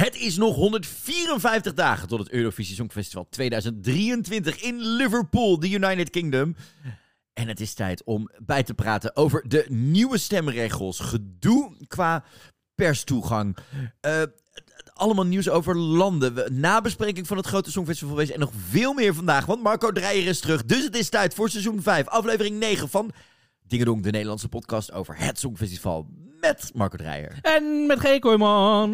Het is nog 154 dagen tot het Eurovisie Songfestival 2023 in Liverpool, de United Kingdom. En het is tijd om bij te praten over de nieuwe stemregels. Gedoe qua perstoegang. Allemaal nieuws over landen. Nabespreking van het grote Songfestival en nog veel meer vandaag. Want Marco Dreyer is terug. Dus het is tijd voor seizoen 5, aflevering 9 van Dingedong, de Nederlandse podcast over het Songfestival. Met Marco Dreyer. En met G. Kooijman.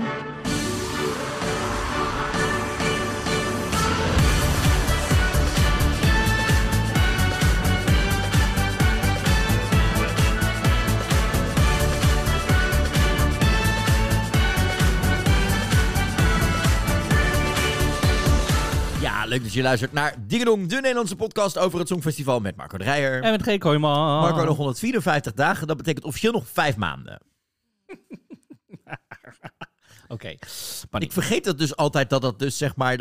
Leuk dat je luistert naar Dingedong, de Nederlandse podcast over het Songfestival met Marco Dreyer. En met G. Kooijman. Marco, nog 154 dagen, dat betekent officieel nog 5 maanden. Oké. Ik vergeet dat dus altijd, dat dus zeg maar,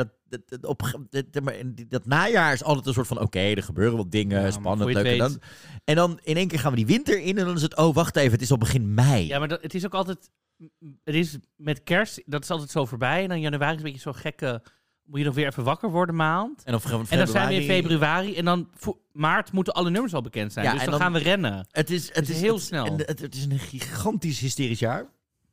dat najaar is altijd een soort van, oké, er gebeuren wat dingen, spannend, leuk. En dan in één keer gaan we die winter in en dan is het, oh wacht even, het is al begin mei. Ja, maar het is ook altijd, het is met kerst, dat is altijd zo voorbij. En dan januari is een beetje zo'n gekke, moet je nog weer even wakker worden maand. En dan zijn we in februari. En dan maart moeten alle nummers al bekend zijn. Ja, dus dan gaan we rennen. Het is heel snel. Het is een gigantisch hysterisch jaar.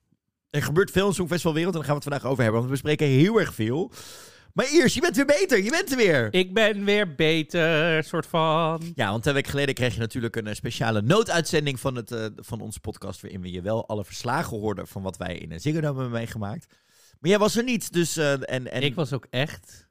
Er gebeurt veel in de Songfestivalwereld. En daar gaan we het vandaag over hebben. Want we bespreken heel erg veel. Maar eerst, je bent weer beter. Je bent er weer. Ik ben weer beter, soort van. Ja, want 2 weken geleden kreeg je natuurlijk een speciale nooduitzending van onze podcast. Waarin we je wel alle verslagen hoorden van wat wij in Ziggo Dome hebben meegemaakt. Maar jij was er niet, dus... Ik was ook echt...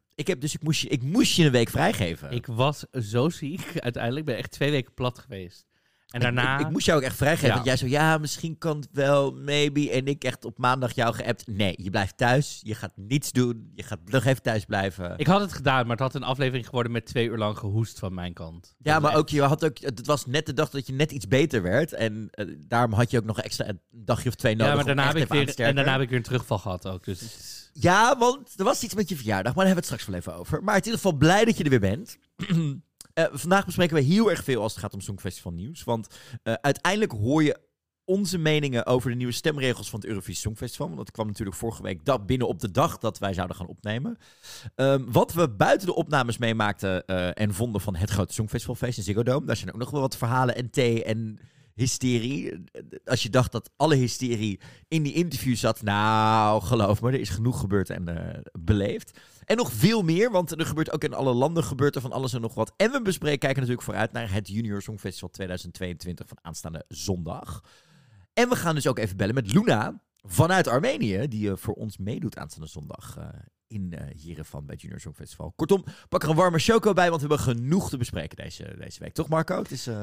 Ik moest je een week vrijgeven. Ik was zo ziek. Uiteindelijk ben ik echt 2 weken plat geweest. En daarna... Ik moest jou ook echt vrijgeven. Want jij zo, misschien kan het wel, maybe. En ik echt op maandag jou geappt. Nee, je blijft thuis. Je gaat niets doen. Je gaat nog even thuis blijven. Ik had het gedaan, maar het had een aflevering geworden met 2 uur lang gehoest van mijn kant. Ja, maar ook, het was net de dag dat je net iets beter werd. En daarom had je ook nog extra een dagje of 2 nodig. Ja, maar daarna heb ik weer een terugval gehad ook. Dus... Ja, want er was iets met je verjaardag. Maar daar hebben we het straks wel even over. Maar in ieder geval blij dat je er weer bent. Vandaag bespreken we heel erg veel als het gaat om Songfestival nieuws. Want uiteindelijk hoor je onze meningen over de nieuwe stemregels van het Eurovisie Songfestival. Want dat kwam natuurlijk vorige week binnen op de dag dat wij zouden gaan opnemen. Wat we buiten de opnames meemaakten en vonden van het grote Songfestivalfeest in Ziggo Dome. Daar zijn ook nog wel wat verhalen en thee en hysterie. Als je dacht dat alle hysterie in die interview zat. Nou, geloof me, er is genoeg gebeurd en beleefd. En nog veel meer, want er gebeurt ook in alle landen gebeurt er van alles en nog wat. En we kijken natuurlijk vooruit naar het Junior Songfestival 2022 van aanstaande zondag. En we gaan dus ook even bellen met Luna vanuit Armenië, die voor ons meedoet aanstaande zondag in Yerevan bij het Junior Songfestival. Kortom, pak er een warme choco bij, want we hebben genoeg te bespreken deze week. Toch, Marco? Het is...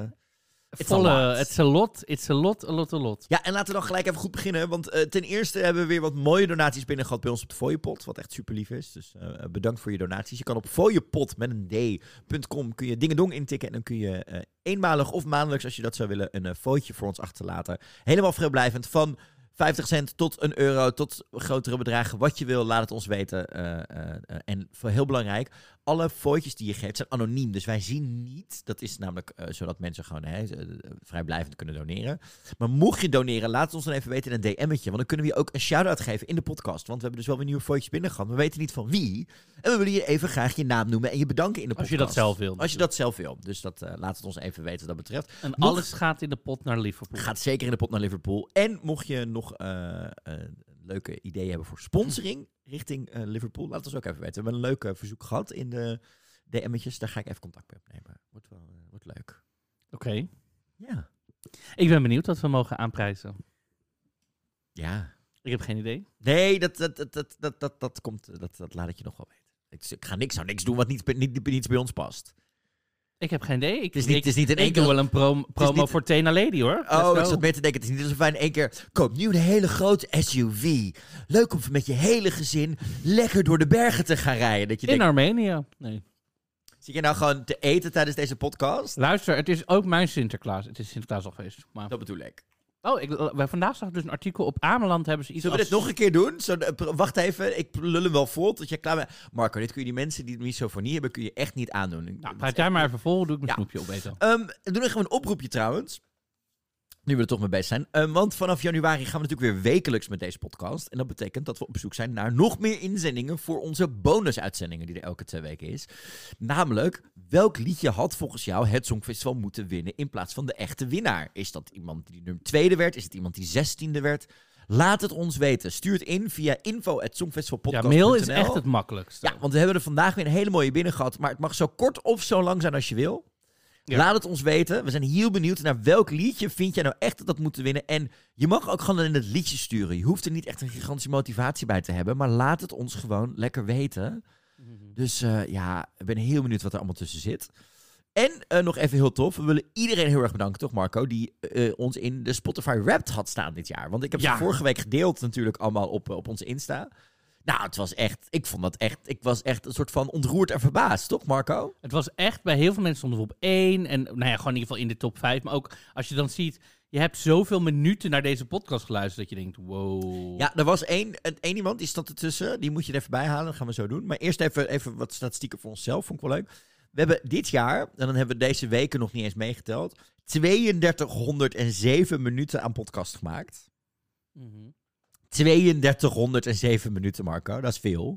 It's a lot. Ja, en laten we dan gelijk even goed beginnen. Want ten eerste hebben we weer wat mooie donaties binnen gehad bij ons op de fooiepot. Wat echt super lief is. Dus bedankt voor je donaties. Je kan op fooiepot met een d.com kun je Dingedong intikken. En dan kun je eenmalig of maandelijks, als je dat zou willen, een footje voor ons achterlaten. Helemaal vrijblijvend van 50 cent tot €1, tot grotere bedragen. Wat je wil, laat het ons weten. En heel belangrijk, alle foto's die je geeft zijn anoniem. Dus wij zien niet, dat is namelijk zodat mensen gewoon vrijblijvend kunnen doneren. Maar mocht je doneren, laat het ons dan even weten in een DM'tje. Want dan kunnen we je ook een shout-out geven in de podcast. Want we hebben dus wel weer nieuwe foto's binnen gehad. We weten niet van wie. En we willen je even graag je naam noemen en je bedanken in de podcast. Als je dat zelf wil. Dus laat het ons even weten wat dat betreft. En alles gaat in de pot naar Liverpool. Gaat zeker in de pot naar Liverpool. En mocht je nog leuke ideeën hebben voor sponsoring richting Liverpool, laat het ons ook even weten. We hebben een leuk verzoek gehad in de DM'tjes. Daar ga ik even contact mee opnemen. Wordt leuk. Oké. Ja. Ik ben benieuwd wat we mogen aanprijzen. Ja. Ik heb geen idee. Nee, dat komt. Dat laat ik je nog wel weten. Ik zou niks doen wat niet bij ons past. Ik heb geen idee. Het is niet in één keer... Ik doe wel een promo voor Tena Lady, hoor. Ik zat meer te denken. Het is niet alsof wij in één keer... Koop nu een hele grote SUV. Leuk om met je hele gezin lekker door de bergen te gaan rijden. Dat je in Armenië. Nee. Zit je nou gewoon te eten tijdens deze podcast? Luister, het is ook mijn Sinterklaas. Het is Sinterklaas al geweest. Maar... Dat bedoel ik. Vandaag zag ik dus een artikel op Ameland. Hebben ze iets. Zullen we dit nog een keer doen? Wacht even, ik lul hem wel vol tot jij klaar bent. Marco, dit kun je die mensen die misofonie hebben, kun je echt niet aandoen. Nou, praat jij maar even vol, doe ik mijn snoepje opeten. We doen nog even een oproepje trouwens. Nu we er toch mee bezig zijn. Want vanaf januari gaan we natuurlijk weer wekelijks met deze podcast. En dat betekent dat we op zoek zijn naar nog meer inzendingen voor onze bonusuitzendingen die er elke 2 weken is. Namelijk, welk liedje had volgens jou het Songfestival moeten winnen in plaats van de echte winnaar? Is dat iemand die nummer 2e werd? Is het iemand die 16e werd? Laat het ons weten. Stuur het in via info@songfestivalpodcast.nl. Ja, mail is echt het makkelijkste. Ja, want we hebben er vandaag weer een hele mooie binnen gehad. Maar het mag zo kort of zo lang zijn als je wil. Ja. Laat het ons weten. We zijn heel benieuwd naar welk liedje vind jij nou echt dat moet winnen. En je mag ook gewoon in het liedje sturen. Je hoeft er niet echt een gigantische motivatie bij te hebben. Maar laat het ons gewoon lekker weten. Dus ik ben heel benieuwd wat er allemaal tussen zit. En nog even heel tof. We willen iedereen heel erg bedanken, toch Marco? Die ons in de Spotify Wrapped had staan dit jaar. Want ik heb ze vorige week gedeeld natuurlijk allemaal op onze Insta. Nou, het was echt, ik vond dat echt, ik was echt een soort van ontroerd en verbaasd, toch Marco? Het was echt, bij heel veel mensen stonden we op 1 en nou ja, gewoon in ieder geval in de top 5. Maar ook als je dan ziet, je hebt zoveel minuten naar deze podcast geluisterd dat je denkt, wow. Ja, er was één iemand, die stond ertussen, die moet je er even bij halen, dat gaan we zo doen. Maar eerst even wat statistieken voor onszelf, vond ik wel leuk. We hebben dit jaar, en dan hebben we deze weken nog niet eens meegeteld, 3207 minuten aan podcast gemaakt. 3207 minuten, Marco. Dat is veel.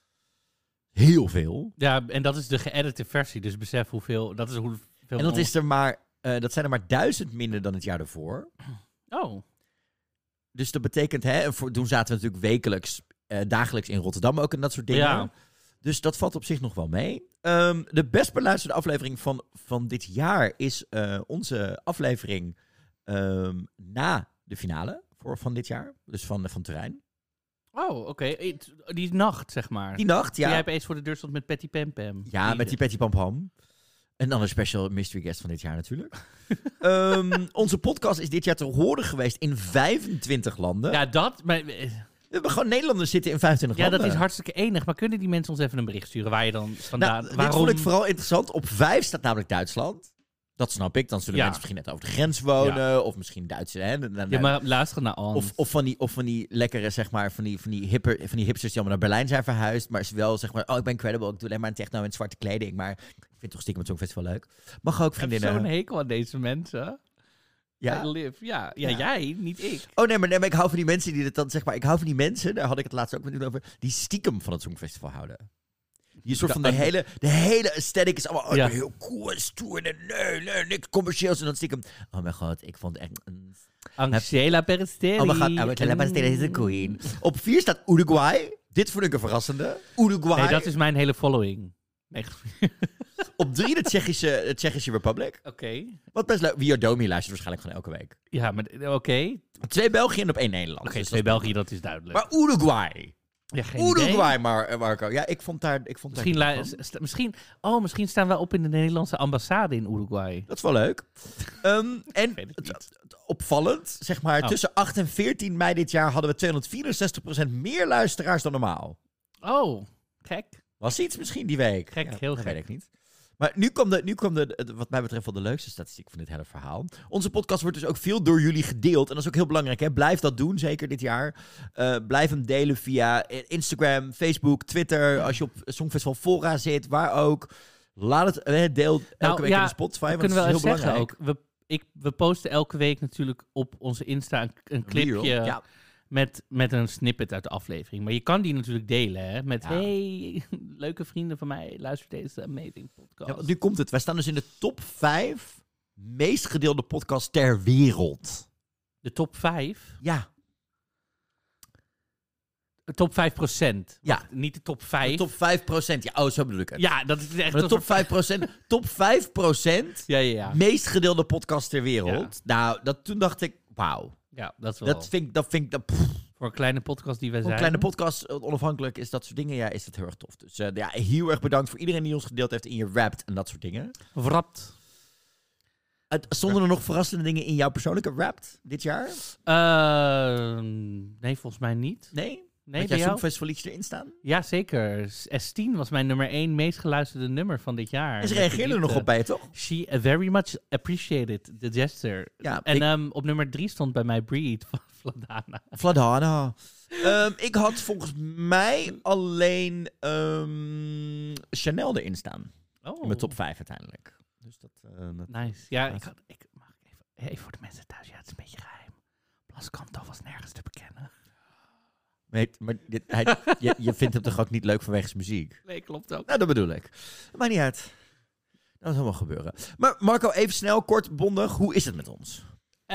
Heel veel. Ja, en dat is de geëdite versie. Dus besef hoeveel... Dat is hoeveel. En dat is er maar... dat zijn er maar 1000 minder dan het jaar daarvoor. Oh. Dus dat betekent... toen zaten we natuurlijk wekelijks... dagelijks in Rotterdam ook en dat soort dingen. Ja. Dus dat valt op zich nog wel mee. De best beluisterde aflevering van dit jaar is onze aflevering na de finale van dit jaar. Dus van Turijn. Oh, oké. Die nacht, zeg maar. Die nacht, ja. Jij hebt eens voor de deur stond met Patty Pam Pam. Ja, met die Patty Pam Pam. En dan een special mystery guest van dit jaar natuurlijk. Onze podcast is dit jaar te horen geweest in 25 landen. Ja, dat... Maar... We hebben gewoon Nederlanders zitten in 25 landen. Ja, dat is hartstikke enig. Maar kunnen die mensen ons even een bericht sturen waar je dan vandaan... Nou, dit vond ik vooral interessant. Op 5 staat namelijk Duitsland. Dat snap ik. Dan zullen mensen misschien net over de grens wonen. Ja. Of misschien Duitse... Ja, maar luister naar ons. Of van die lekkere, zeg maar, van die hipsters die allemaal naar Berlijn zijn verhuisd. Maar ze wel, zeg maar, ik ben credible. Ik doe alleen maar techno en zwarte kleding. Maar ik vind toch stiekem het Songfestival leuk. Mag ook vriendinnen... Ik heb zo'n hekel aan deze mensen. Ja? Ja, jij, niet ik. Oh nee, maar ik hou van die mensen die het dan, zeg maar... Ik hou van die mensen, daar had ik het laatst ook met u over... die stiekem van het Songfestival houden. Die soort van de hele aesthetic is allemaal heel cool en stoer en nee, niks commercieels. En dan stiekem, oh mijn god, ik vond echt... Angela Peristeri. Oh mijn god, Angela Peristeri is de queen. Op 4 staat Uruguay. Dit vond ik een verrassende. Uruguay. Nee, dat is mijn hele following. Nee. Op 3 de Tsjechische Republic. Oké. Wat best leuk. Wiodomi luistert waarschijnlijk gewoon elke week. Ja, maar oké. 2 België en op 1 Nederland. Oké, 2 België, dat is duidelijk. Maar Uruguay... Ja, geen Uruguay, Marco. Ja, ik vond daar... Misschien staan we op in de Nederlandse ambassade in Uruguay. Dat is wel leuk. En opvallend, zeg maar, tussen 8 en 14 mei dit jaar hadden we 264% meer luisteraars dan normaal. Oh, gek. Was iets misschien die week? Gek, heel gek. Weet ik niet. Maar nu kwam wat mij betreft wel de leukste statistiek van dit hele verhaal. Onze podcast wordt dus ook veel door jullie gedeeld. En dat is ook heel belangrijk. Hè? Blijf dat doen, zeker dit jaar. Blijf hem delen via Instagram, Facebook, Twitter. Als je op Songfestival Fora zit, waar ook. Laat het deel elke week in de Spotify. Want kunnen dat we is heel belangrijk. Ook. We posten elke week natuurlijk op onze Insta een clipje... Met een snippet uit de aflevering. Maar je kan die natuurlijk delen, hè? Met, hey, leuke vrienden van mij, luister deze amazing podcast. Ja, want nu komt het. Wij staan dus in de top 5 meest gedeelde podcast ter wereld. De top 5? Ja. De top 5%? Ja. Wacht, niet de top 5? De top 5%. Ja, zo bedoel ik het. Ja, dat is echt... Maar de top 5%, ja. meest gedeelde podcast ter wereld. Ja. Nou, toen dacht ik, wauw. Ja, dat is wel... Dat vind ik voor een kleine podcast die wij zijn. Voor een kleine podcast, onafhankelijk, is dat soort dingen. Ja, is dat heel erg tof. Dus heel erg bedankt voor iedereen die ons gedeeld heeft in je Wrapped en dat soort dingen. Wrapped. Stonden er nog verrassende dingen in jouw persoonlijke Wrapped dit jaar? Nee, volgens mij niet. Nee? Nee, had jij Songfestivalliedjes erin staan? Ja, zeker. S10 was mijn nummer 1 meest geluisterde nummer van dit jaar. En ze reageerden er nog op bij je, toch? She very much appreciated the gesture. Ja, en op nummer 3 stond bij mij Breed van Vladana. Vladana. Ik had volgens mij alleen Chanel erin staan. Oh. In mijn top 5 uiteindelijk. Dus dat nice. Ja, ik mag even Even voor de mensen thuis, het is een beetje geheim. Blas Canto was nergens te bekennen. Nee, maar je vindt hem toch ook niet leuk vanwege zijn muziek? Nee, klopt ook. Nou, dat bedoel ik. Maakt niet uit. Dat is allemaal gebeuren. Maar Marco, even snel, kort, bondig. Hoe is het met ons?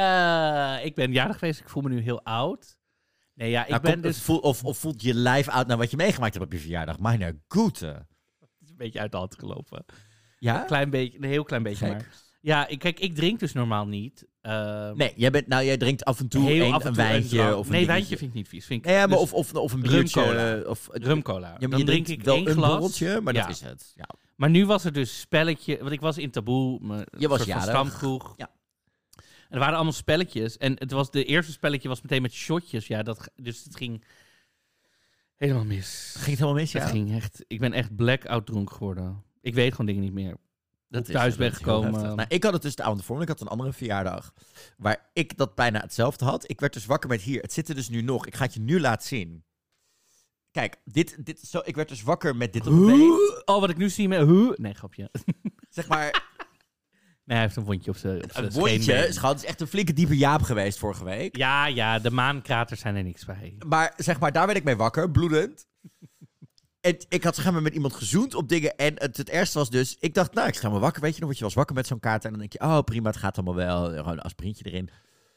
Ik ben jarig geweest. Ik voel me nu heel oud. Nee, ja, ik ben dus... Of voelt je lijf oud naar wat je meegemaakt hebt op je verjaardag? Mijn goede. Het is een beetje uit de hand gelopen. Ja? Een heel klein beetje Gek. maar. Ja, kijk, ik drink dus normaal niet. Nee, jij drinkt af en toe een wijntje. Of nee, wijntje vind ik niet vies. Maar dus of een biertje. Rumcola. Ja, dan drink ik wel één glas. Borreltje, maar dat is het. Ja. Maar nu was er dus spelletje. Want ik was in Taboe. Je was jarig. Stamkroeg. Ja. En er waren allemaal spelletjes. En de eerste spelletje was meteen met shotjes. Ja, dus het ging helemaal mis. Ging het helemaal mis, ja? Het ging echt... Ik ben echt blackout dronken geworden. Ik weet gewoon dingen niet meer. Dat thuis ben gekomen. Nou, ik had het dus de avond ervoor. Ik had een andere verjaardag. Waar ik dat bijna hetzelfde had. Ik werd dus wakker met hier. Het zit er dus nu nog. Ik ga het je nu laten zien. Kijk, ik werd dus wakker met dit op mijn been. Oh, wat ik nu zie met... Nee, grapje. Zeg maar... Nee, hij heeft een wondje op zijn Een wondje, schat. Het is echt een flinke diepe jaap geweest vorige week. Ja, de maankraters zijn er niks bij. Maar zeg maar, daar werd ik mee wakker, bloedend. En ik had schijnbaar met iemand gezoend op dingen. En het ergste was dus, ik dacht, nou, ik ga me wakker. Weet je nog, want je was wakker met zo'n kaart. En dan denk je, oh prima, het gaat allemaal wel. Gewoon een aspirintje erin.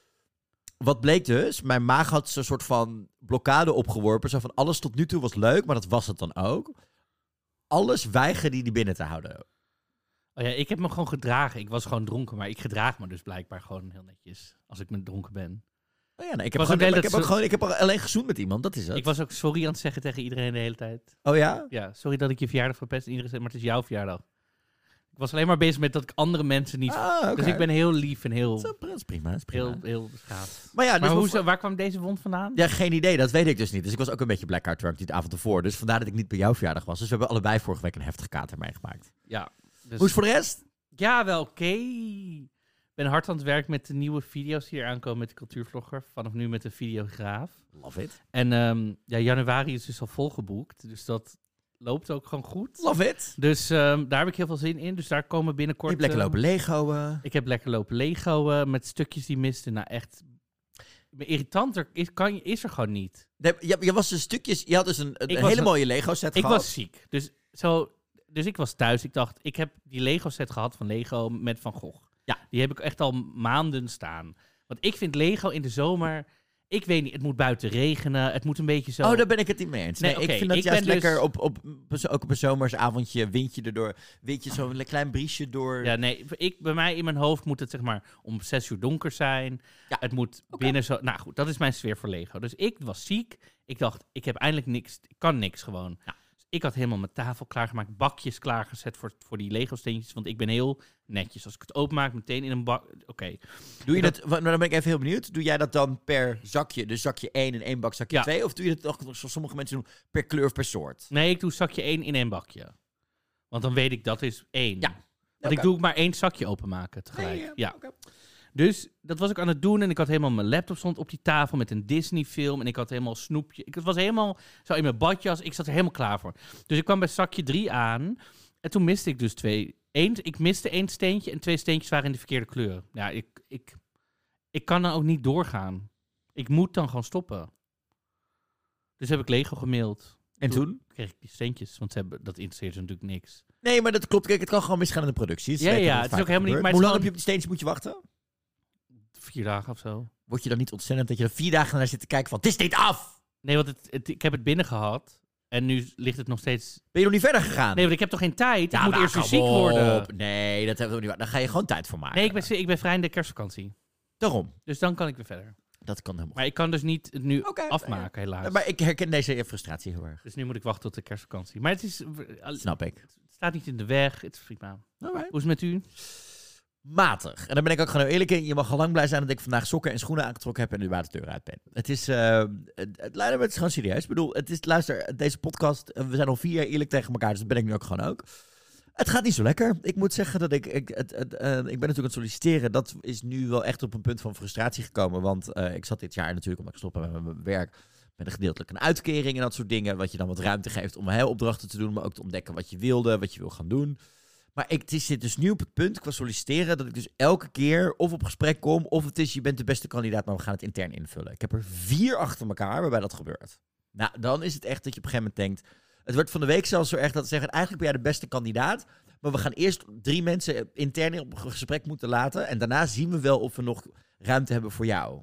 Wat bleek dus, mijn maag had zo'n soort van blokkade opgeworpen. Zo van, alles tot nu toe was leuk, maar dat was het dan ook. Alles weigerde die binnen te houden. Oh ja, ik heb me gewoon gedragen. Ik was gewoon dronken, maar ik gedraag me dus blijkbaar gewoon heel netjes als ik dronken ben. Oh ja, nee, ik heb alleen gezoend met iemand, dat is het. Ik was ook sorry aan het zeggen tegen iedereen de hele tijd. Oh ja? Ja, sorry dat ik je verjaardag verpest. Iedereen zegt, maar het is jouw verjaardag. Ik was alleen maar bezig met dat ik andere mensen niet... Okay. Dus ik ben heel lief en heel... Dat is prima. Heel beschaafd. Maar, ja, dus waar kwam deze wond vandaan? Ja, geen idee. Dat weet ik dus niet. Dus ik was ook een beetje blackout drunk die avond ervoor. Dus vandaar dat ik niet bij jouw verjaardag was. Dus we hebben allebei vorige week een heftige kater meegemaakt. Ja. Dus... Hoe is het voor de rest? Ja, wel oké. Ik ben hard aan het werk met de nieuwe video's die hier aankomen met de cultuurvlogger. Vanaf nu met de videograaf. Love it. En januari is dus al volgeboekt. Dus dat loopt ook gewoon goed. Love it. Dus daar heb ik heel veel zin in. Dus daar komen binnenkort... Je hebt lekker lopen Lego'en. Ik heb lekker lopen Lego'en met stukjes die misten. Nou echt... Irritanter is er gewoon niet. Nee, je was dus stukjes... Je had dus een hele mooie Lego set gehad. Ik was ziek. Dus ik was thuis. Ik dacht, ik heb die Lego set gehad van Lego met Van Gogh. Ja. Die heb ik echt al maanden staan. Want ik vind Lego in de zomer... Ik weet niet, het moet buiten regenen. Het moet een beetje zo... Oh, daar ben ik het niet mee eens. Nee, ik vind dat juist lekker ook op een zomersavondje, windje erdoor. Windje zo'n klein briesje door. Ja, nee, bij mij in mijn hoofd moet het zeg maar om 6 uur donker zijn. Ja. Het moet binnen zo... Nou goed, dat is mijn sfeer voor Lego. Dus ik was ziek. Ik dacht, ik heb eindelijk niks. Ik kan niks gewoon. Ja. Ik had helemaal mijn tafel klaargemaakt, bakjes klaargezet voor die Lego-steentjes. Want ik ben heel netjes. Als ik het openmaak, meteen in een bak... Oké. Doe je dat... Nou, dan ben ik even heel benieuwd. Doe jij dat dan per zakje? Dus zakje 1 in één bak, zakje 2? Of doe je dat toch, zoals sommige mensen doen, per kleur of per soort? Nee, ik doe zakje 1 in één bakje. Want dan weet ik, dat is 1. Ja. Want ik doe maar 1 zakje openmaken tegelijk. Ja. Okay. Dus dat was ik aan het doen en ik had helemaal mijn laptop stond op die tafel met een Disney-film en ik had helemaal snoepje. Ik was helemaal zo in mijn badjas. Ik zat er helemaal klaar voor. Dus ik kwam bij zakje 3 aan en toen miste ik dus 2. Ik miste 1 steentje en 2 steentjes waren in de verkeerde kleur. Ja, ik kan dan ook niet doorgaan. Ik moet dan gewoon stoppen. Dus heb ik Lego gemaild. En toen? Kreeg ik die steentjes, want dat interesseert ze natuurlijk niks. Nee, maar dat klopt. Kijk, het kan gewoon misgaan in de productie. Ja, het is ook helemaal niet... Maar hoe lang heb je op die steentjes moet je wachten? 4 dagen of zo. Word je dan niet ontzettend dat je er 4 dagen naar zit te kijken van, het is niet af? Nee, want ik heb het binnen gehad. En nu ligt het nog steeds... Ben je nog niet verder gegaan? Nee, want ik heb toch geen tijd? Ja, ik moet eerst weer ziek worden. Nee, dat hebben we niet waar. Dan ga je gewoon tijd voor maken. Nee, ik ben vrij in de kerstvakantie. Daarom. Dus dan kan ik weer verder. Dat kan helemaal. Maar ik kan dus niet het nu afmaken, helaas. Maar ik herken deze frustratie heel erg. Dus nu moet ik wachten tot de kerstvakantie. Maar het is... Snap ik. Het staat niet in de weg. Het is prima. Hoe is het met u? Matig. En daar ben ik ook gewoon eerlijk in. Je mag al lang blij zijn dat ik vandaag sokken en schoenen aangetrokken heb en nu waar de deur uit ben. Het is... het is gewoon serieus. Ik bedoel, luister, deze podcast... we zijn al 4 jaar eerlijk tegen elkaar, dus dat ben ik nu ook gewoon ook. Het gaat niet zo lekker. Ik moet zeggen dat ik ben natuurlijk aan het solliciteren. Dat is nu wel echt op een punt van frustratie gekomen. Want ik zat dit jaar natuurlijk, omdat ik gestopt heb met mijn werk, met een gedeeltelijk een uitkering en dat soort dingen. Wat je dan wat ruimte geeft om opdrachten te doen, maar ook te ontdekken wat je wilde, wat je wil gaan doen. Maar ik zit dus nu op het punt, qua solliciteren, dat ik dus elke keer of op gesprek kom, of het is, je bent de beste kandidaat, maar we gaan het intern invullen. Ik heb er 4 achter elkaar waarbij dat gebeurt. Nou, dan is het echt dat je op een gegeven moment denkt, het wordt van de week zelfs zo erg dat ze zeggen, eigenlijk ben jij de beste kandidaat, maar we gaan eerst 3 mensen intern op een gesprek moeten laten en daarna zien we wel of we nog ruimte hebben voor jou.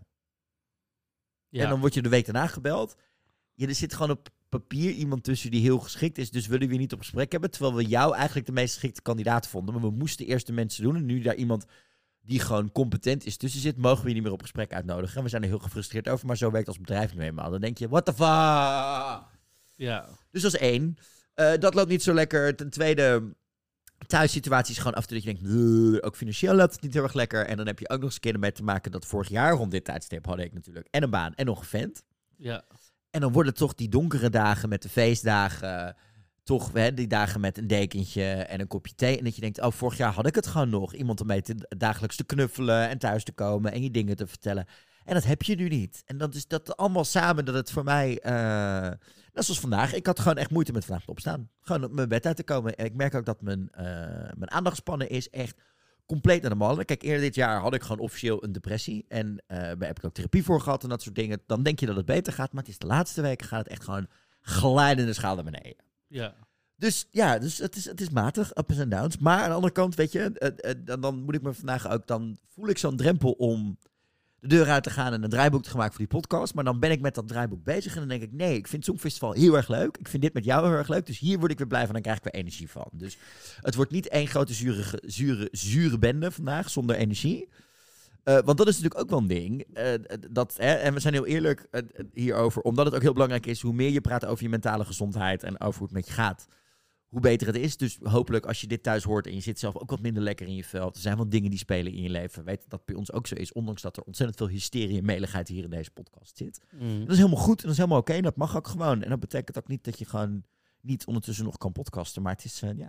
Ja. En dan word je de week daarna gebeld. Ja, er zit gewoon op papier iemand tussen die heel geschikt is, dus willen we je niet op gesprek hebben, terwijl we jou eigenlijk de meest geschikte kandidaat vonden. Maar we moesten eerst de mensen doen en nu daar iemand die gewoon competent is tussen zit, mogen we je niet meer op gesprek uitnodigen. En we zijn er heel gefrustreerd over, maar zo werkt als bedrijf nu eenmaal. Dan denk je, what the fuck? Ja. Dus dat is 1. Dat loopt niet zo lekker. Ten tweede, thuissituatie is gewoon af en toe dat je denkt, ook financieel loopt het niet heel erg lekker. En dan heb je ook nog eens een keer ermee te maken dat vorig jaar rond dit tijdstip had ik natuurlijk en een baan en nog een vent. Ja. En dan worden toch die donkere dagen met de feestdagen, toch die dagen met een dekentje en een kopje thee. En dat je denkt, oh, vorig jaar had ik het gewoon nog. Iemand om mee dagelijks te knuffelen en thuis te komen en je dingen te vertellen. En dat heb je nu niet. En dat is dat allemaal samen dat het voor mij, net zoals vandaag, ik had gewoon echt moeite met vandaag opstaan. Gewoon op mijn bed uit te komen. En ik merk ook dat mijn aandachtspannen is echt compleet naar de mannen. Kijk, eerder dit jaar had ik gewoon officieel een depressie. En daar heb ik ook therapie voor gehad en dat soort dingen. Dan denk je dat het beter gaat. Maar het is de laatste weken gaat het echt gewoon glijdende schaal naar beneden. Ja. Dus ja, het is matig, ups en downs. Maar aan de andere kant, weet je, dan moet ik me vandaag ook, dan voel ik zo'n drempel om de deur uit te gaan en een draaiboek te gaan maken voor die podcast. Maar dan ben ik met dat draaiboek bezig en dan denk ik, nee, ik vind het Songfestival heel erg leuk. Ik vind dit met jou heel erg leuk. Dus hier word ik weer blij van en dan krijg ik weer energie van. Dus het wordt niet één grote zure bende vandaag zonder energie. Want dat is natuurlijk ook wel een ding. En we zijn heel eerlijk hierover, omdat het ook heel belangrijk is, hoe meer je praat over je mentale gezondheid en over hoe het met je gaat, hoe beter het is. Dus hopelijk als je dit thuis hoort en je zit zelf ook wat minder lekker in je vel. Er zijn wel dingen die spelen in je leven. Weet dat bij ons ook zo is. Ondanks dat er ontzettend veel hysterie en meligheid hier in deze podcast zit. Dat is helemaal goed en dat is helemaal oké. En dat mag ook gewoon. En dat betekent ook niet dat je gewoon niet ondertussen nog kan podcasten. Maar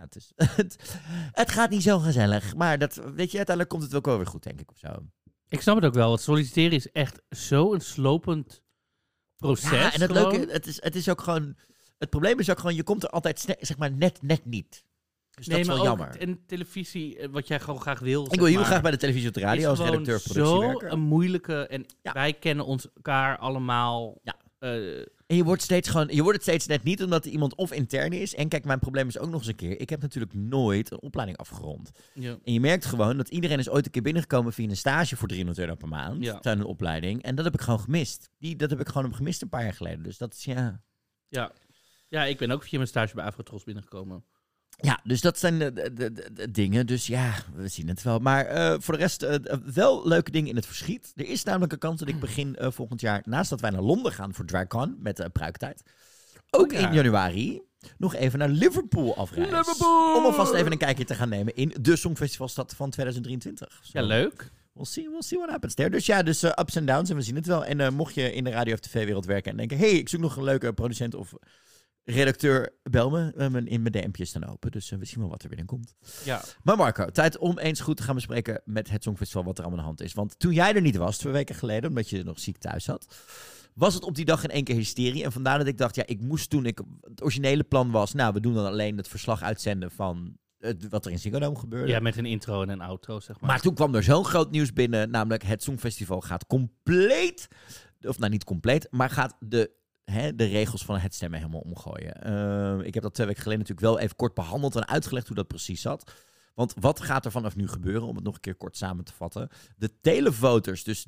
het gaat niet zo gezellig. Maar dat, weet je, uiteindelijk komt het ook wel weer goed, denk ik, of zo. Ik snap het ook wel. Het solliciteren is echt zo een slopend proces. Ja, en het leuke, het is ook gewoon, het probleem is ook gewoon, je komt er altijd zeg maar net niet. Dus nee, dat is wel jammer. En televisie, wat jij gewoon graag wil. Ik wil heel graag bij de televisie op de radio als redacteur productiewerker. Zo een moeilijke, en wij kennen elkaar allemaal. Ja. En je wordt het steeds net niet, omdat er iemand of intern is. En kijk, mijn probleem is ook nog eens een keer, ik heb natuurlijk nooit een opleiding afgerond. Ja. En je merkt gewoon dat iedereen is ooit een keer binnengekomen via een stage voor €300 per maand. Ja. Zijn een opleiding. En dat heb ik gewoon gemist. Dat heb ik gewoon gemist een paar jaar geleden. Dus dat is, ja. Ja, ik ben ook via mijn stage bij Afrotros binnengekomen. Ja, dus dat zijn de dingen. Dus ja, we zien het wel. Maar voor de rest wel leuke dingen in het verschiet. Er is namelijk een kans dat ik begin volgend jaar, naast dat wij naar Londen gaan voor DragCon met pruiktijd, ook in januari nog even naar Liverpool afreizen. Om alvast even een kijkje te gaan nemen in de Songfestivalstad van 2023. Ja, leuk. We'll see what happens there. Dus ja, ups en downs en we zien het wel. En mocht je in de radio- of tv-wereld werken en denken, hey, ik zoek nog een leuke producent of redacteur, bel me. In mijn DM'tjes staan open. Dus we zien wel wat er binnenkomt. Ja. Maar Marco, tijd om eens goed te gaan bespreken met het Songfestival wat er allemaal aan de hand is. Want toen jij er niet was, 2 weken geleden, omdat je nog ziek thuis zat, was het op die dag in één keer hysterie. En vandaar dat ik dacht, ja, het originele plan was, nou, we doen dan alleen het verslag uitzenden van wat er in Ziggo Dome gebeurde. Ja, met een intro en een outro, zeg maar. Maar toen kwam er zo'n groot nieuws binnen, namelijk het Songfestival gaat compleet, of nou niet compleet, maar gaat de regels van het stemmen helemaal omgooien. Ik heb dat 2 weken geleden natuurlijk wel even kort behandeld en uitgelegd hoe dat precies zat. Want wat gaat er vanaf nu gebeuren, om het nog een keer kort samen te vatten? De televoters, dus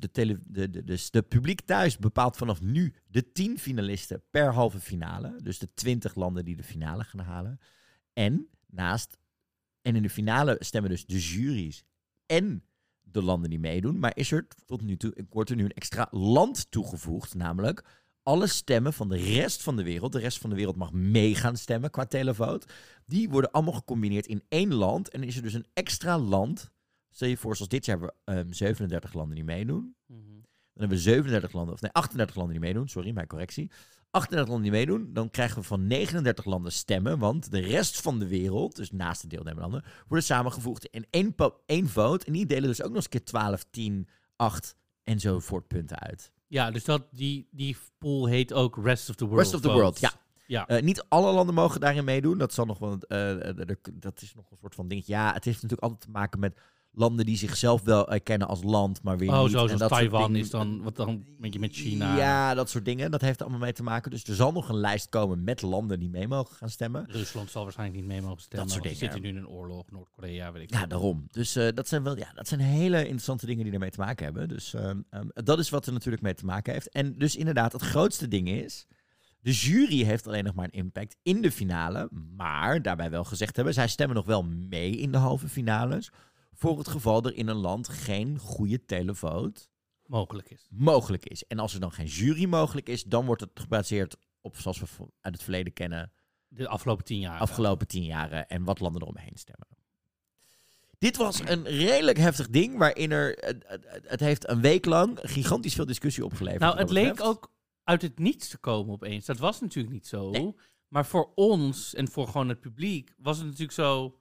de publiek thuis, bepaalt vanaf nu de 10 finalisten per halve finale. Dus de 20 landen die de finale gaan halen. En in de finale stemmen dus de juries en de landen die meedoen. Maar wordt er nu een extra land toegevoegd, namelijk alle stemmen van de rest van de wereld. De rest van de wereld mag mee gaan stemmen qua televote. Die worden allemaal gecombineerd in 1 land. En dan is er dus een extra land. Stel je voor, zoals dit jaar hebben we 37 landen die meedoen. Mm-hmm. Dan hebben we 38 landen die meedoen. Sorry, mijn correctie. 38 landen die meedoen. Dan krijgen we van 39 landen stemmen. Want de rest van de wereld, dus naast de deelnemerlanden, worden samengevoegd in één vote. En die delen dus ook nog eens keer 12, 10, 8 enzovoort punten uit. Ja, dus die pool heet ook Rest of the World. Rest of the World, ja. Ja. Niet alle landen mogen daarin meedoen. Dat zal nog wel. Dat is nog een soort van ding. Ja, het heeft natuurlijk altijd te maken met landen die zichzelf wel erkennen als land, maar weer niet. Zoals Taiwan is dan, wat dan een beetje met China. Ja, dat soort dingen. Dat heeft allemaal mee te maken. Dus er zal nog een lijst komen met landen die mee mogen gaan stemmen. Rusland zal waarschijnlijk niet mee mogen stemmen. Dat soort dingen. Die zitten nu in een oorlog, Noord-Korea, weet ik. Ja, daarom. Dus dat zijn hele interessante dingen die ermee te maken hebben. Dus dat is wat er natuurlijk mee te maken heeft. En dus inderdaad, het grootste ding is, de jury heeft alleen nog maar een impact in de finale. Maar, daarbij wel gezegd hebben, zij stemmen nog wel mee in de halve finales. Voor het geval er in een land geen goede televote mogelijk is. En als er dan geen jury mogelijk is, dan wordt het gebaseerd op, zoals we uit het verleden kennen, de afgelopen 10 jaar. Afgelopen 10 jaren en wat landen eromheen stemmen. Dit was een redelijk heftig ding, waarin het heeft een week lang gigantisch veel discussie opgeleverd. Nou, het leek ook uit het niets te komen opeens. Dat was natuurlijk niet zo. Nee. Maar voor ons en voor gewoon het publiek was het natuurlijk zo.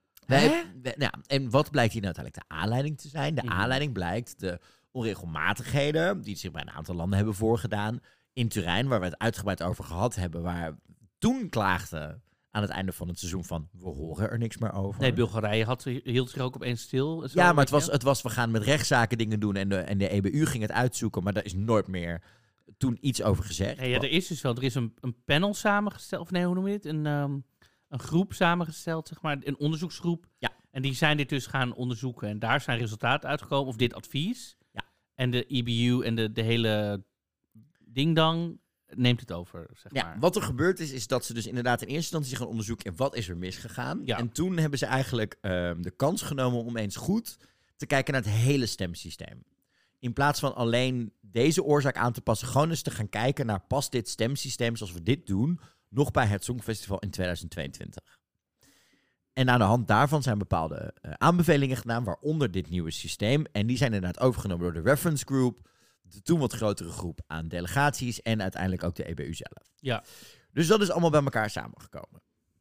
En wat blijkt hier nou uiteindelijk de aanleiding te zijn? De aanleiding blijkt de onregelmatigheden die zich bij een aantal landen hebben voorgedaan. In Turijn, waar we het uitgebreid over gehad hebben, waar toen klaagden aan het einde van het seizoen van, we horen er niks meer over. Nee, Bulgarije hield zich ook opeens stil. Ja, maar het was, we gaan met rechtszaken dingen doen en de EBU ging het uitzoeken, maar daar is nooit meer toen iets over gezegd. Nee, ja, er is dus wel, er is een panel samengesteld, of nee, hoe noem je het? Een groep samengesteld, zeg maar, een onderzoeksgroep. Ja. En die zijn dit dus gaan onderzoeken en daar zijn resultaten uitgekomen, of dit advies. Ja. En de EBU en de hele ding-dang neemt het over, zeg maar. Wat er gebeurd is dat ze dus inderdaad in eerste instantie gaan onderzoeken wat is er misgegaan. Ja. En toen hebben ze eigenlijk de kans genomen om eens goed te kijken naar het hele stemsysteem. In plaats van alleen deze oorzaak aan te passen, gewoon eens te gaan kijken naar, past dit stemsysteem zoals we dit doen nog bij het Songfestival in 2022. En aan de hand daarvan zijn bepaalde aanbevelingen gedaan, waaronder dit nieuwe systeem. En die zijn inderdaad overgenomen door de reference group, de toen wat grotere groep aan delegaties en uiteindelijk ook de EBU zelf. Ja. Dus dat is allemaal bij elkaar samengekomen.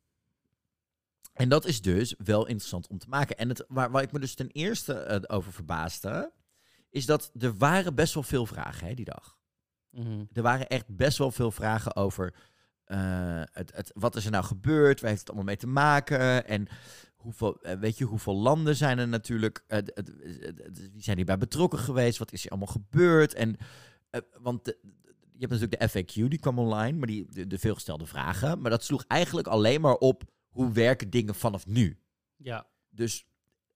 En dat is dus wel interessant om te maken. En waar ik me dus ten eerste over verbaasde, is dat er waren best wel veel vragen die dag. Mm-hmm. Er waren echt best wel veel vragen over wat is er nou gebeurd, waar heeft het allemaal mee te maken en hoeveel landen zijn er natuurlijk, wie zijn hierbij betrokken geweest, wat is hier allemaal gebeurd en want je hebt natuurlijk de FAQ, die kwam online, maar de veelgestelde vragen, maar dat sloeg eigenlijk alleen maar op hoe werken dingen vanaf nu. Ja. Dus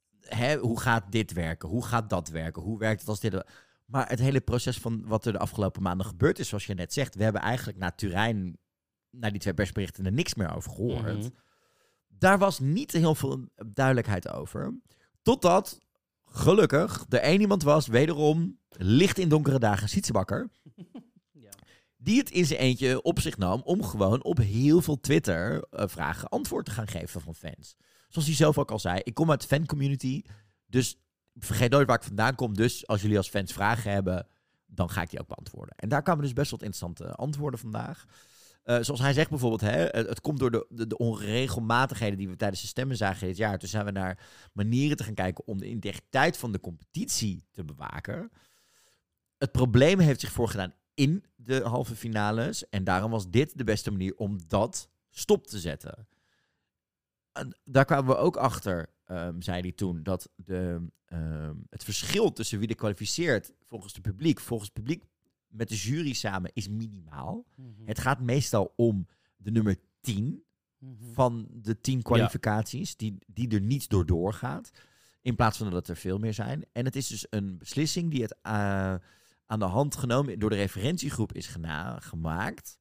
hoe gaat dit werken, hoe gaat dat werken, hoe werkt het als dit. Maar het hele proces van wat er de afgelopen maanden gebeurd is, zoals je net zegt, we hebben eigenlijk na Turijn, na die 2 persberichten, er niks meer over gehoord. Mm-hmm. Daar was niet heel veel duidelijkheid over. Totdat, gelukkig, er één iemand was, wederom, licht in donkere dagen, Sietse Bakker, ja. die het in zijn eentje op zich nam om gewoon op heel veel Twitter-vragen antwoord te gaan geven van fans. Zoals hij zelf ook al zei, ik kom uit de fancommunity, dus vergeet nooit waar ik vandaan kom. Dus als jullie als fans vragen hebben, dan ga ik die ook beantwoorden. En daar kwamen dus best wel interessante antwoorden vandaag. Zoals hij zegt bijvoorbeeld, het komt door de onregelmatigheden die we tijdens de stemmen zagen dit jaar. Toen zijn we naar manieren te gaan kijken om de integriteit van de competitie te bewaken. Het probleem heeft zich voorgedaan in de halve finales. En daarom was dit de beste manier om dat stop te zetten. En daar kwamen we ook achter, zei hij toen, dat het verschil tussen wie er kwalificeert volgens het publiek met de jury samen is minimaal. Mm-hmm. Het gaat meestal om de nummer 10 van de 10 kwalificaties, die er niet doorgaat. In plaats van dat er veel meer zijn. En het is dus een beslissing die het aan de hand genomen door de referentiegroep is gemaakt.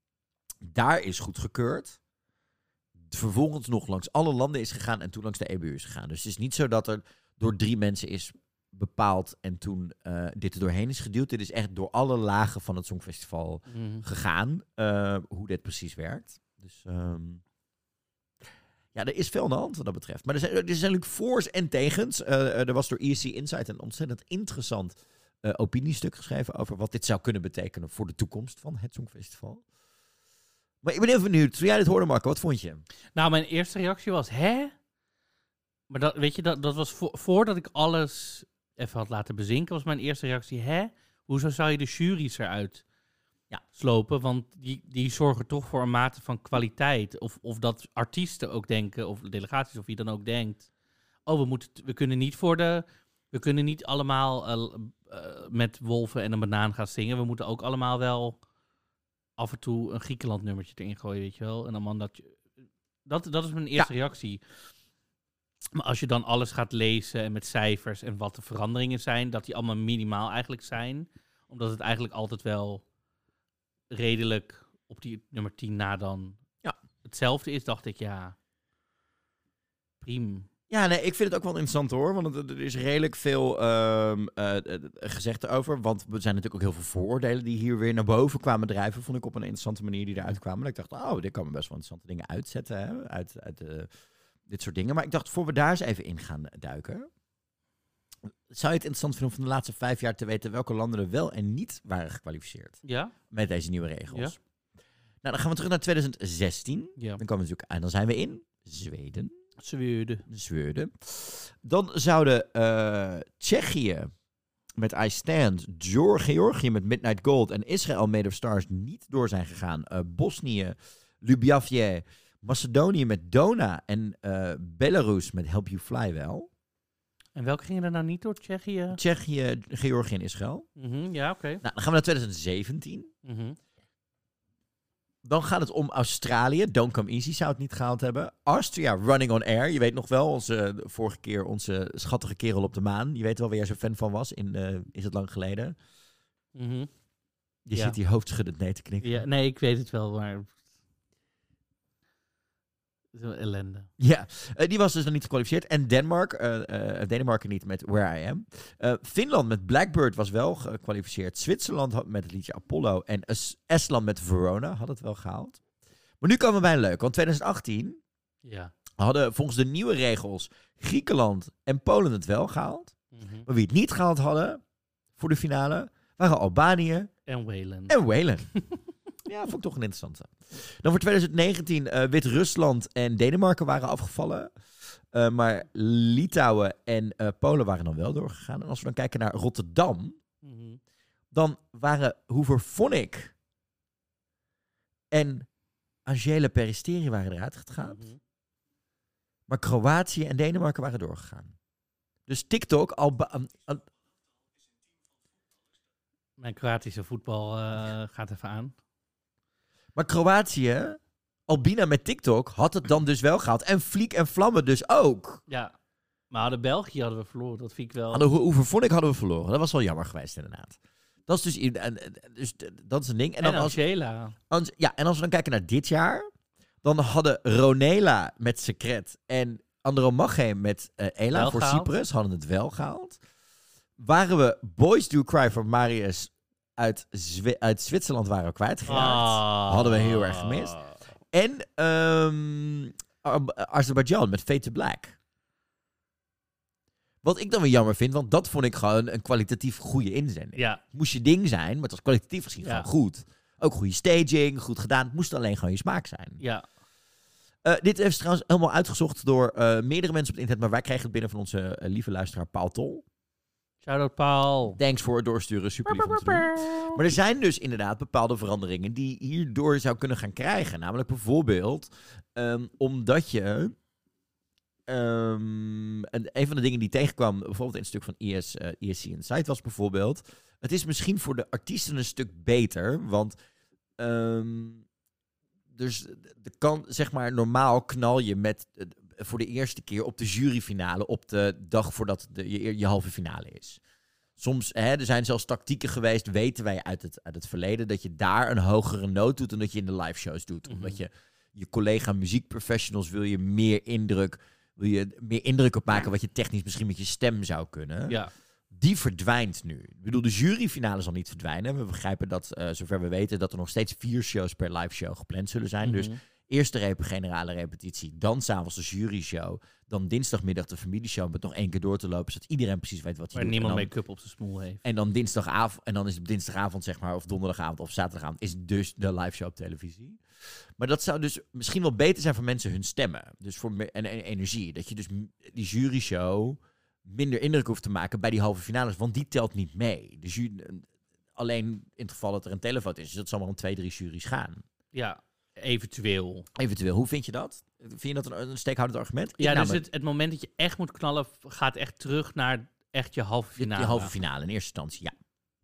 Daar is goedgekeurd. Vervolgens nog langs alle landen is gegaan en toen langs de EBU is gegaan. Dus het is niet zo dat er door 3 mensen is bepaald en toen dit er doorheen is geduwd. Dit is echt door alle lagen van het Songfestival gegaan, hoe dit precies werkt. Dus er is veel aan de hand wat dat betreft. Maar er zijn natuurlijk voor's en tegens. Er was door ESC Insight een ontzettend interessant opiniestuk geschreven over wat dit zou kunnen betekenen voor de toekomst van het Songfestival. Maar ik ben even benieuwd. Toen jij dit hoorde, Marco, wat vond je? Nou, mijn eerste reactie was, hè? Maar dat, weet je, dat was voordat ik alles even had laten bezinken, was mijn eerste reactie, hè? Hoezo zou je de jury's eruit slopen. Want die zorgen toch voor een mate van kwaliteit. Of dat artiesten ook denken, of delegaties, of wie dan ook denkt. We kunnen niet allemaal met wolven en een banaan gaan zingen. We moeten ook allemaal wel af en toe een Griekenland nummertje erin gooien, weet je wel. En dan dat is mijn eerste reactie. Maar als je dan alles gaat lezen en met cijfers en wat de veranderingen zijn, dat die allemaal minimaal eigenlijk zijn. Omdat het eigenlijk altijd wel redelijk op die nummer 10 na dan hetzelfde is, dacht ik, prima. Ja, nee, ik vind het ook wel interessant hoor, want er is redelijk veel gezegd erover. Want er zijn natuurlijk ook heel veel vooroordelen die hier weer naar boven kwamen drijven, vond ik op een interessante manier die eruit kwamen. Dat ik dacht, dit kan me best wel interessante dingen uitzetten, hè, uit dit soort dingen. Maar ik dacht, voor we daar eens even in gaan duiken, zou je het interessant vinden om van de laatste 5 jaar te weten welke landen er wel en niet waren gekwalificeerd met deze nieuwe regels? Ja. Nou, dan gaan we terug naar 2016. Ja. Dan komen we natuurlijk aan, dan zijn we in Zweden. Zweden. Dan zouden Tsjechië met I Stand, Georgië met Midnight Gold en Israël Made of Stars niet door zijn gegaan. Bosnië, Ljubljana, Macedonië met Dona en Belarus met Help You Fly wel. En welke gingen er nou niet door? Tsjechië, Georgië en Israël. Ja, oké. Nou, dan gaan we naar 2017. Dan gaat het om Australië. Don't Come Easy zou het niet gehaald hebben. Austria, Running on Air. Je weet nog wel, vorige keer onze schattige kerel op de maan. Je weet wel waar jij zo'n fan van was. Is het lang geleden? Je zit hier hoofdschuddend nee te knikken. Ja, nee, ik weet het wel, maar dat is wel ellende. Ja, die was dus nog niet gekwalificeerd. En Denemarken niet met Where I Am. Finland met Blackbird was wel gekwalificeerd. Zwitserland had met het liedje Apollo. En Estland met Verona had het wel gehaald. Maar nu komen we bij een leuk. Want 2018 hadden volgens de nieuwe regels Griekenland en Polen het wel gehaald. Maar wie het niet gehaald hadden voor de finale waren Albanië en Wales. Ja, vond ik toch een interessante. Dan voor 2019 Wit-Rusland en Denemarken waren afgevallen. Maar Litouwen en Polen waren dan wel doorgegaan. En als we dan kijken naar Rotterdam, dan waren Hooverphonic en Angela Peristeri waren eruit gegaan. Maar Kroatië en Denemarken waren doorgegaan. Dus TikTok Mijn Kroatische voetbal gaat even aan. Maar Kroatië, Albina met TikTok, had het dan dus wel gehaald. En Fliek en Vlammen dus ook. Ja, maar België hadden we verloren. Dat vind ik wel. Hooverphonic hadden we verloren. Dat was wel jammer geweest inderdaad. Dat is dus dat is een ding. En Angela. En als we dan kijken naar dit jaar, dan hadden Ronela met Secret en Andromache met Ela wel voor gehaald. Cyprus hadden het wel gehaald. Waren we Boys Do Cry van Marius uit Zwitserland waren we kwijtgeraakt. Hadden we heel erg gemist. En Azerbeidzjan met Fade to Black. Wat ik dan weer jammer vind, want dat vond ik gewoon een kwalitatief goede inzending. Ja. Moest je ding zijn, maar het was kwalitatief misschien gewoon goed. Ook goede staging, goed gedaan. Het moest alleen gewoon je smaak zijn. Ja. Dit heeft trouwens helemaal uitgezocht door meerdere mensen op het internet, maar wij kregen het binnen van onze lieve luisteraar Paul Tol. Shout-out Paul. Thanks voor het doorsturen, super lief om te doen. Maar er zijn dus inderdaad bepaalde veranderingen die hierdoor zou kunnen gaan krijgen. Namelijk bijvoorbeeld, omdat je... een van de dingen die tegenkwam, bijvoorbeeld in het stuk van ESC Insight was bijvoorbeeld... Het is misschien voor de artiesten een stuk beter, want... dus kan, zeg maar, normaal knal je met... voor de eerste keer op de juryfinale op de dag voordat je halve finale is. Soms, er zijn zelfs tactieken geweest, weten wij uit het verleden, dat je daar een hogere noot doet dan dat je in de live shows doet. Mm-hmm. Omdat je collega muziekprofessionals wil je meer indruk op maken wat je technisch misschien met je stem zou kunnen. Ja. Die verdwijnt nu. Ik bedoel, de juryfinale zal niet verdwijnen. We begrijpen dat, zover we weten, dat er nog steeds 4 shows per live show gepland zullen zijn. Mm-hmm. Dus eerste generale repetitie, dan s'avonds de juryshow, dan dinsdagmiddag de familieshow met nog 1 keer door te lopen, zodat iedereen precies weet wat hij doet. Waar niemand make-up op zijn smoel heeft. En dan dinsdagavond, en dan is het dinsdagavond, zeg maar, of donderdagavond of zaterdagavond, is dus de live show op televisie. Maar dat zou dus misschien wel beter zijn voor mensen hun stemmen. Dus en energie. Dat je dus die juryshow minder indruk hoeft te maken bij die halve finales, want die telt niet mee. alleen in het geval dat er een televote is. Dus dat zal maar om 2-3 juries gaan. Ja, eventueel. Hoe vind je dat? Vind je dat een steekhoudend argument? Ja, dus het moment dat je echt moet knallen... gaat echt terug naar echt je halve finale. Je halve finale in eerste instantie, ja.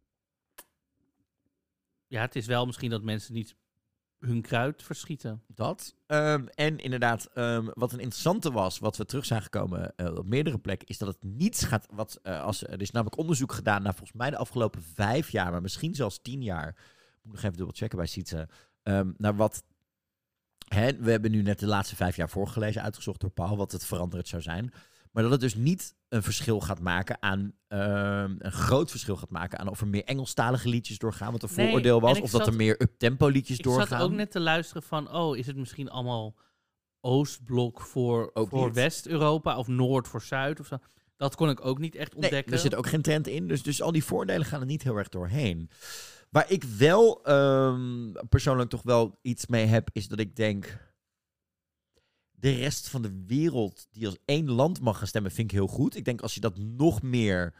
Ja, het is wel misschien dat mensen niet hun kruid verschieten. Dat. En inderdaad, wat een interessante was, wat we terug zijn gekomen op meerdere plekken, is dat het niets gaat... er is namelijk onderzoek gedaan naar volgens mij de afgelopen 5 jaar, maar misschien zelfs 10 jaar. Moet nog even dubbel checken bij Sietse. Naar wat... we hebben nu net de laatste 5 jaar voorgelezen, uitgezocht door Paul, wat het veranderend zou zijn. Maar dat het dus niet een verschil gaat maken aan... een groot verschil gaat maken aan of er meer Engelstalige liedjes doorgaan, wat een vooroordeel was. Of dat er meer up-tempo liedjes doorgaan. Ik zat ook net te luisteren van... is het misschien allemaal Oostblok voor West-Europa of Noord voor Zuid of zo? Dat kon ik ook niet echt ontdekken. Nee, er zit ook geen trend in. Dus al die voordelen gaan er niet heel erg doorheen. Waar ik wel persoonlijk toch wel iets mee heb, is dat ik denk... De rest van de wereld die als 1 land mag gaan stemmen, vind ik heel goed. Ik denk als je dat nog meer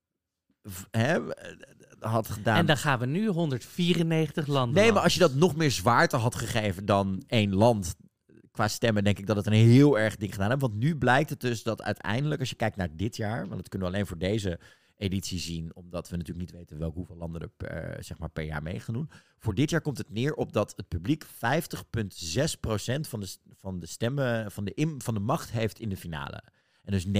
had gedaan... En dan gaan we nu 194 landen. Nee, maar als je dat nog meer zwaarte had gegeven dan 1 land qua stemmen, denk ik dat het een heel erg ding gedaan heeft. Want nu blijkt het dus dat uiteindelijk, als je kijkt naar dit jaar, want dat kunnen we alleen voor deze editie zien, omdat we natuurlijk niet weten hoeveel landen er per jaar mee gaan doen. Voor dit jaar komt het neer op dat het publiek 50,6% van de stemmen, van de macht heeft in de finale. En dus 49,4%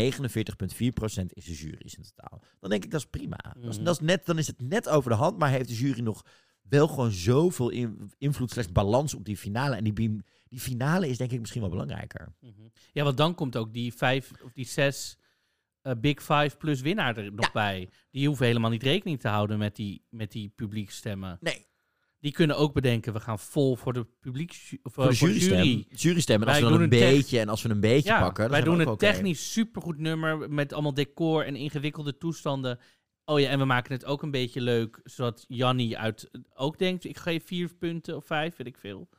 is de jury in totaal. Dan denk ik, dat is prima. Dan is het net over de hand, maar heeft de jury nog wel gewoon zoveel invloed, slechts balans op die finale. En die finale is denk ik misschien wel belangrijker. Ja, want dan komt ook die 5 of die 6... Big 5 plus winnaar er nog bij. Die hoeven helemaal niet rekening te houden met die publieksstemmen. Nee. Die kunnen ook bedenken, we gaan vol voor de voor de jury. Jurystemmen. En als we dan een beetje pakken. Wij doen een technisch supergoed nummer met allemaal decor en ingewikkelde toestanden. Oh ja, en we maken het ook een beetje leuk, zodat Jannie ook denkt, ik geef 4 punten of 5, weet ik veel.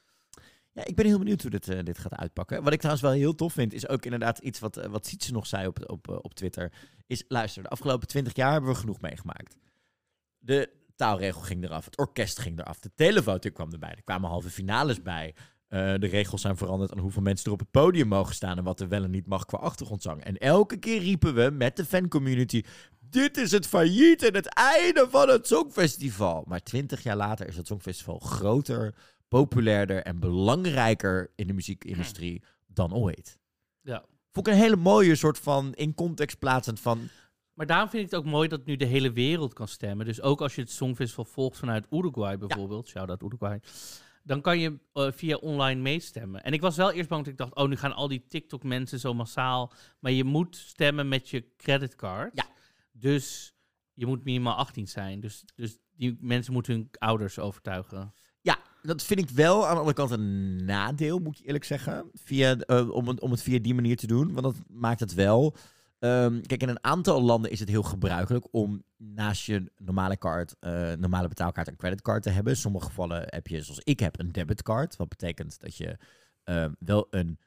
Ja, ik ben heel benieuwd hoe dit gaat uitpakken. Wat ik trouwens wel heel tof vind, is ook inderdaad iets wat Sietse nog zei op Twitter. Is, luister, de afgelopen 20 jaar hebben we genoeg meegemaakt. De taalregel ging eraf, het orkest ging eraf, de televote kwam erbij. Er kwamen halve finales bij. De regels zijn veranderd aan hoeveel mensen er op het podium mogen staan en wat er wel en niet mag qua achtergrondzang. En elke keer riepen we met de fancommunity, dit is het failliet en het einde van het Songfestival. Maar 20 jaar later is het Songfestival groter, populairder en belangrijker in de muziekindustrie dan ooit. Ja. Vond ik een hele mooie soort van in context plaatsend van... Maar daarom vind ik het ook mooi dat nu de hele wereld kan stemmen. Dus ook als je het Songfestival volgt vanuit Uruguay bijvoorbeeld, shout-out Uruguay, dan kan je via online meestemmen. En ik was wel eerst bang dat ik dacht, nu gaan al die TikTok-mensen zo massaal. Maar je moet stemmen met je creditcard. Ja. Dus je moet minimaal 18 zijn. Dus die mensen moeten hun ouders overtuigen. Ja, dat vind ik wel aan de andere kant een nadeel, moet je eerlijk zeggen. Om het via die manier te doen. Want dat maakt het wel... kijk, in een aantal landen is het heel gebruikelijk om naast je normale betaalkaart een creditcard te hebben. In sommige gevallen heb je, zoals ik heb, een debitcard. Wat betekent dat je wel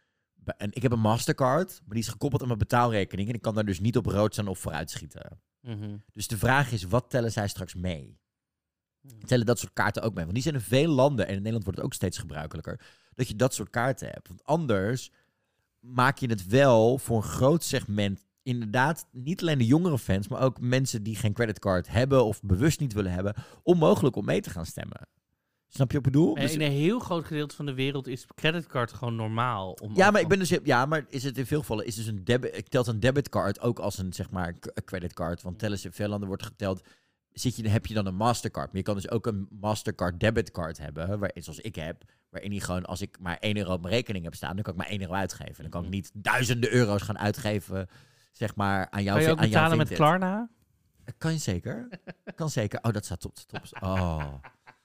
ik heb een Mastercard, maar die is gekoppeld aan mijn betaalrekening. En ik kan daar dus niet op rood staan of vooruit schieten. Mm-hmm. Dus de vraag is, wat tellen zij straks mee? Tellen dat soort kaarten ook mee? Want die zijn in veel landen, en in Nederland wordt het ook steeds gebruikelijker, dat je dat soort kaarten hebt. Want anders maak je het wel voor een groot segment, inderdaad, niet alleen de jongere fans, maar ook mensen die geen creditcard hebben of bewust niet willen hebben, onmogelijk om mee te gaan stemmen. Snap je wat ik bedoel? In een heel groot gedeelte van de wereld is creditcard gewoon normaal. Maar is het in veel gevallen telt een debitcard ook als een zeg maar creditcard? Want tellen ze in veel landen wordt geteld. Heb je dan een Mastercard? Maar je kan dus ook een Mastercard debitcard hebben, zoals ik heb, waarin die gewoon, als ik maar €1 op mijn rekening heb staan, dan kan ik maar €1 uitgeven. Dan kan ik niet duizenden euro's gaan uitgeven, zeg maar, aan jou. Kan je ook betalen met Klarna? Kan zeker. Kan zeker. Oh, dat staat op de top. Oh.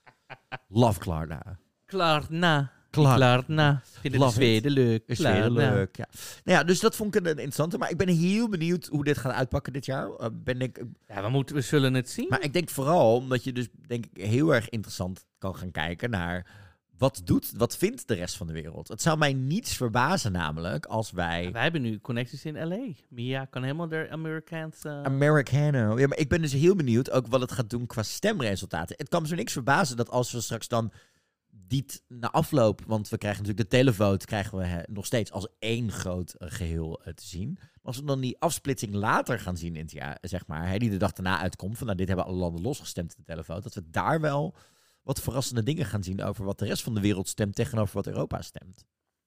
Love Klarna. Klarna. Vind het Zweden leuk. Leuk, ja. Nou ja, dus dat vond ik een interessante. Maar ik ben heel benieuwd hoe dit gaat uitpakken dit jaar. We zullen het zien. Maar ik denk vooral omdat je dus, denk ik, heel erg interessant kan gaan kijken naar wat vindt de rest van de wereld? Het zou mij niets verbazen namelijk als wij... Ja, wij hebben nu connecties in L.A. Mia kan helemaal de Amerikaanse... Americano. Ja, maar ik ben dus heel benieuwd ook wat het gaat doen qua stemresultaten. Het kan me zo niks verbazen dat als we straks dan dit na afloop... Want we krijgen natuurlijk de televote krijgen we nog steeds als één groot geheel te zien. Maar als we dan die afsplitsing later gaan zien in het jaar, zeg maar, die de dag daarna uitkomt, van nou, dit hebben alle landen losgestemd in de televote, dat we daar wel wat verrassende dingen gaan zien over wat de rest van de wereld stemt tegenover wat Europa stemt.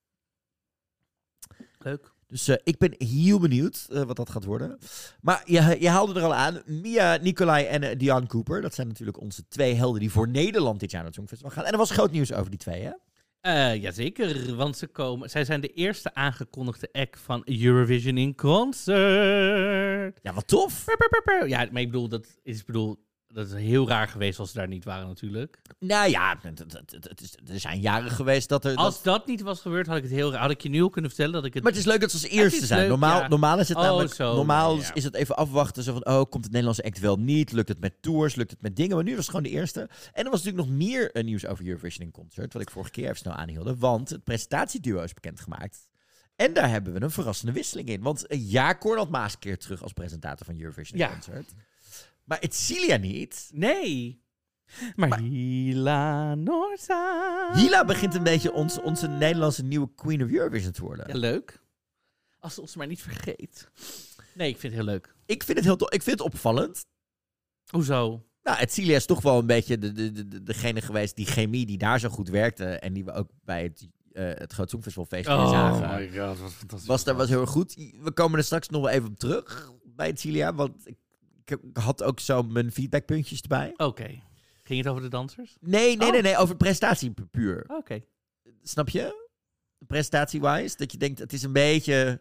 Leuk. Dus ik ben heel benieuwd wat dat gaat worden. Maar je haalde er al aan. Mia, Nicolai en Dion Cooper. Dat zijn natuurlijk onze 2 helden die voor Nederland dit jaar naar het Songfestival gaan. En er was groot nieuws over die 2, hè? Jazeker, want zij zijn de eerste aangekondigde act van Eurovision in Concert. Ja, wat tof. Ja, maar ik bedoel, dat is heel raar geweest als ze daar niet waren natuurlijk. Nou ja, er zijn jaren geweest dat er... Als dat niet was gebeurd, had ik je nu al kunnen vertellen dat ik het... Maar het is leuk dat ze als eerste zijn. Leuk, normaal is het namelijk... Zo, normaal is het even afwachten. Zo van, komt het Nederlandse act wel niet? Lukt het met tours? Lukt het met dingen? Maar nu was het gewoon de eerste. En er was natuurlijk nog meer nieuws over Eurovision in Concert. Wat ik vorige keer even snel aanhielde. Want het presentatieduo is bekendgemaakt. En daar hebben we een verrassende wisseling in. Want Cornald Maas keert terug als presentator van Eurovision in Concert. Maar Etcilia niet. Nee. Maar Hila Noorza. Hila begint een beetje onze Nederlandse nieuwe Queen of Eurovision te worden. Ja, leuk. Als ze ons maar niet vergeet. Nee, ik vind het heel leuk. Ik vind het heel tof. Ik vind het opvallend. Hoezo? Nou, Etcilia is toch wel een beetje degene geweest, die chemie die daar zo goed werkte. En die we ook bij het Groot Songfestivalfeest zagen. Oh my god, wat fantastisch. Was heel erg goed. We komen er straks nog wel even op terug bij Etcilia. Want ik had ook zo mijn feedbackpuntjes erbij. Oké. Ging het over de dansers? Nee, over de prestatie puur. Oké. Snap je? Prestatie-wise. Dat je denkt, het is een beetje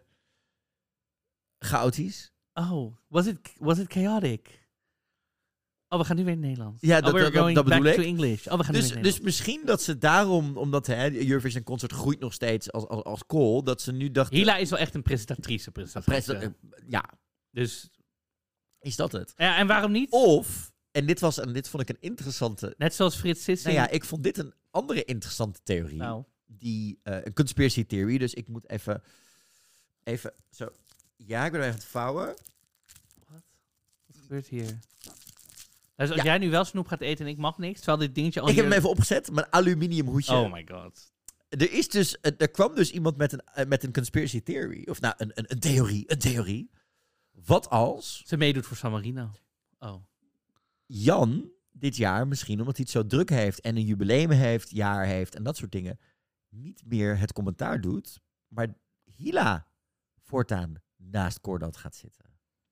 chaotisch. Oh, was it chaotic? Oh, we gaan nu weer in het Nederlands. Ja, dat bedoel ik. Back to English. Oh, we gaan dus misschien dat ze daarom, omdat Eurovision Concert groeit nog steeds als kool, dat ze nu dachten... Hila is wel echt een presentatrice. Ja. Dus... Is dat het? Ja, en waarom niet? Of, en dit vond ik een interessante... Net zoals Frits Sissing. Nou ja, ik vond dit een andere interessante theorie. Nou. Een conspiracy theory, dus ik moet even zo... Ja, ik ben even aan het vouwen. Wat gebeurt hier? Dus als jij nu wel snoep gaat eten en ik mag niks, terwijl dit dingetje al Ik heb hem even opgezet, mijn aluminium hoedje. Oh my god. Er kwam dus iemand met een conspiracy theory. Of nou, een theorie. Wat als... Ze meedoet voor San Marino. Oh. Jan dit jaar, misschien omdat hij het zo druk heeft en een jubileum heeft, jaar heeft en dat soort dingen, niet meer het commentaar doet, maar Hila voortaan naast Cordat gaat zitten.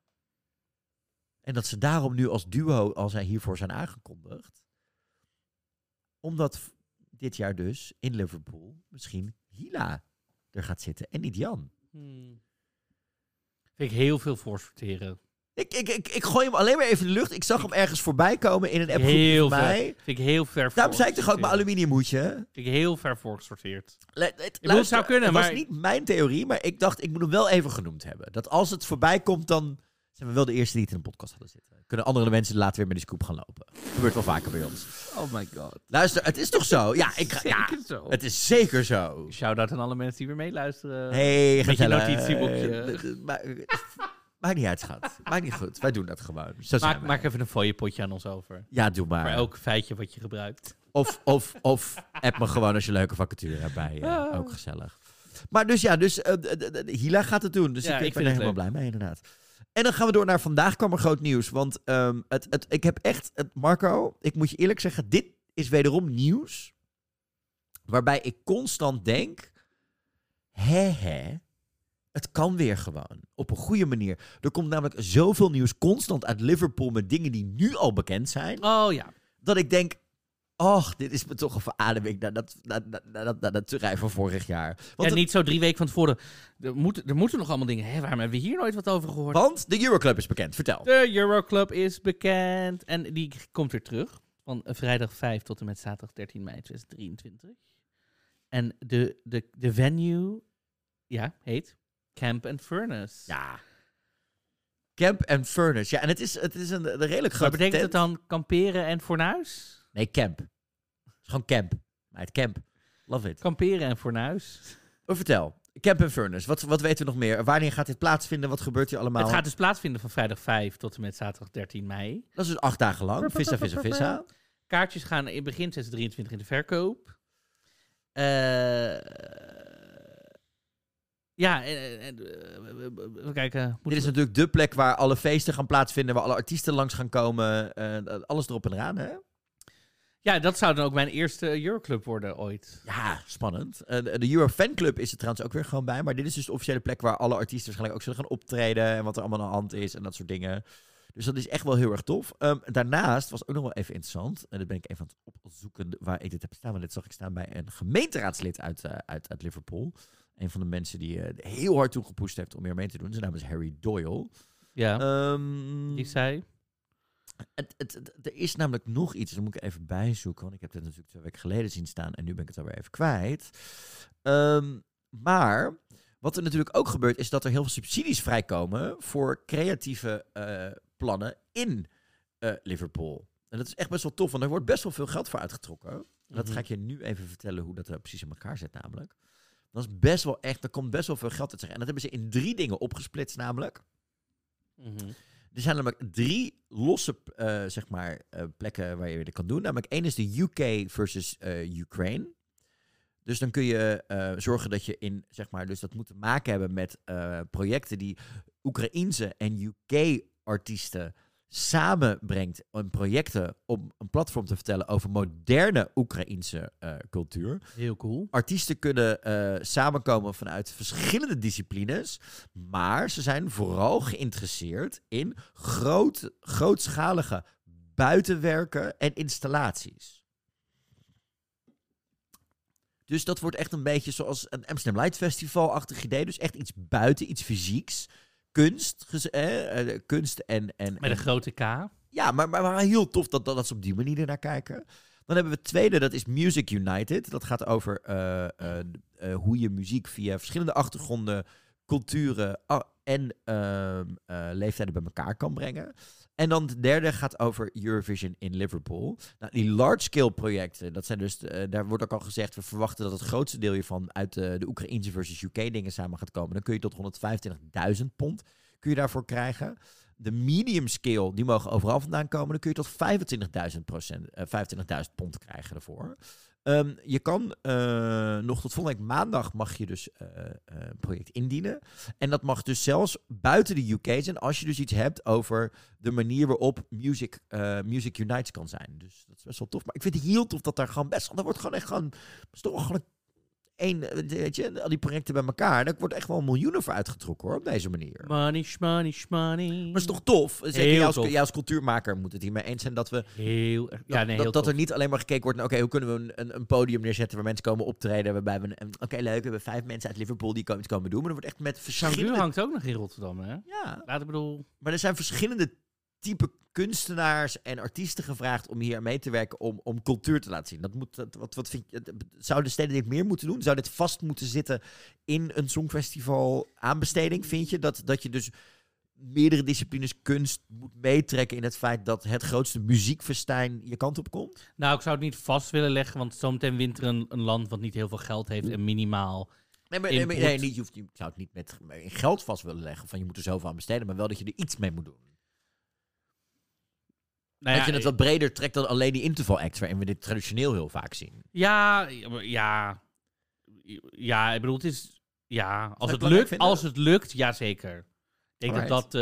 En dat ze daarom nu als duo, als zij hiervoor zijn aangekondigd, omdat dit jaar dus in Liverpool misschien Hila er gaat zitten en niet Jan. Vind ik heel veel voorsorteren. Ik gooi hem alleen maar even in de lucht. Ik zag hem ergens voorbij komen in een appgroepje van mij. Vind ik heel ver daarom zei ik toch ook mijn aluminiumhoedje. Vind ik heel ver voorgesorteerd. Het zou kunnen, maar... Het was niet mijn theorie, maar ik dacht, ik moet hem wel even genoemd hebben. Dat als het voorbij komt, dan zijn we wel de eerste die het in een podcast hadden zitten. Kunnen andere mensen later weer met die scoop gaan lopen. Dat gebeurt wel vaker bij ons. Oh my god. Luister, het is toch zo? Ja, zo. Het is zeker zo. Shout-out aan alle mensen die weer meeluisteren. Hey, met je notitieboekje. Maakt niet uit, schat. Maakt niet goed. Wij doen dat gewoon. Maak even een fooiepotje aan ons over. Ja, doe maar. Voor elk feitje wat je gebruikt. Of app me gewoon als je leuke vacature hebt bij. Ook gezellig. Maar dus Hila gaat het doen. Dus ja, ik ben er helemaal blij mee, inderdaad. En dan gaan we door naar vandaag kwam er groot nieuws. Want ik heb echt... Marco, ik moet je eerlijk zeggen, dit is wederom nieuws waarbij ik constant denk... Het kan weer gewoon. Op een goede manier. Er komt namelijk zoveel nieuws constant uit Liverpool met dingen die nu al bekend zijn. Oh ja. Dat ik denk, dit is me toch een verademing naar dat terrein van vorig jaar. Want niet zo 3 weken van tevoren. Er moeten nog allemaal dingen. Waarom hebben we hier nooit wat over gehoord? Want de Euroclub is bekend. Vertel. De Euroclub is bekend. En die komt weer terug. Van vrijdag 5 tot en met zaterdag 13 mei 2023. En de venue heet... Camp and Furnace. Ja. Camp and Furnace. Ja, en het is een redelijk grote Maar betekent het dan kamperen en fornuis? Nee, camp. Het is gewoon camp. Maar het camp. Love it. Kamperen en fornuis. Vertel. Camp and Furnace. Wat weten we nog meer? Wanneer gaat dit plaatsvinden? Wat gebeurt hier allemaal? Het gaat dus plaatsvinden van vrijdag 5 tot en met zaterdag 13 mei. Dat is dus 8 dagen lang. Vissa. Kaartjes gaan in begin 2023 in de verkoop. We kijken. Dit is natuurlijk de plek waar alle feesten gaan plaatsvinden, waar alle artiesten langs gaan komen. Alles erop en eraan, hè? Ja, dat zou dan ook mijn eerste Euroclub worden ooit. Ja, spannend. De Euro Fanclub is er trouwens ook weer gewoon bij. Maar dit is dus de officiële plek waar alle artiesten waarschijnlijk ook zullen gaan optreden. En wat er allemaal aan de hand is en dat soort dingen. Dus dat is echt wel heel erg tof. Daarnaast was ook nog wel even interessant. En dat ben ik even aan het opzoeken waar ik dit heb staan. Want dit zag ik staan bij een gemeenteraadslid uit Liverpool. Een van de mensen die heel hard toen gepusht heeft om meer mee te doen. Zijn naam is Harry Doyle. Ja, die zei... Er is namelijk nog iets, dat moet ik even bijzoeken, want ik heb dit natuurlijk 2 weken geleden zien staan en nu ben ik het alweer even kwijt. Maar wat er natuurlijk ook gebeurt, is dat er heel veel subsidies vrijkomen voor creatieve plannen in Liverpool. En dat is echt best wel tof, want er wordt best wel veel geld voor uitgetrokken. Dat ga ik je nu even vertellen hoe dat er precies in elkaar zit namelijk. Dat is best wel echt, er komt best wel veel geld uit zich. En dat hebben ze in 3 dingen opgesplitst namelijk. Er zijn namelijk 3 losse plekken waar je dit kan doen. Namelijk 1 is de UK versus Ukraine. Dus dan kun je zorgen dat je in, dus dat moet te maken hebben met projecten die Oekraïense en UK-artiesten samenbrengt in projecten om een platform te vertellen over moderne Oekraïense cultuur. Heel cool. Artiesten kunnen samenkomen vanuit verschillende disciplines, maar ze zijn vooral geïnteresseerd in grootschalige buitenwerken en installaties. Dus dat wordt echt een beetje zoals een Amsterdam Light Festival-achtig idee. Dus echt iets buiten, iets fysieks. Kunst en... Met een grote K. Ja, maar heel tof dat ze op die manier naar kijken. Dan hebben we het tweede, dat is Music United. Dat gaat over hoe je muziek via verschillende achtergronden, culturen en leeftijden bij elkaar kan brengen. En dan de derde gaat over Eurovision in Liverpool. Nou, die large-scale projecten, dat zijn dus, daar wordt ook al gezegd, we verwachten dat het grootste deel hiervan uit de Oekraïnse versus UK dingen samen gaat komen. Dan kun je tot £125.000 kun je daarvoor krijgen. De medium scale, die mogen overal vandaan komen. Dan kun je tot £25.000 krijgen ervoor. Je kan nog tot volgende week maandag mag je dus een project indienen. En dat mag dus zelfs buiten de UK zijn als je dus iets hebt over de manier waarop Music Unites kan zijn. Dus dat is best wel tof. Maar ik vind het heel tof dat daar gewoon best... Dat wordt gewoon echt gewoon... Dat is toch gewoon weet je, al die projecten bij elkaar. Daar wordt echt wel miljoenen voor uitgetrokken, hoor, op deze manier. Money. Maar het is toch tof? Zeker jij als cultuurmaker moet het hiermee eens zijn dat we... Dat er niet alleen maar gekeken wordt naar, oké, hoe kunnen we een podium neerzetten waar mensen komen optreden, waarbij we... leuk, we hebben 5 mensen uit Liverpool die iets komen doen, maar er wordt echt met verschillende... Sanguur hangt ook nog in Rotterdam, hè? Ja. Ik bedoel... Maar er zijn verschillende type kunstenaars en artiesten gevraagd om hier mee te werken om cultuur te laten zien. Wat vind je? Zou de steden dit meer moeten doen? Zou dit vast moeten zitten in een songfestival aanbesteding? Vind je dat je dus meerdere disciplines kunst moet meetrekken in het feit dat het grootste muziekfestijn je kant op komt? Nou, ik zou het niet vast willen leggen, want zometeen wint er een land wat niet heel veel geld heeft en minimaal... Ik zou het niet met geld vast willen leggen van je moet er zoveel aan besteden, maar wel dat je er iets mee moet doen. Dat je het wat breder trekt dan alleen die interval acts, waarin we dit traditioneel heel vaak zien. Ja, ik bedoel, het is... Ja, als het lukt, jazeker. Ik denk dat...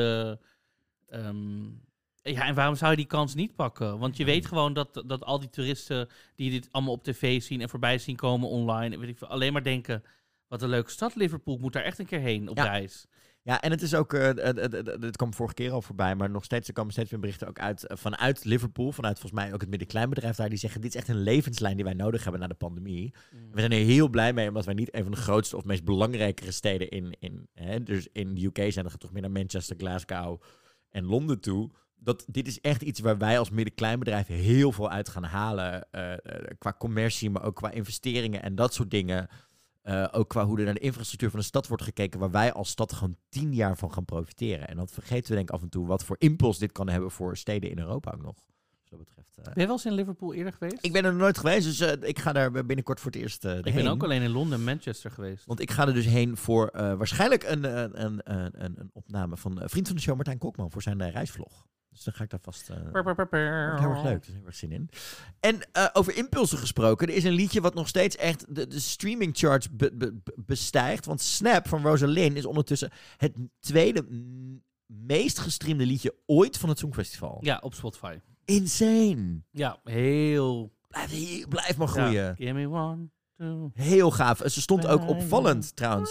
en waarom zou je die kans niet pakken? Want je weet gewoon dat al die toeristen die dit allemaal op tv zien en voorbij zien komen online, weet ik veel, alleen maar denken, wat een leuke stad Liverpool, moet daar echt een keer heen op reis. Ja, en het is ook, het kwam vorige keer al voorbij, maar nog steeds, er komen steeds meer berichten ook vanuit Liverpool, vanuit volgens mij ook het middenkleinbedrijf daar, die zeggen, dit is echt een levenslijn die wij nodig hebben na de pandemie. We zijn er heel blij mee, omdat wij niet een van de grootste of meest belangrijkere steden dus in de UK zijn, er toch meer naar Manchester, Glasgow en Londen toe. Dit is echt iets waar wij als middenkleinbedrijf heel veel uit gaan halen, qua commercie, maar ook qua investeringen en dat soort dingen. Ook qua hoe er naar de infrastructuur van de stad wordt gekeken, waar wij als stad gewoon 10 jaar van gaan profiteren. En dat vergeten we denk ik af en toe, wat voor impuls dit kan hebben voor steden in Europa ook nog. dat betreft. Ben je wel eens in Liverpool eerder geweest? Ik ben er nooit geweest, dus ik ga daar binnenkort voor het eerst Ik ben ook alleen in Londen en Manchester geweest. Want ik ga er dus heen voor waarschijnlijk een opname van vriend van de show Martijn Kokman voor zijn reisvlog. Dus dan ga ik daar vast... heel erg leuk, dus heel erg zin in. En over impulsen gesproken, er is een liedje wat nog steeds echt de streaming charts bestijgt. Want Snap van Rosalind is ondertussen het tweede meest gestreamde liedje ooit van het Songfestival. Ja, op Spotify. Insane. Ja, heel... Blijf maar groeien. Ja. Give me one, two. Heel gaaf. Ze stond ook opvallend trouwens.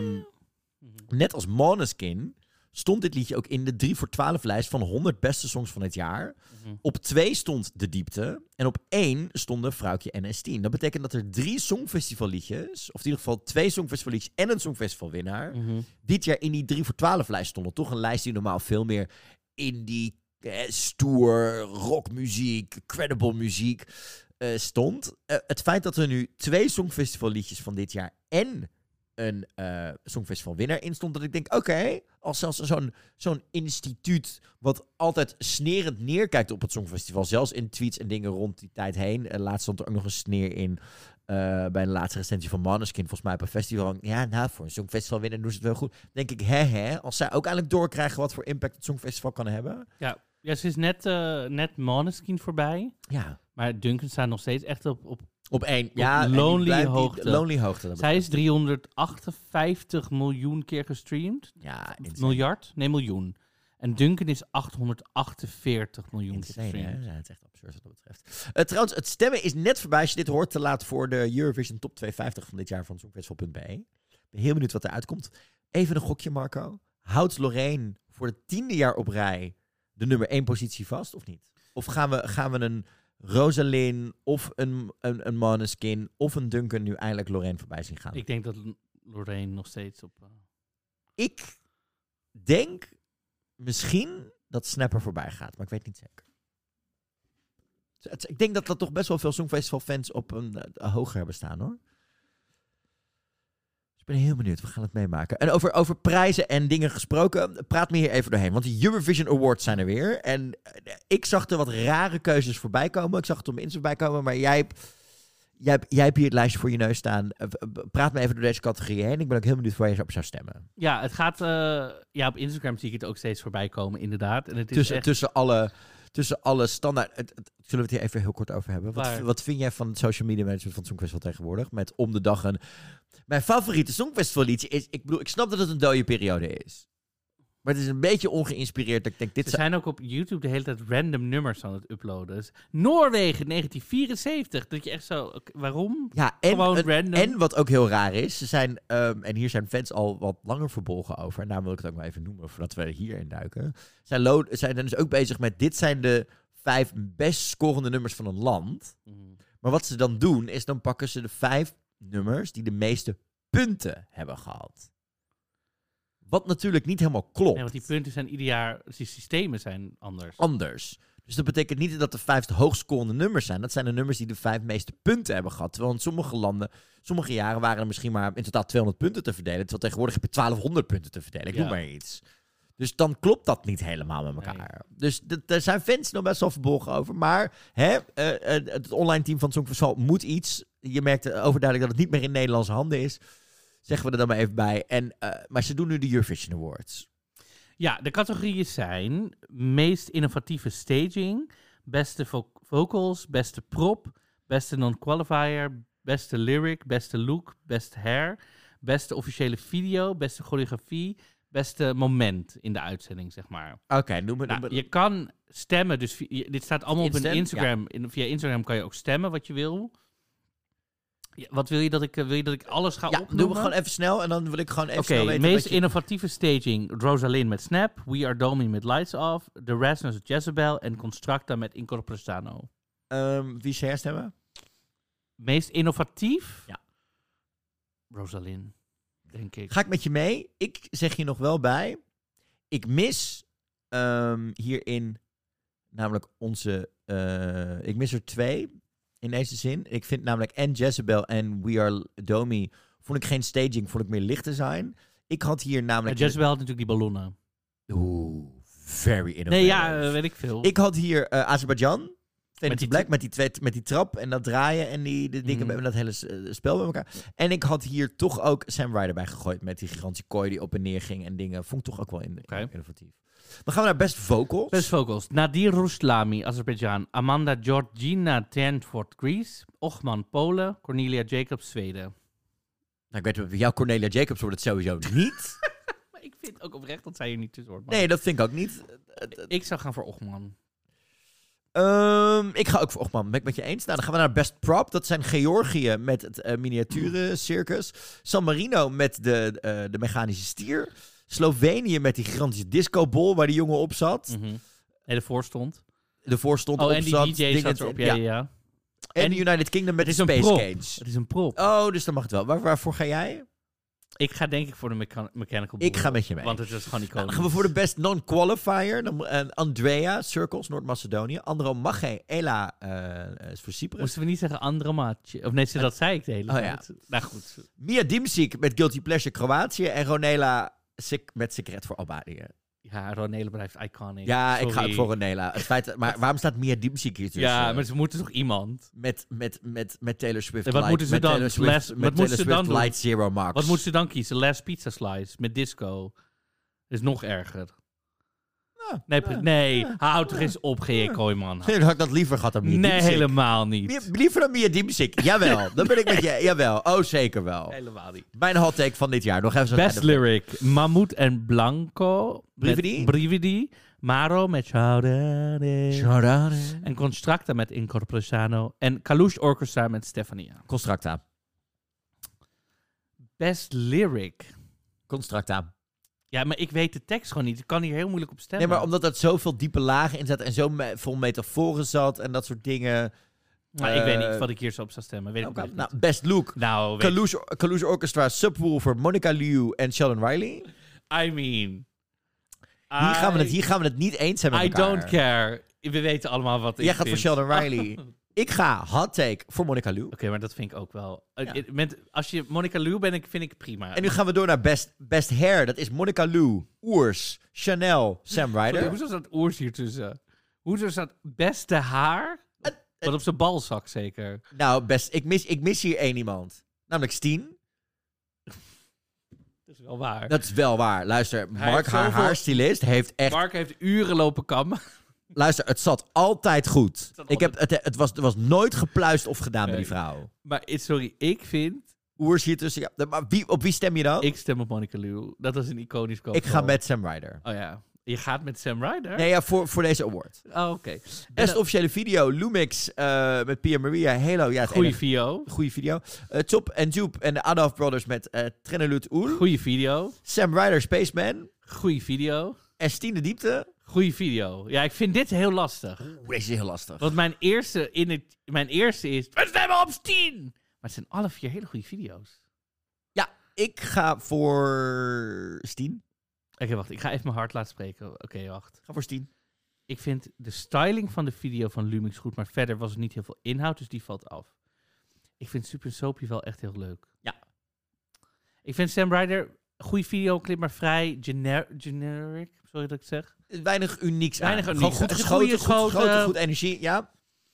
Net als Måneskin stond dit liedje ook in de 3 voor 12 lijst van 100 beste songs van het jaar. Op 2 stond De Diepte. En op 1 stonden Vrouwtje en S10. Dat betekent dat er 3 songfestivalliedjes, of in ieder geval 2 songfestivalliedjes en een songfestivalwinnaar, dit jaar in die 3 voor 12 lijst stonden. Toch een lijst die normaal veel meer indie, stoer, rockmuziek, credible muziek stond. Het feit dat er nu 2 songfestivalliedjes van dit jaar en een songfestivalwinnaar in stond, dat ik denk, oké, als zelfs zo'n instituut wat altijd snerend neerkijkt op het Songfestival, zelfs in tweets en dingen rond die tijd heen. Laatst stond er ook nog een sneer in bij de laatste recensie van Måneskin, volgens mij op een festival. Ja, nou, voor een Songfestivalwinnaar doen ze het wel goed. Denk ik, als zij ook eindelijk doorkrijgen wat voor impact het Songfestival kan hebben. Ja, ze is net Måneskin voorbij. Ja. Maar Duncan staat nog steeds echt op 1. Ja, lonely hoogte. Lonely hoogte. Zij is 358 miljoen keer gestreamd. Ja, miljard? Nee, miljoen. En Duncan is 848 miljoen keer gestreamd. Ja, het is echt absurd wat dat betreft. Trouwens, het stemmen is net voorbij. Als je dit hoort, te laat voor de Eurovision Top 250 van dit jaar van Songfestival.be. Ik ben heel benieuwd wat eruit komt. Even een gokje, Marco. Houdt Loreen voor het 10e jaar op rij de nummer 1 positie vast, of niet? Of gaan we een Rosalind of een Måneskin of een Duncan nu eindelijk Loreen voorbij zien gaan? Ik denk dat Loreen nog steeds op... Ik denk misschien dat Snapper voorbij gaat, maar ik weet niet zeker. Ik denk dat toch best wel veel Songfestival-fans op een hoger hebben staan, hoor. Ik ben heel benieuwd. We gaan het meemaken. En over prijzen en dingen gesproken, praat me hier even doorheen. Want de Eurovision Awards zijn er weer. En ik zag er wat rare keuzes voorbij komen. Ik zag het op mijn Insta voorbij komen. Maar jij hebt hier het lijstje voor je neus staan. Praat me even door deze categorie heen. Ik ben ook heel benieuwd waar je op zou stemmen. Ja, het gaat... op Instagram zie ik het ook steeds voorbij komen, inderdaad. En het is tussen alle standaard... Zullen we het hier even heel kort over hebben? Wat vind jij van het social media management van het Songfestival tegenwoordig? Met om de dag een... Mijn favoriete Songfestival liedje is... Ik snap dat het een dode periode is. Maar het is een beetje ongeïnspireerd. Dat ik denk, Ze zijn ook op YouTube de hele tijd random nummers aan het uploaden. Dus Noorwegen 1974. Dat je echt zo... Waarom? Ja, gewoon random. En wat ook heel raar is... Ze zijn... en hier zijn fans al wat langer verbolgen over. En daarom wil ik het ook maar even noemen... voordat we hierin duiken. Zijn dus ook bezig met... Dit zijn de 5 best scorende nummers van een land. Maar wat ze dan doen... is dan pakken ze de 5 nummers... die de meeste punten hebben gehad. Wat natuurlijk niet helemaal klopt. Nee, want die punten zijn ieder jaar... Die systemen zijn anders. Dus dat betekent niet dat de 5 de hoogst scorende nummers zijn. Dat zijn de nummers die de 5 meeste punten hebben gehad. Terwijl in sommige landen, sommige jaren waren er misschien maar in totaal 200 punten te verdelen. Terwijl tegenwoordig heb je 1200 punten te verdelen. Ik noem maar iets. Dus dan klopt dat niet helemaal met elkaar. Nee. Dus daar zijn fans nog best wel verbolgen over. Maar het online team van het Songfestival moet iets. Je merkt overduidelijk dat het niet meer in Nederlandse handen is. Zeggen we er dan maar even bij. Maar ze doen nu de Eurovision Awards. Ja, de categorieën zijn meest innovatieve staging, beste vocals, beste prop, beste non-qualifier, beste lyric, beste look, beste hair, beste officiële video, beste choreografie, beste moment in de uitzending, zeg maar. Oké, noem het. Je kan stemmen, dus dit staat allemaal op een Instagram. Ja. Via Instagram kan je ook stemmen wat je wil. Ja, wat wil je dat ik alles ga opnoemen? Doen we gewoon even snel en dan wil ik gewoon even snel weten. Meest innovatieve staging, Rosalind met Snap, We Are Domi met Lights Off, The Rasmus met Jezebel en Constructa met Incorporano. Wie zou jij stemmen? Meest innovatief? Ja. Rosalind, denk ik. Ga ik met je mee? Ik zeg hier nog wel bij. Ik mis hierin namelijk ik mis er 2. In deze zin. Ik vind namelijk en Jezebel en We Are Domi... vond ik geen staging, vond ik meer lichtdesign. Ik had hier namelijk... Jezebel had natuurlijk die ballonnen. Oeh, very innovative. Nee, ja, weet ik veel. Ik had hier Azerbeidzjan. Fade Black met die trap en dat draaien en die dingen met dat hele spel bij elkaar. En ik had hier toch ook Sam Ryder bij gegooid met die gigantische kooi die op en neer ging en dingen. Vond ik toch ook wel innovatief. Dan gaan we naar Best Vocals. Best Vocals. Nadir Rushlami, Azerbeidzjan. Amanda Georgina Tantford, Greece. Ochman, Polen. Cornelia Jacobs, Zweden. Nou, ik weet, jouw Cornelia Jacobs wordt het sowieso niet. Maar ik vind ook oprecht dat zij hier niet tussen hoort. Nee, dat vind ik ook niet. Ik zou gaan voor Ochman. Ik ga ook voor Ochman. Ben ik met je eens? Nou, dan gaan we naar Best Prop. Dat zijn Georgië met het miniaturen circus. San Marino met de mechanische stier. Slovenië met die gigantische discobol waar die jongen op zat. Nee, ervoor stond. Ervoor stond en op zat. Die DJ zat erop, ja. En de United Kingdom met de Space Cage. Het is een prop. Oh, dus dan mag het wel. Waarvoor ga jij? Ik ga denk ik voor de Mechanical Bull. Ik ga met je mee. Want het is gewoon iconisch. Dan gaan we voor de Best Non-Qualifier. Andrea, Circles, Noord-Macedonië. Andro Magé, Ela is voor Cyprus. Moesten we niet zeggen Andromaatje? Of nee, dat zei ik de hele tijd. Ja. Nou goed. Mia Dimsik met Guilty Pleasure Kroatië. En Ronela met Secret voor Albanië. Ja, Ronela blijft iconic. Ja, ik ga ook voor Ronela. Maar waarom staat Mia Dimsik hier tussen? Ja, maar ze moeten toch iemand? Met Taylor Swift. En wat moeten ze dan? Met Taylor Swift Light Zero Max. Wat moeten ze dan kiezen? Last Pizza Slice met disco. Dat is nog erger. Nee, hou toch eens op, G.J. Kooijman. Nee, dan had ik dat liever gehad dan Mia Dimsik. Nee, helemaal niet. Liever dan Mia Dimsik. Jawel, dan ben ik met je. Jawel, oh zeker wel. Helemaal niet. Mijn hot take van dit jaar. Nog even Best Lyric. Mahmoud en Blanco. Brividi. Maro met Chaudade. En Constracta met Incorporazione. En Kalush Orchestra met Stefania. Constracta. Best Lyric. Constracta. Ja, maar ik weet de tekst gewoon niet. Ik kan hier heel moeilijk op stemmen. Nee, maar omdat er zoveel diepe lagen in zat en zo vol metaforen zat en dat soort dingen. Maar ik weet niet wat ik hier zo op zou stemmen. Weet ik niet. Best Look. Nou, Kalush Orchestra, Subwoofer, Monica Liu en Sheldon Riley. I mean... Hier gaan we het niet eens hebben met elkaar. I don't care. We weten allemaal wat ik Jij gaat vind. voor Sheldon Riley. Ik ga hot take voor Monica Liu. Oké, maar dat vind ik ook wel. Ja. Als je Monica Liu bent, vind ik het prima. En nu gaan we door naar Best Hair. Dat is Monica Liu, Oers, Chanel, Sam Ryder. Hoezo staat Oers hier tussen? Hoezo staat beste haar? Wat op zijn balzak zeker. Nou, ik mis hier één iemand. Namelijk Steen. Dat is wel waar. Dat is wel waar. Luister, Mark, haar haarstylist, heeft echt... Mark heeft uren lopen kammen. Luister, het zat altijd goed. Het was nooit gepluist of gedaan bij die vrouw. Maar sorry, ik vind... Oers hier tussen... Ja, maar op wie stem je dan? Ik stem op Monica Liu. Dat is een iconisch koop. Ik ga met Sam Ryder. Oh ja. Je gaat met Sam Ryder? Nee, ja, voor deze award. Oh, oké. Best officiële video. Lumix met Pia Maria. Halo. Ja, goeie video. Goeie video. Chop en Joop en de Adolf Brothers met Trenelut Oel. Goeie video. Sam Ryder, Spaceman. Goeie video. En Stien de Diepte. Goeie video. Ja, ik vind dit heel lastig. Deze is heel lastig. Want mijn eerste is... We stemmen op Stien! Maar het zijn alle 4 hele goede video's. Ja, ik ga voor Stien. Oké, wacht. Ik ga even mijn hart laten spreken. Oké, wacht. Ga voor Stien. Ik vind de styling van de video van Lumix goed, maar verder was er niet heel veel inhoud, dus die valt af. Ik vind Super Soapy wel echt heel leuk. Ja. Ik vind Sam Ryder goede videoclip, maar vrij generic. Sorry dat ik het zeg. Weinig unieks aan. Weinig gewoon goed geschoten, goed energie, ja.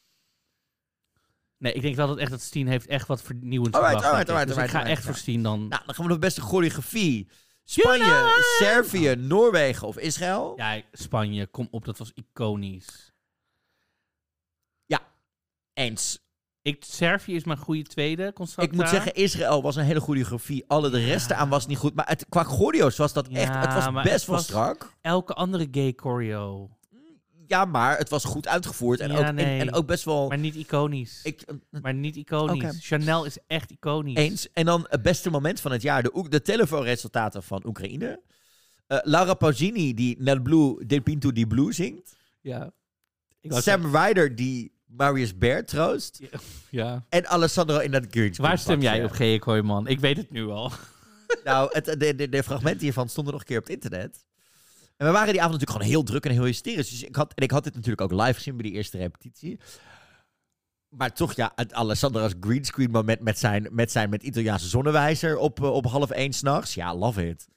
Nee, ik denk wel dat Stien heeft echt wat vernieuwends gebracht. Dus ik ga echt voor Stien dan. Nou, dan gaan we nog beste choreografie. Spanje, Servië, Noorwegen of Israël? Ja, Spanje, kom op, dat was iconisch. Ja, eens. Servië is mijn goede tweede. Ik moet zeggen, Israël was een hele goede choreografie. Alle de rest aan was niet goed. Maar qua choreo's was dat echt... Het was best wel strak. Elke andere gay choreo. Ja, maar het was goed uitgevoerd. En ook best wel... Maar niet iconisch. Maar niet iconisch. Okay. Chanel is echt iconisch. Eens. En dan het beste moment van het jaar. De telefoonresultaten van Oekraïne. Laura Pausini die Nel Blue Del Pinto di Blue zingt. Ja. Sam Ryder die Marius Bear troost. Ja. En Alessandro in dat Grinch. Waar stem jij op, G.J. Kooijman? Ik weet het nu al. Nou, de fragmenten hiervan stonden nog een keer op het internet. En we waren die avond natuurlijk gewoon heel druk en heel hysterisch. Dus ik had dit natuurlijk ook live gezien bij die eerste repetitie. Maar toch, ja, Alessandro's greenscreen moment met Italiaanse zonnewijzer op 12:30 s'nachts. Ja, love it.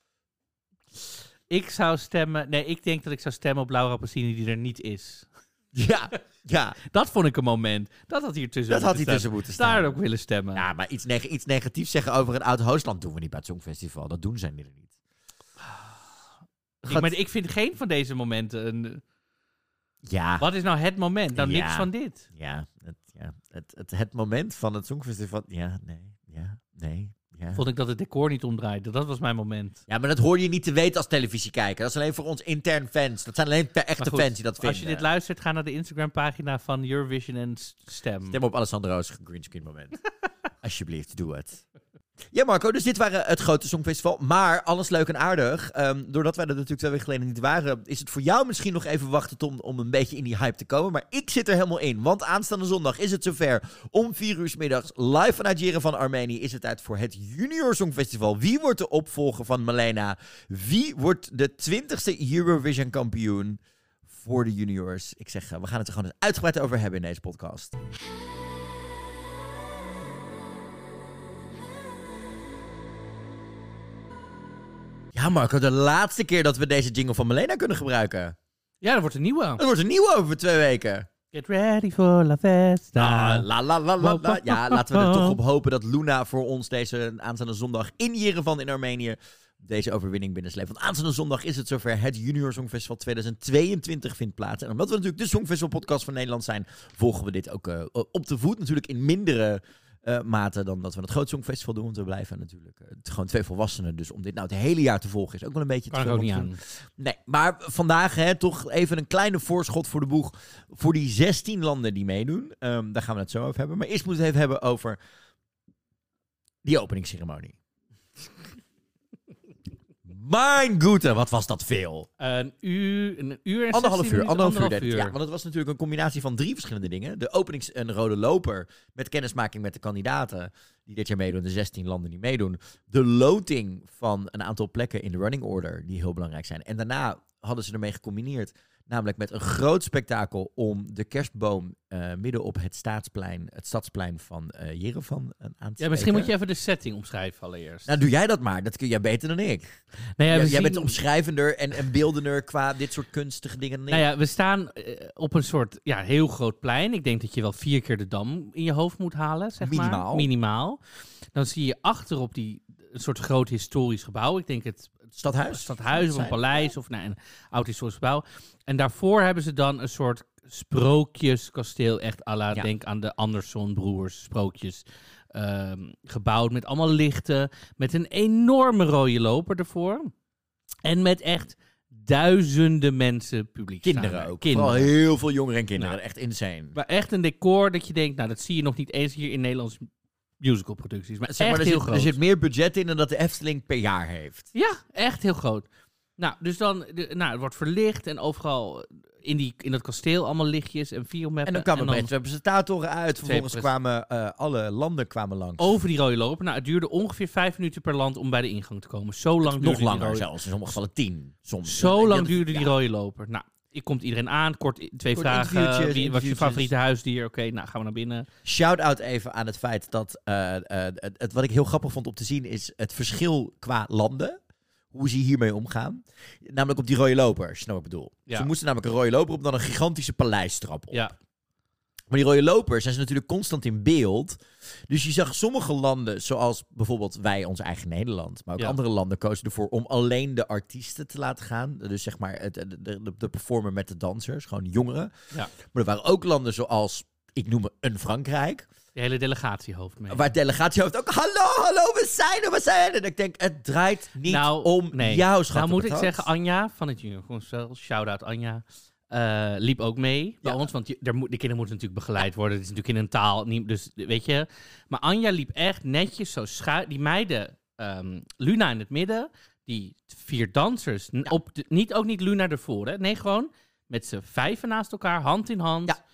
Ik zou stemmen... Nee, ik denk dat ik zou stemmen op Laura Pausini die er niet is. Ja. Dat vond ik een moment. Dat had hier tussen moeten staan. Daar ook willen stemmen. Ja, maar iets negatiefs zeggen over een Oud-Hoosland doen we niet bij het Songfestival. Dat doen zij er niet. Maar ik vind geen van deze momenten... Ja. Wat is nou het moment? Nou, niks van dit. Ja, het moment van het Songfestival... Nee. Vond ik dat het decor niet omdraaide. Dat was mijn moment. Ja, maar dat hoor je niet te weten als televisiekijker. Dat is alleen voor ons intern fans. Dat zijn alleen echte fans die dat vinden. Als je dit luistert, ga naar de Instagram-pagina van Eurovision en stem. Stem op Alessandro's greenscreen moment. Alsjeblieft, doe het. Ja, Marco, dus dit waren het grote Songfestival. Maar alles leuk en aardig. Doordat wij er natuurlijk 2 weken geleden niet waren, is het voor jou misschien nog even wachten om een beetje in die hype te komen. Maar ik zit er helemaal in. Want aanstaande zondag is het zover. Om 4 uur 's middags, live vanuit Yerevan, Armenië, is het tijd voor het Junior Songfestival. Wie wordt de opvolger van Malena? Wie wordt de 20e Eurovision kampioen voor de juniors? Ik zeg, we gaan het er gewoon eens uitgebreid over hebben in deze podcast. Ja, Marco, de laatste keer dat we deze jingle van Malena kunnen gebruiken. Ja, dat wordt een nieuwe. Er wordt een nieuwe over 2 weken. Get ready for la festa. Ja, laten we er toch op hopen dat Luna voor ons deze aanstaande zondag in Yerevan in Armenië deze overwinning binnensleept. Want aanstaande zondag is het zover. Het Junior Songfestival 2022 vindt plaats. En omdat we natuurlijk de Songfestival podcast van Nederland zijn, volgen we dit ook op de voet. Natuurlijk in mindere mate dan dat we het groot Songfestival doen. Want we blijven natuurlijk gewoon 2 volwassenen. Dus om dit nou het hele jaar te volgen is ook wel een beetje te veel. Kan ook niet aan. Nee, maar vandaag toch even een kleine voorschot voor de boeg. Voor die 16 landen die meedoen. Daar gaan we het zo over hebben. Maar eerst moeten we het even hebben over die openingsceremonie. Mijn goede, wat was dat veel? Een uur en 1,5 uur. Ja, want het was natuurlijk een combinatie van 3 verschillende dingen. De openings- en rode loper met kennismaking met de kandidaten die dit jaar meedoen. De 16 landen die meedoen. De loting van een aantal plekken in de running order die heel belangrijk zijn. En daarna hadden ze ermee gecombineerd. Namelijk met een groot spektakel om de kerstboom midden op het stadsplein van Yerevan aan te steken. Ja, misschien moet je even de setting omschrijven allereerst. Nou, doe jij dat maar. Dat kun jij beter dan ik. Jij bent omschrijvender en beeldender qua dit soort kunstige dingen dan ik. Nou ja, we staan op een soort heel groot plein. Ik denk dat je wel 4 keer de Dam in je hoofd moet halen, zeg maar. Minimaal. Dan zie je achterop een soort groot historisch gebouw. Ik denk het stadhuis of een paleis of een oud historisch gebouw. En daarvoor hebben ze dan een soort sprookjeskasteel, echt à la, denk aan de Anderson-broers sprookjes, gebouwd met allemaal lichten, met een enorme rode loper ervoor. En met echt duizenden mensen publiek. Kinderen ook. Vooral heel veel jongeren en kinderen. Nou, echt insane. Maar echt een decor dat je denkt, nou, dat zie je nog niet eens hier in Nederlandse musicalproducties. Maar zeg maar, echt heel groot. Er zit meer budget in dan dat de Efteling per jaar heeft. Ja, echt heel groot. Nou, dus dan, het wordt verlicht en overal in dat kasteel allemaal lichtjes en viermeppen. En dan kwamen opeens 2 presentatoren uit. Vervolgens kwamen alle landen langs. Over die rode loper. Nou, het duurde ongeveer 5 minuten per land om bij de ingang te komen. Zo lang duurde nog langer zelfs. In sommige gevallen 10 soms. Zo lang duurde die rode loper. Nou, komt iedereen aan. Kort 2 vragen. Wat is je favoriete huisdier? Oké, nou gaan we naar binnen. Shout-out even aan het feit dat wat ik heel grappig vond om te zien is het verschil qua landen. Hoe ze hiermee omgaan. Namelijk op die rode loper, als je nou wat ik bedoel. Ja. Ze moesten namelijk een rode loper op dan een gigantische paleistrap op. Ja. Maar die rode lopers zijn ze natuurlijk constant in beeld. Dus je zag sommige landen, zoals bijvoorbeeld wij, ons eigen Nederland, maar ook andere landen kozen ervoor om alleen de artiesten te laten gaan. Dus zeg maar de performer met de dansers, gewoon jongeren. Ja. Maar er waren ook landen zoals, ik noem het een Frankrijk. De hele delegatiehoofd mee. Waar het delegatiehoofd ook, hallo, we zijn er. En ik denk, het draait niet om jouw schat. Nou moet ik zeggen, Anja van het Junior, gewoon shout-out Anja, liep ook mee bij ons. Want de kinderen moeten natuurlijk begeleid worden. Het is natuurlijk in een taal, dus weet je. Maar Anja liep echt netjes zo schuin. Die meiden, Luna in het midden, die 4 dansers, ook niet Luna ervoor, hè. Nee, gewoon met z'n 5 naast elkaar, hand in hand. Ja.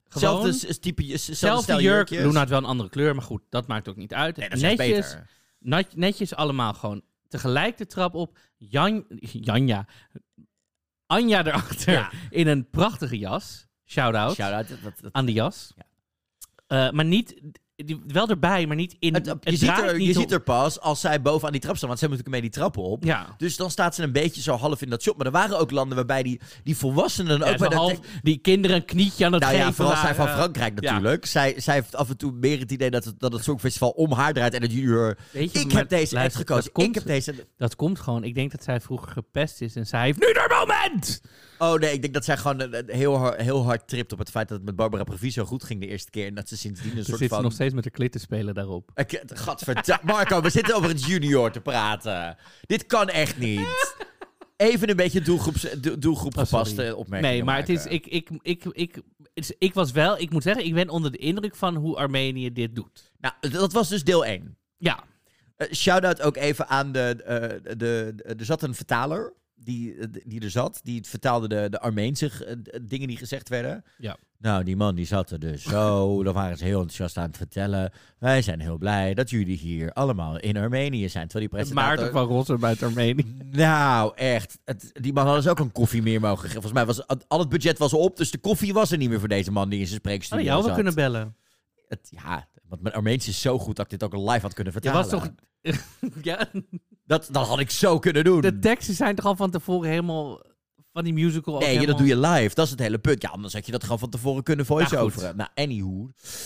Zelfde jurk. Luna had wel een andere kleur, maar goed, dat maakt ook niet uit. Nee, dat is netjes allemaal gewoon tegelijk de trap op. Anja erachter in een prachtige jas. Shout-out aan die jas. Ja. Maar wel erbij, maar niet in... Je ziet er pas als zij bovenaan die trap staan. Want zij moeten mee die trappen op. Ja. Dus dan staat ze een beetje zo half in dat shot. Maar er waren ook landen waarbij die volwassenen... ook bij die kinderen een knietje aan het geven ja, vooral zij van Frankrijk natuurlijk. Zij heeft af en toe meer het idee dat het Songfestival om haar draait. En het junior... Ik heb deze echt gekozen. Dat komt gewoon. Ik denk dat zij vroeger gepest is. En zij heeft nu haar moment! Oh nee, ik denk dat zij gewoon heel hard tript op het feit dat het met Barbara Pravi zo goed ging de eerste keer. En dat ze sindsdien een soort van... Ze nog steeds met de klit te spelen daarop. Gadverdamme. Marco, we zitten over het junior te praten. Dit kan echt niet. Even een beetje doelgroep gepaste opmerking. Nee, maar het is... Ik was wel... Ik moet zeggen, ik ben onder de indruk van hoe Armenië dit doet. Nou, dat was dus deel 1. Ja. Shout-out ook even aan er zat een vertaler die er zat. Die vertaalde de Armeense dingen die gezegd werden. Ja. Nou, die man die zat er dus zo. Dan waren ze heel enthousiast aan het vertellen. Wij zijn heel blij dat jullie hier allemaal in Armenië zijn. Terwijl die presentator... Maarten van Rossum uit Armenië. Nou, echt. Die man hadden ze ook een koffie meer mogen geven. Volgens mij was al het budget was op. Dus de koffie was er niet meer voor deze man die in zijn spreekstudio zat. We kunnen bellen. Want mijn Armeens is zo goed dat ik dit ook live had kunnen vertalen. Je was toch... ja. Dat had ik zo kunnen doen. De teksten zijn toch al van tevoren helemaal van die musical. Nee, helemaal... dat doe je live. Dat is het hele punt. Ja, anders had je dat gewoon van tevoren kunnen voice-overen. Nou, anywho.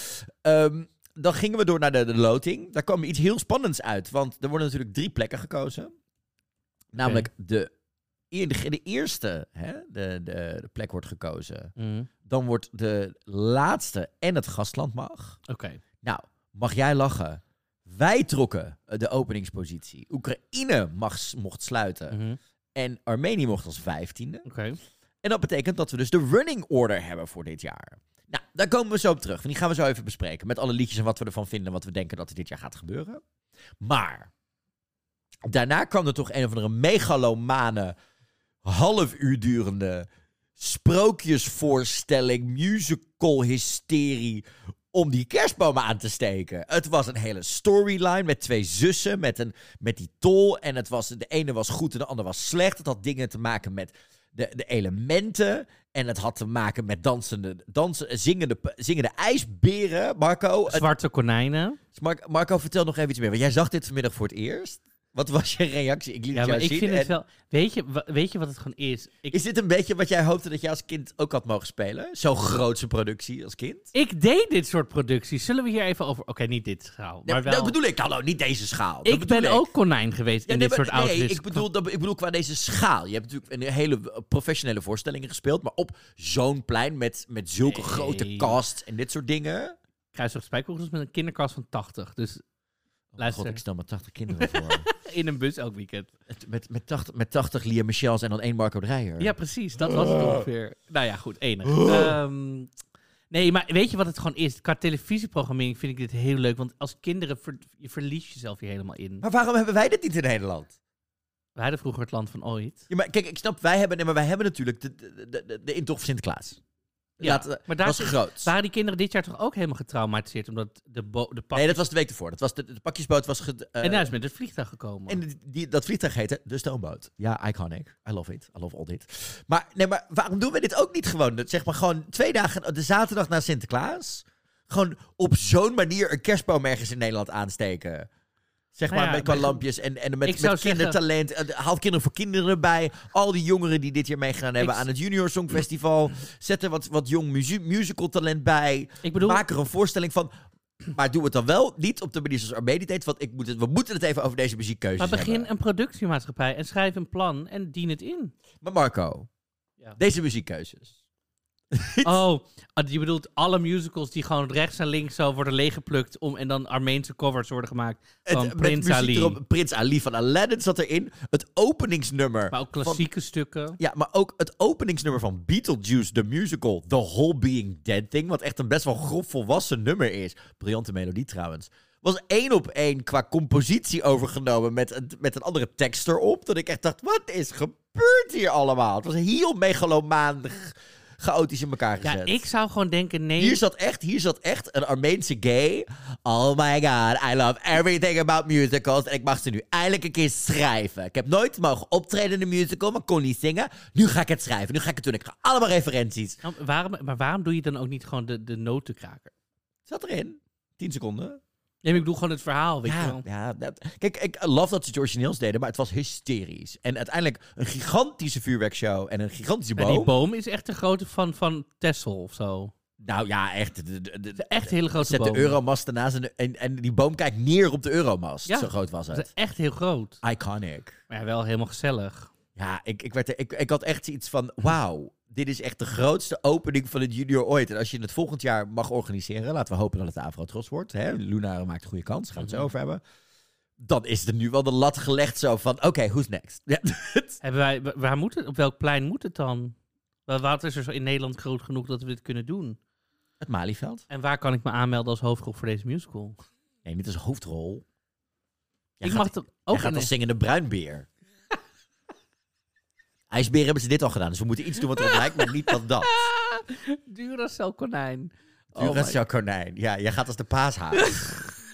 Dan gingen we door naar de loting. Daar kwam iets heel spannends uit. Want er worden natuurlijk 3 plekken gekozen. Namelijk de eerste, de plek wordt gekozen. Dan wordt de laatste en het gastland mag. Oké. Nou, mag jij lachen? Wij trokken de openingspositie. Oekraïne mocht sluiten. En Armenië mocht als 15e. Oké. En dat betekent dat we dus de running order hebben voor dit jaar. Nou, daar komen we zo op terug. Die gaan we zo even bespreken. Met alle liedjes en wat we ervan vinden. Wat we denken dat er dit jaar gaat gebeuren. Maar daarna kwam er toch een of andere megalomane, half uur durende sprookjesvoorstelling, musical hysterie om die kerstbomen aan te steken. Het was een hele storyline met 2 zussen, met die tol. En de ene was goed en de andere was slecht. Het had dingen te maken met de elementen. En het had te maken met zingende ijsberen. Marco. Zwarte konijnen. Marco, vertel nog even iets meer. Want jij zag dit vanmiddag voor het eerst. Wat was je reactie? Ik liet het jou zien. Ik vind het wel... Weet je wat het gewoon is? Is dit een beetje wat jij hoopte dat jij als kind ook had mogen spelen? Zo'n grootse productie als kind? Ik deed dit soort producties. Zullen we hier even over... Oké, niet dit schaal. Maar wel... Dat bedoel ik. Hallo, niet deze schaal. Ik ben ook konijn geweest in dit soort outfits. Nee, ik bedoel qua deze schaal. Je hebt natuurlijk een hele professionele voorstellingen gespeeld. Maar op zo'n plein met zulke grote casts en dit soort dingen. Kruisig Spijkerhoek met een kinderkast van 80. Dus... Luister. God, ik stel maar 80 kinderen voor. In een bus elk weekend. Met 80 Lia Michels en dan 1 Marco Dreyer. Ja, precies. Dat was het ongeveer. Nou ja, goed. Enig. Nee, maar weet je wat het gewoon is? Qua televisieprogrammering vind ik dit heel leuk. Want als kinderen je verlies jezelf hier helemaal in. Maar waarom hebben wij dit niet in Nederland? Wij hadden vroeger het land van ooit. Ja, maar kijk, ik snap, wij hebben natuurlijk de intocht van Sinterklaas. Ja, maar daar was groot. Waren die kinderen dit jaar toch ook helemaal getraumatiseerd? Omdat de pakjes... Nee, dat was de week ervoor. Dat was de pakjesboot was... en hij is met het vliegtuig gekomen. En dat vliegtuig heette de stoomboot. Ja, iconic. I love it. I love all dit. Maar waarom doen we dit ook niet gewoon? Zeg maar gewoon 2 dagen, de zaterdag na Sinterklaas. Gewoon op zo'n manier een kerstboom ergens in Nederland aansteken. Zeg maar, met qua lampjes en met kindertalent. Haal kinderen voor kinderen erbij. Al die jongeren die dit jaar meegedaan hebben aan het Junior Songfestival. Zet er wat jong musical talent bij. Maak er een voorstelling van. Maar doe het dan wel niet op de manier zoals Armenië deed. Want we moeten het even over deze muziekkeuzes hebben. Maar begin een productiemaatschappij en schrijf een plan en dien het in. Maar Marco, deze muziekkeuzes. Oh, je bedoelt alle musicals die gewoon rechts en links zo worden leeggeplukt en dan Armeense covers worden gemaakt van Prins Ali. Erop, Prins Ali van Aladdin zat erin. Het openingsnummer. Maar ook klassieke stukken. Ja, maar ook het openingsnummer van Beetlejuice, de musical, The Whole Being Dead Thing. Wat echt een best wel grof volwassen nummer is. Briljante melodie trouwens. Was 1-op-1 qua compositie overgenomen met een andere tekst erop. Dat ik echt dacht, wat is gebeurd hier allemaal? Het was heel megalomaan chaotisch in elkaar gezet. Ja, ik zou gewoon denken, nee. Hier zat echt een Armeense gay. Oh my god, I love everything about musicals. En ik mag ze nu eindelijk een keer schrijven. Ik heb nooit mogen optreden in een musical, maar kon niet zingen. Nu ga ik het schrijven, nu ga ik het doen. Ik ga allemaal referenties. Nou, waarom doe je dan ook niet gewoon de notenkraker? Zat erin. 10 seconden. Ja, maar ik bedoel gewoon het verhaal, weet je wel. Ja, kijk, ik love dat ze het origineels deden, maar het was hysterisch. En uiteindelijk een gigantische vuurwerkshow en een gigantische boom. En die boom is echt de grootte van Texel of zo. Nou ja, echt. Echt een hele grote boom. Zet de Euromast ernaast en die boom kijkt neer op de Euromast. Ja, zo groot was het. Dat is echt heel groot. Iconic. Maar ja, wel helemaal gezellig. Ja, ik had echt iets van, wauw, dit is echt de grootste opening van het junior ooit. En als je het volgend jaar mag organiseren, laten we hopen dat het de Afro-Tros wordt. Hè? Luna maakt een goede kans, gaan we het zo over hebben. Dan is er nu wel de lat gelegd zo van, oké, who's next? Ja. Op welk plein moet het dan? Wat is er zo in Nederland groot genoeg dat we dit kunnen doen? Het Malieveld. En waar kan ik me aanmelden als hoofdrol voor deze musical? Nee, niet als hoofdrol. Jij gaat als zingende bruinbeer. IJsbeer hebben ze dit al gedaan, dus we moeten iets doen wat erop lijkt, maar niet dat. Duracell konijn. Duracell konijn. Ja, jij gaat als de paashaas.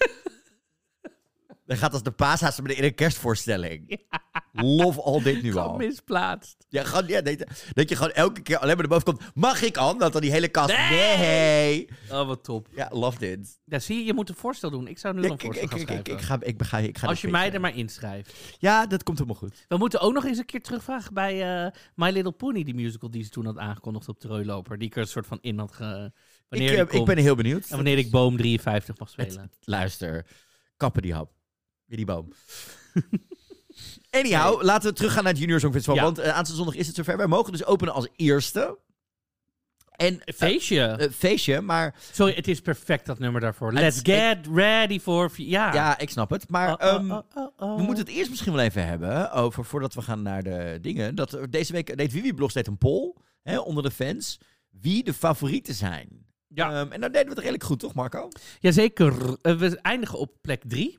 Jij gaat als de paashaas in een kerstvoorstelling. Ja. Love al dit nu al. Misplaatst. Ja, dat je gewoon elke keer alleen maar naar boven komt. Mag ik aan? Dat dan die hele kast. Nee. Oh, wat top. Ja, love dit. Ja, zie je, je moet een voorstel doen. Ik zou nu een voorstel gaan schrijven. Ik ga als je mij er maar inschrijft. Ja, dat komt helemaal goed. We moeten ook nog eens een keer terugvragen bij My Little Pony, die musical die ze toen had aangekondigd op de Rooiloper. Die ik er een soort van in had ik ben heel benieuwd. En wanneer ik Boom 53 mag spelen. Luister, kappen die hap. Weer die boom. Anyhow, laten we teruggaan naar het Junior Songfestival. Ja. Want aanstaande zondag is het zover. Wij mogen dus openen als eerste. En, feestje, maar... Sorry, het is perfect dat nummer daarvoor. Let's get ready for... Ja, ik snap het. Maar we moeten het eerst misschien wel even hebben over, voordat we gaan naar de dingen. Dat deze week deed Wiwi Blogs een poll onder de fans. Wie de favorieten zijn. Ja. En daar deden we het redelijk goed, toch Marco? Jazeker. We eindigen op plek 3.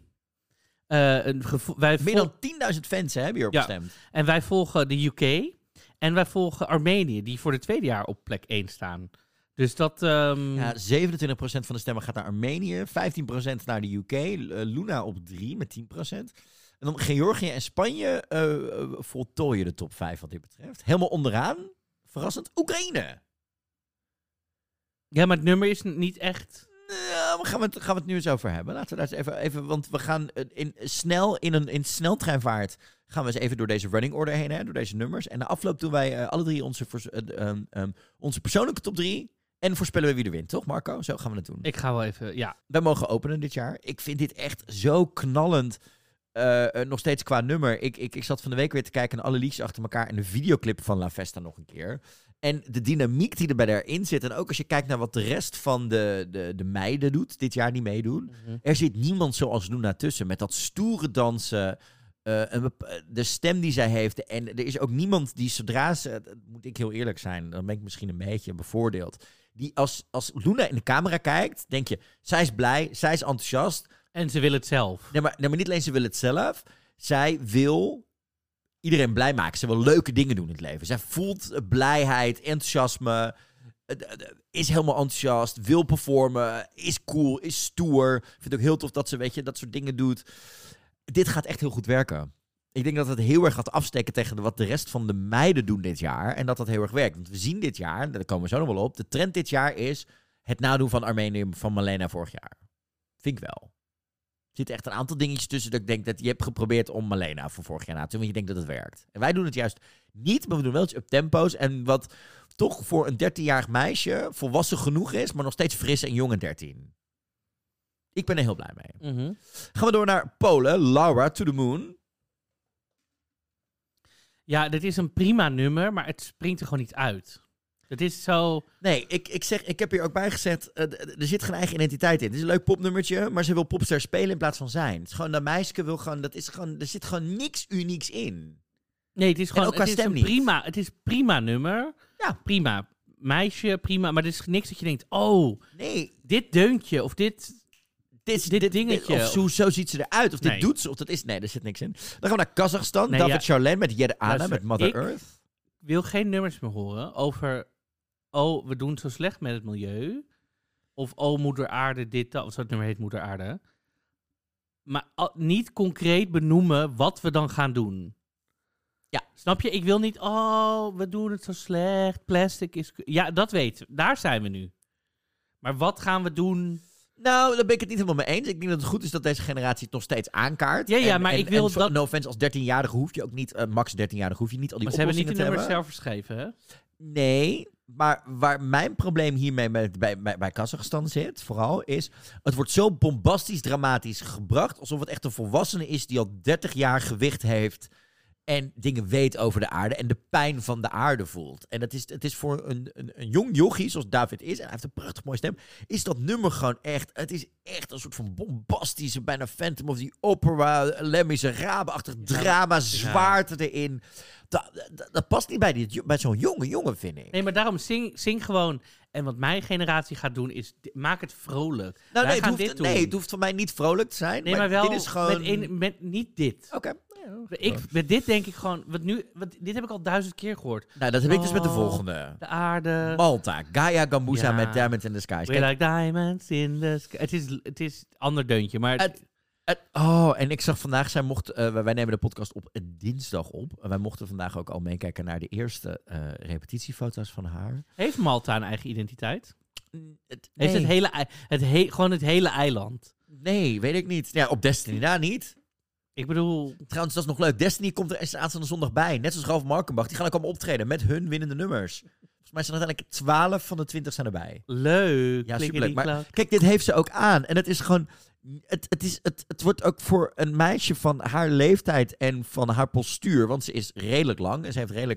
Meer dan 10.000 fans hebben hierop gestemd. En wij volgen de UK. En wij volgen Armenië, die voor de tweede jaar op plek 1 staan. Dus dat... Ja, 27% van de stemmen gaat naar Armenië. 15% naar de UK. Luna op 3 met 10%. En dan Georgië en Spanje voltooien de top 5 wat dit betreft. Helemaal onderaan, verrassend, Oekraïne. Ja, maar het nummer is niet echt... Nou, gaan we het nu eens over hebben. Laten we daar eens even want we gaan in sneltreinvaart gaan we eens even door deze running order heen, door deze nummers. En na afloop doen wij alle drie onze persoonlijke top 3 en voorspellen we wie er wint, toch Marco? Zo gaan we het doen. Ik ga wel even, ja. Wij mogen openen dit jaar. Ik vind dit echt zo knallend, nog steeds qua nummer. Ik zat van de week weer te kijken naar alle liedjes achter elkaar en de videoclip van La Festa nog een keer. En de dynamiek die er bij daarin zit. En ook als je kijkt naar wat de rest van de meiden doet. Dit jaar niet meedoen. Mm-hmm. Er zit niemand zoals Luna tussen. Met dat stoere dansen. De stem die zij heeft. En er is ook niemand die zodra ze... Moet ik heel eerlijk zijn. Dan ben ik misschien een beetje bevoordeeld. Die als Luna in de camera kijkt. Denk je, zij is blij. Zij is enthousiast. En ze wil het zelf. Nee, maar niet alleen ze wil het zelf. Zij wil... iedereen blij maken. Ze wil leuke dingen doen in het leven. Zij voelt blijheid, enthousiasme, is helemaal enthousiast, wil performen, is cool, is stoer. Ik vind het ook heel tof dat ze, weet je, dat soort dingen doet. Dit gaat echt heel goed werken. Ik denk dat het heel erg gaat afsteken tegen wat de rest van de meiden doen dit jaar. En dat heel erg werkt. Want we zien dit jaar, daar komen we zo nog wel op, de trend dit jaar is het nadoen van Armenië van Malena vorig jaar. Vind ik wel. Er zitten echt een aantal dingetjes tussen dat ik denk dat je hebt geprobeerd om Malena voor vorig jaar na te doen, want je denkt dat het werkt. En wij doen het juist niet, maar we doen wel iets up-tempo's. En wat toch voor een 13-jarig meisje volwassen genoeg is, maar nog steeds fris en jong en 13. Ik ben er heel blij mee. Mm-hmm. Gaan we door naar Polen. Laura, To The Moon. Ja, dit is een prima nummer, maar het springt er gewoon niet uit. Het is zo... Nee, ik heb hier ook bij gezet, er zit geen eigen identiteit in. Het is een leuk popnummertje, maar ze wil popster spelen in plaats van zijn. Het is gewoon, dat meisje wil gewoon, er zit gewoon niks unieks in. Nee, het is gewoon, het is prima nummer. Ja. Prima meisje, prima, maar er is niks dat je denkt, oh, nee, dit deuntje of dit dingetje. Of zo ziet ze eruit, of dit doet ze, of dat is... Nee, er zit niks in. Dan gaan we naar Kazachstan, David Charlene met Jed Ana, met Mother Earth. Ik wil geen nummers meer horen over... Oh, we doen het zo slecht met het milieu. Of oh, moeder aarde, dit, dat. Wat het nummer heet, moeder aarde. Maar niet concreet benoemen wat we dan gaan doen. Ja. Snap je? Ik wil niet, oh, we doen het zo slecht. Plastic is... Ja, dat weten we. Daar zijn we nu. Maar wat gaan we doen? Nou, daar ben ik het niet helemaal mee eens. Ik denk dat het goed is dat deze generatie het nog steeds aankaart. Ja, maar ik wil dat... No offense, als 13-jarige hoef je ook niet... max 13-jarige hoef je niet al die oplossingen te hebben. Maar ze hebben niet de nummers hebben. zelf geschreven, hè? Nee, maar waar mijn probleem hiermee bij Kazachstan zit, vooral, is... Het wordt zo bombastisch, dramatisch gebracht, alsof het echt een volwassene is die al 30 jaar gewicht heeft... En dingen weet over de aarde en de pijn van de aarde voelt. En het is voor een jong jochie, zoals David is, en hij heeft een prachtig mooie stem, is dat nummer gewoon echt... Het is echt een soort van bombastische, bijna Phantom of the Opera, Les Miserables-achtig drama, zwaarte erin. Dat past niet bij zo'n jonge, vind ik. Nee, maar daarom zing gewoon... En wat mijn generatie gaat doen, is... Maak het vrolijk. Nou, het hoeft van mij niet vrolijk te zijn. Nee, maar wel dit is gewoon... met niet dit. Oké. Met dit denk ik gewoon... dit heb ik al 1000 keer gehoord. Nou, dat heb ik dus met de volgende. De aarde. Malta. Gaia Gambusa met Diamonds in the Sky. We like diamonds in the sky. Het is een ander deuntje, maar... En ik zag vandaag, wij nemen de podcast op dinsdag op. En wij mochten vandaag ook al meekijken naar de eerste repetitiefoto's van haar. Heeft Malta een eigen identiteit? Nee. Heeft gewoon het hele eiland? Nee, weet ik niet. Ja, op Destiny na niet. Ik bedoel... Trouwens, dat is nog leuk. Destiny komt er aanstaande zondag bij. Net zoals Ralf Markenbach. Die gaan ook allemaal optreden met hun winnende nummers. Volgens mij zijn uiteindelijk 12 van de 20 zijn erbij. Leuk. Ja, superleuk. Maar kijk, dit heeft ze ook aan. En het is gewoon... Het wordt ook voor een meisje van haar leeftijd en van haar postuur, want ze is redelijk lang en ze heeft redelijk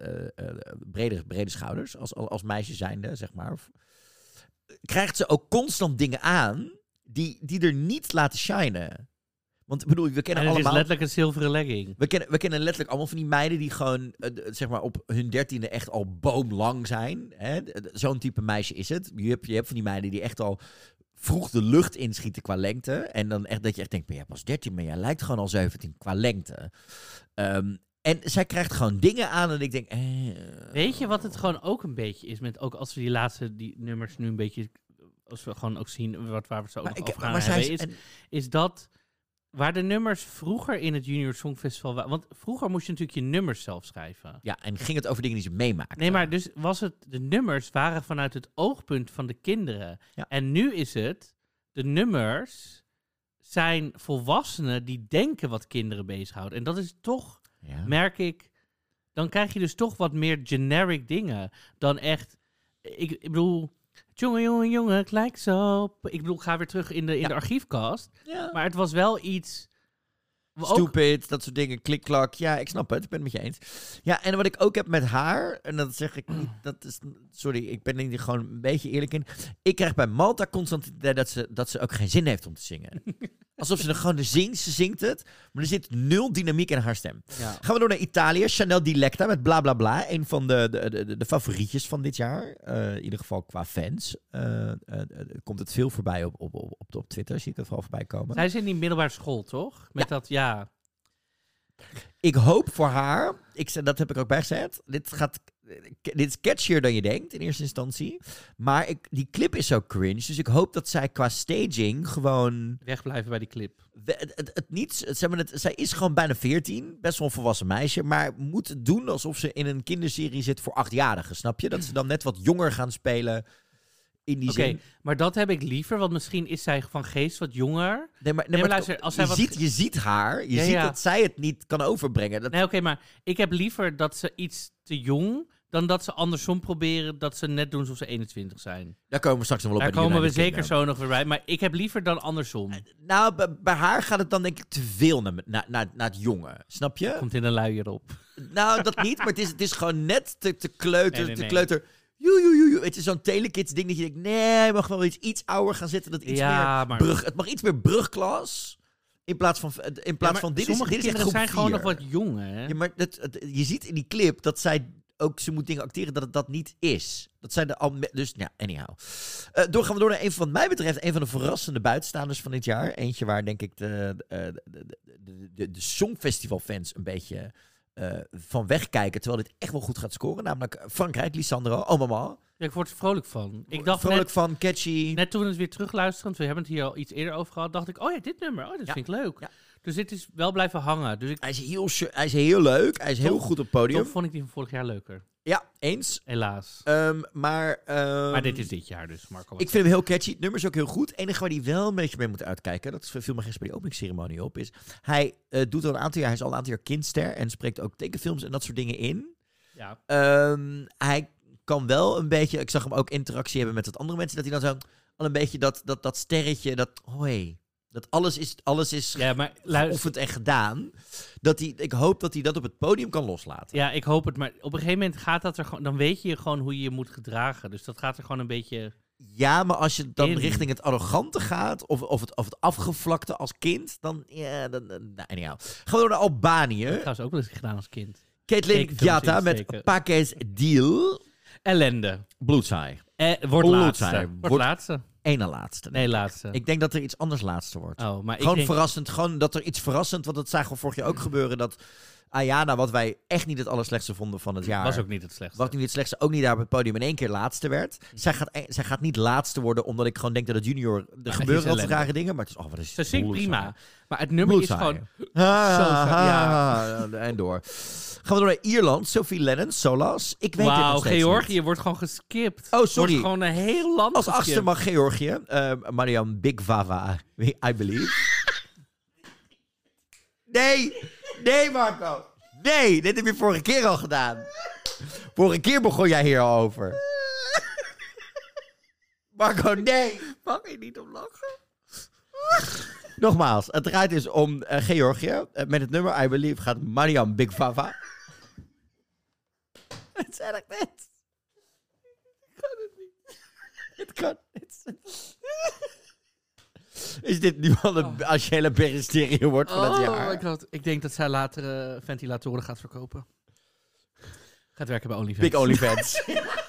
brede schouders als meisje zijnde, zeg maar. Krijgt ze ook constant dingen aan die er niet laten shinen. Want ik bedoel, we kennen allemaal... Het is letterlijk een zilveren legging. We kennen letterlijk allemaal van die meiden die gewoon, zeg maar, op hun 13e echt al boomlang zijn. Hè? Zo'n type meisje is het. Je hebt van die meiden die echt al vroeg de lucht inschieten qua lengte. En dan echt dat je echt denkt, ben jij pas 13, maar jij lijkt gewoon al 17 qua lengte. En zij krijgt gewoon dingen aan en ik denk... Weet je wat het gewoon ook een beetje is? Ook als we die nummers nu een beetje... Als we gewoon ook zien waar we het zo nog over gaan hebben... Is dat... Waar de nummers vroeger in het Junior Songfestival waren... Want vroeger moest je natuurlijk je nummers zelf schrijven. Ja, en ging het over dingen die ze meemaakten. Nee, maar dus de nummers waren vanuit het oogpunt van de kinderen. Ja. En nu is het... De nummers zijn volwassenen die denken wat kinderen bezighoudt. En dat is toch, merk ik... Dan krijg je dus toch wat meer generic dingen dan echt... Ik bedoel... Jongen, het lijkt zo... Ik bedoel, ik ga weer terug in de archiefkast. Ja. Maar het was wel iets... Stupid, dat soort dingen, klik-klak. Ja, ik snap het, ik ben het met je eens. Ja, en wat ik ook heb met haar, en dat zeg ik niet, dat is... Sorry, ik ben er gewoon een beetje eerlijk in. Ik krijg bij Malta constant het idee dat ze ook geen zin heeft om te zingen. Alsof ze er gewoon zingt, ze zingt het, maar er zit 0 dynamiek in haar stem. Ja. Gaan we door naar Italië. Chanel Dilecta met Bla Bla Bla. Een van de favorietjes van dit jaar. In ieder geval qua fans. Komt het veel voorbij op Twitter. Zie ik het vooral voorbij komen. Zij is in die middelbare school, toch? Met dat, ja. Ik hoop voor haar, dat heb ik ook bijgezet, dit is catchier dan je denkt in eerste instantie. Maar die clip is zo cringe, dus ik hoop dat zij qua staging gewoon... Wegblijven bij die clip. Zij is gewoon bijna 14, best wel een volwassen meisje, maar moet het doen alsof ze in een kinderserie zit voor 8-jarigen, snap je? Dat ze dan net wat jonger gaan spelen... Oké, maar dat heb ik liever, want misschien is zij van geest wat jonger. Nee, maar luister, als je ziet haar, je ziet dat zij het niet kan overbrengen. Nee, oké, maar ik heb liever dat ze iets te jong, dan dat ze andersom proberen, dat ze net doen alsof ze 21 zijn. Daar komen we straks nog wel op. Daar komen we zeker zo nog weer bij, maar ik heb liever dan andersom. Nou, bij haar gaat het dan denk ik te veel naar het jonge, snap je? Komt in een luier op. Nou, dat niet, maar het is gewoon net te kleuter, nee. te kleuter... Het is zo'n telekids ding dat je denkt... Nee, je mag wel iets ouder gaan zitten. Dat het mag iets meer brugklas. In plaats van dit is echt groep zijn 4. gewoon nog wat jong, hè? Ja, maar je ziet in die clip dat zij ook... Ze moet dingen acteren dat het dat niet is. Dat zijn dus, ja, anyhow. Gaan we door naar wat mij betreft... een van de verrassende buitenstaanders van dit jaar. Eentje waar, denk ik, de Songfestival-fans een beetje... van wegkijken, terwijl dit echt wel goed gaat scoren. Namelijk Frankrijk, Lisandro, Oh Mama. Ja, ik word er vrolijk van. Ik dacht vrolijk van, catchy. Net toen we het weer terugluisteren, we hebben het hier al iets eerder over gehad, dacht ik, oh ja, dit nummer, dat vind ik leuk. Ja. Dus dit is wel blijven hangen. Dus hij is heel leuk, hij is heel goed op het podium. Toch vond ik die van vorig jaar leuker. Ja, eens. Helaas. Maar dit is dit jaar dus, Marco. Ik vind hem heel catchy. Het nummer is ook heel goed. Het enige waar hij wel een beetje mee moet uitkijken, dat viel me gisteren bij die openingsceremonie op, is hij doet al een aantal jaar, hij is al een aantal jaar kindster en spreekt ook tekenfilms en dat soort dingen in. Ja. Hij kan wel een beetje, ik zag hem ook interactie hebben met wat andere mensen, dat hij dan zo al een beetje dat sterretje, dat alles is geoefend en gedaan. Ik hoop dat hij dat op het podium kan loslaten. Ja, ik hoop het. Maar op een gegeven moment gaat dat er gewoon, dan weet je gewoon hoe je je moet gedragen. Dus dat gaat er gewoon een beetje... Ja, maar als je dan richting het arrogante gaat, of het afgevlakte als kind, dan... anyhow. Gaan we door naar Albanië. Dat heb ik trouwens ook wel eens gedaan als kind. Caitlyn Giata met Pakes Deal. Ellende. Bloedsaai. Wordt laatste. Eén na laatste. Nee, laatste. Ik denk dat er iets anders laatste wordt. Oh, maar gewoon verrassend. Gewoon dat er iets verrassend... Want dat zagen we vorig jaar ook gebeuren. Dat Ayana, wat wij echt niet het allerslechtste vonden van het jaar... Was ook niet het slechtste. Was niet het slechtste. Ook niet daar op het podium in één keer laatste werd. Zij gaat niet laatste worden... Omdat ik gewoon denk dat het junior... Er gebeuren altijd rare dingen. Maar het is... wat is ze zingt prima. Maar het nummer is gewoon... En door. Gaan we door naar Ierland. Sophie Lennon, Solas. Ik weet het nog steeds Georgië niet. wordt gewoon geskipt. Oh, sorry. Wordt gewoon een heel land als geskipt. achtste mag Georgië. Mariam Big Vava, I believe. Nee, Marco. Nee, dit heb je vorige keer al gedaan. Vorige keer begon jij hier al over. Marco, nee. Mag je niet om lachen? Nogmaals, het draait dus om Georgië. Met het nummer I Believe gaat Mariam Big Vava. Het zei ik net. Ik kan het niet. Het kan niet. Is dit nu al als je hele beresterie wordt van het jaar? Ik denk dat zij later ventilatoren gaat verkopen. Gaat werken bij OnlyFans. Big OnlyFans.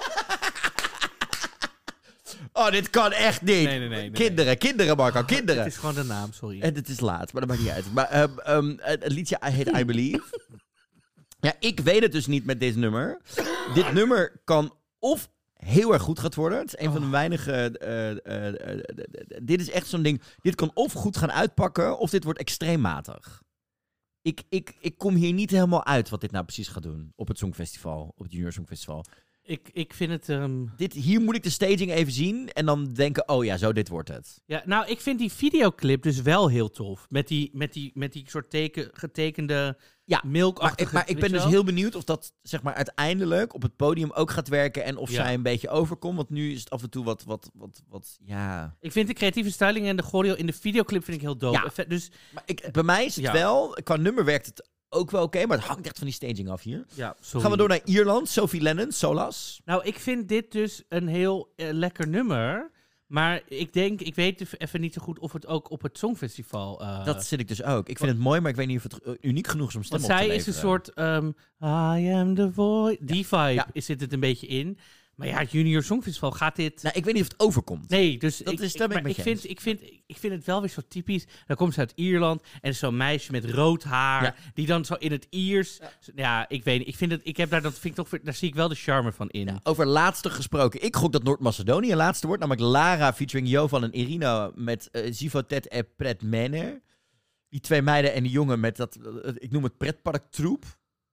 Oh, dit kan echt niet. Nee. Kinderen, Marco, kinderen. Het is gewoon de naam, sorry. En het is laat, maar dat maakt niet uit. Maar het liedje heet I Believe. Ja, ik weet het dus niet met dit nummer. Dit nummer kan of heel erg goed gaat worden. Het is een van de weinige... dit is echt zo'n ding. Dit kan of goed gaan uitpakken, of dit wordt extreem matig. Ik kom hier niet helemaal uit wat dit nou precies gaat doen op het Songfestival, op het Junior Songfestival. Ik vind het... Hier moet ik de staging even zien en dan denken, oh ja, zo dit wordt het. Ja, nou, ik vind die videoclip dus wel heel tof. Met die soort getekende milkachtige... Maar ik ben dus heel benieuwd of dat zeg maar uiteindelijk op het podium ook gaat werken en of zij een beetje overkomt. Want nu is het af en toe wat ja... Ik vind de creatieve styling en de choreo in de videoclip vind ik heel dope. Ja. Dus, maar bij mij is het wel, qua nummer werkt het ook wel oké, maar het hangt echt van die staging af hier. Ja, sorry. Gaan we door naar Ierland. Sophie Lennon, Solas. Nou, ik vind dit dus een heel lekker nummer. Maar ik weet even niet zo goed of het ook op het Songfestival... Dat zit ik dus ook. Ik vind het mooi, maar ik weet niet of het uniek genoeg is om stem op te leveren. Want zij is een soort I am the voice. Die vibe zit het een beetje in. Maar ja, het Junior Songfestival gaat dit... Nou, ik weet niet of het overkomt. Nee, dus ik vind het wel weer zo typisch. Dan komt ze uit Ierland en is zo'n meisje met rood haar die dan zo in het Iers... Ja, ik weet niet. Daar zie ik wel de charme van in. Ja, over laatste gesproken. Ik gok dat Noord-Macedonië laatste wordt. Namelijk Lara featuring Jovan en Irina met Zivotet en Pret Mener. Die twee meiden en die jongen met dat... ik noem het pretparktroep.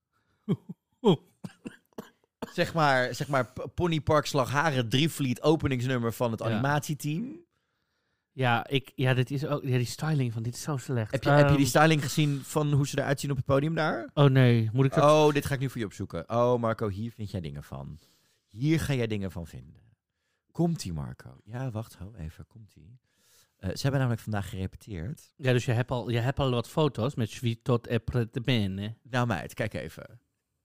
Zeg maar Ponypark Slagharen Drievliet openingsnummer van het animatieteam. Ja, dit is ook... Ja, die styling van dit is zo slecht. Heb je die styling gezien van hoe ze eruit zien op het podium daar? Oh nee, moet ik dat... Oh, dit ga ik nu voor je opzoeken. Oh Marco, hier vind jij dingen van. Hier ga jij dingen van vinden. Komt-ie Marco? Ja, wacht, even, komt-ie. Ze hebben namelijk vandaag gerepeteerd. Ja, dus je hebt al wat foto's met Svitot e Pretbene. Nou meid, kijk even.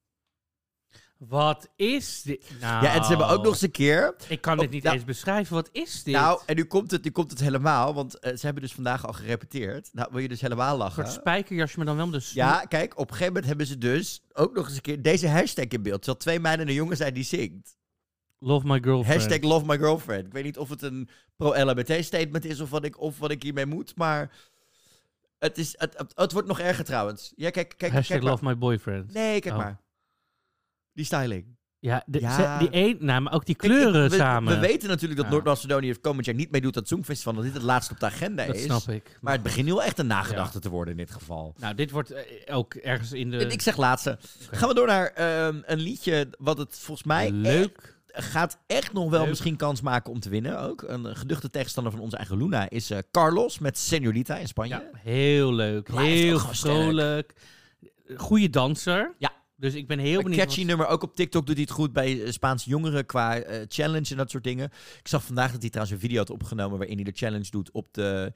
Wat is dit? Nou, ja, en ze hebben ook nog eens een keer... Ik kan dit niet eens beschrijven. Wat is dit? Nou, en nu komt het helemaal. Want ze hebben dus vandaag al gerepeteerd. Nou, wil je dus helemaal lachen. Een soort spijkerjasje, maar dan wel dus... Ja, kijk, op een gegeven moment hebben ze dus ook nog eens een keer deze hashtag in beeld. Terwijl twee meiden en een jongen zijn die zingt. Love my girlfriend. Hashtag love my girlfriend. Ik weet niet of het een pro-LGBT statement is of wat ik hiermee moet, maar... Het wordt nog erger trouwens. Ja, kijk Hashtag maar. love my boyfriend. Nee, kijk maar. Die styling. Ja, maar ook die kleuren samen. We weten natuurlijk dat Noord-Macedonië komend jaar niet meedoet aan het Songfestival, dat dit het laatste op de agenda is. Dat snap ik. Maar het begint nu wel echt een nagedachte te worden in dit geval. Nou, dit wordt ook ergens in de... Ik zeg laatste. Okay. Gaan we door naar een liedje wat het volgens mij... Leuk. Gaat echt nog wel misschien kans maken om te winnen ook. Een geduchte tegenstander van onze eigen Luna is Carlos met Señorita in Spanje. Ja, heel leuk. Heel vrolijk. Goeie danser. Ja. Dus ik ben heel benieuwd. Een catchy nummer. Ook op TikTok doet hij het goed bij Spaanse jongeren qua challenge en dat soort dingen. Ik zag vandaag dat hij trouwens een video had opgenomen waarin hij de challenge doet op de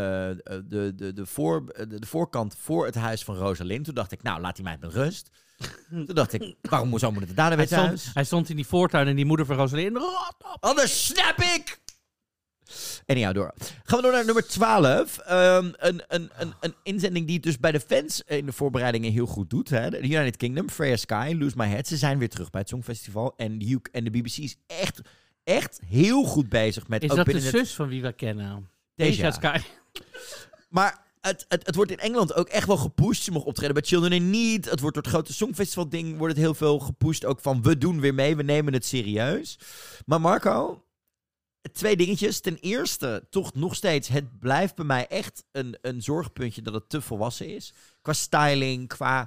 voorkant voor het huis van Rosalind. Toen dacht ik, nou, laat die meid met rust. Toen dacht ik, waarom moet het daar weer thuis? Hij stond in die voortuin en die moeder van Rosalind. Anders snap ik! Anyhow, door. Gaan we door naar nummer 12. Een inzending die het dus bij de fans in de voorbereidingen heel goed doet. Hè? De United Kingdom, Freya Sky, Lose My Head. Ze zijn weer terug bij het Songfestival. En de BBC is echt heel goed bezig met... Is dat de zus van wie we kennen? Deze Sky. Maar... Het wordt in Engeland ook echt wel gepusht. Ze mogen optreden bij Children in Need. Het wordt door het grote Songfestival-ding wordt het heel veel gepusht. Ook van, we doen weer mee, we nemen het serieus. Maar Marco, 2 dingetjes. Ten eerste, toch nog steeds, het blijft bij mij echt een zorgpuntje dat het te volwassen is. Qua styling, qua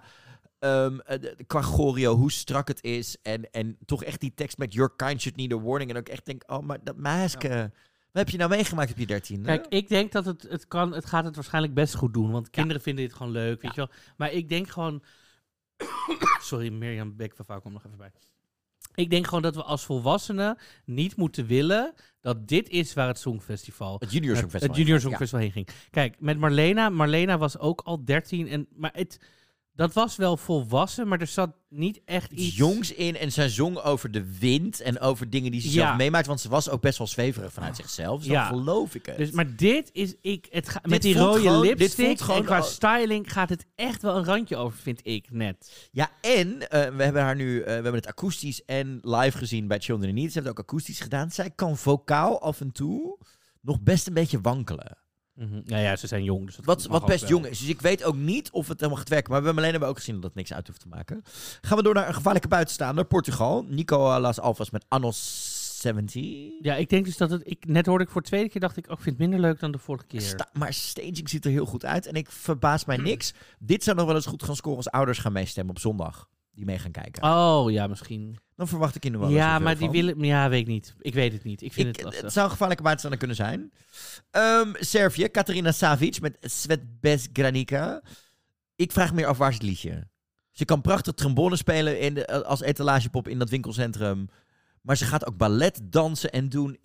choreo, hoe strak het is. En toch echt die tekst met Your kind should need a warning. En ook echt denk, oh, maar dat masker... Ja. Wat heb je nou meegemaakt op je 13e? Kijk, ik denk dat het gaat het waarschijnlijk best goed doen. Want kinderen vinden dit gewoon leuk, weet je wel. Maar ik denk gewoon... Sorry, Mirjam Bekvavau komt nog even bij. Ik denk gewoon dat we als volwassenen niet moeten willen dat dit is waar het Songfestival... Het Junior Songfestival. Het Junior Songfestival heen ging. Kijk, met Marlena. Marlena was ook al 13. Dat was wel volwassen, maar er zat niet echt iets... jongs in en zij zong over de wind en over dingen die ze zelf meemaakt. Want ze was ook best wel zweverig vanuit zichzelf. Dus dan geloof ik het. Dus, maar dit is... met die rode lipstick en qua styling gaat het echt wel een randje over, vind ik net. Ja, en we hebben haar nu... we hebben het akoestisch en live gezien bij Children in Need. Ze heeft het ook akoestisch gedaan. Zij kan vocaal af en toe nog best een beetje wankelen. Mm-hmm. Ja, ze zijn jong. Dus wat best jong is. Dus ik weet ook niet of het helemaal gaat werken. Maar bij Marlene hebben we ook gezien dat het niks uit hoeft te maken. Gaan we door naar een gevaarlijke buitenstaander. Portugal. Nicolas Alves met Annos 70. Ja, ik denk dus dat het... Net hoorde ik voor de tweede keer, dacht ik, ik vind het minder leuk dan de vorige keer. Maar staging ziet er heel goed uit. En ik verbaas mij niks. Dit zou nog wel eens goed gaan scoren als ouders gaan meestemmen op zondag. Die mee gaan kijken. Oh, ja, misschien. Dan verwacht ik in de wel. Ja, maar die willen... Ja, weet ik niet. Ik weet het niet. Ik vind het lastig. Het zou een gevaarlijke buitenstaander kunnen zijn. Servië, Katarina Savic met Svetbez Granica. Ik vraag me af, waar is het liedje? Ze kan prachtig trombone spelen als etalagepop in dat winkelcentrum. Maar ze gaat ook ballet dansen en doen.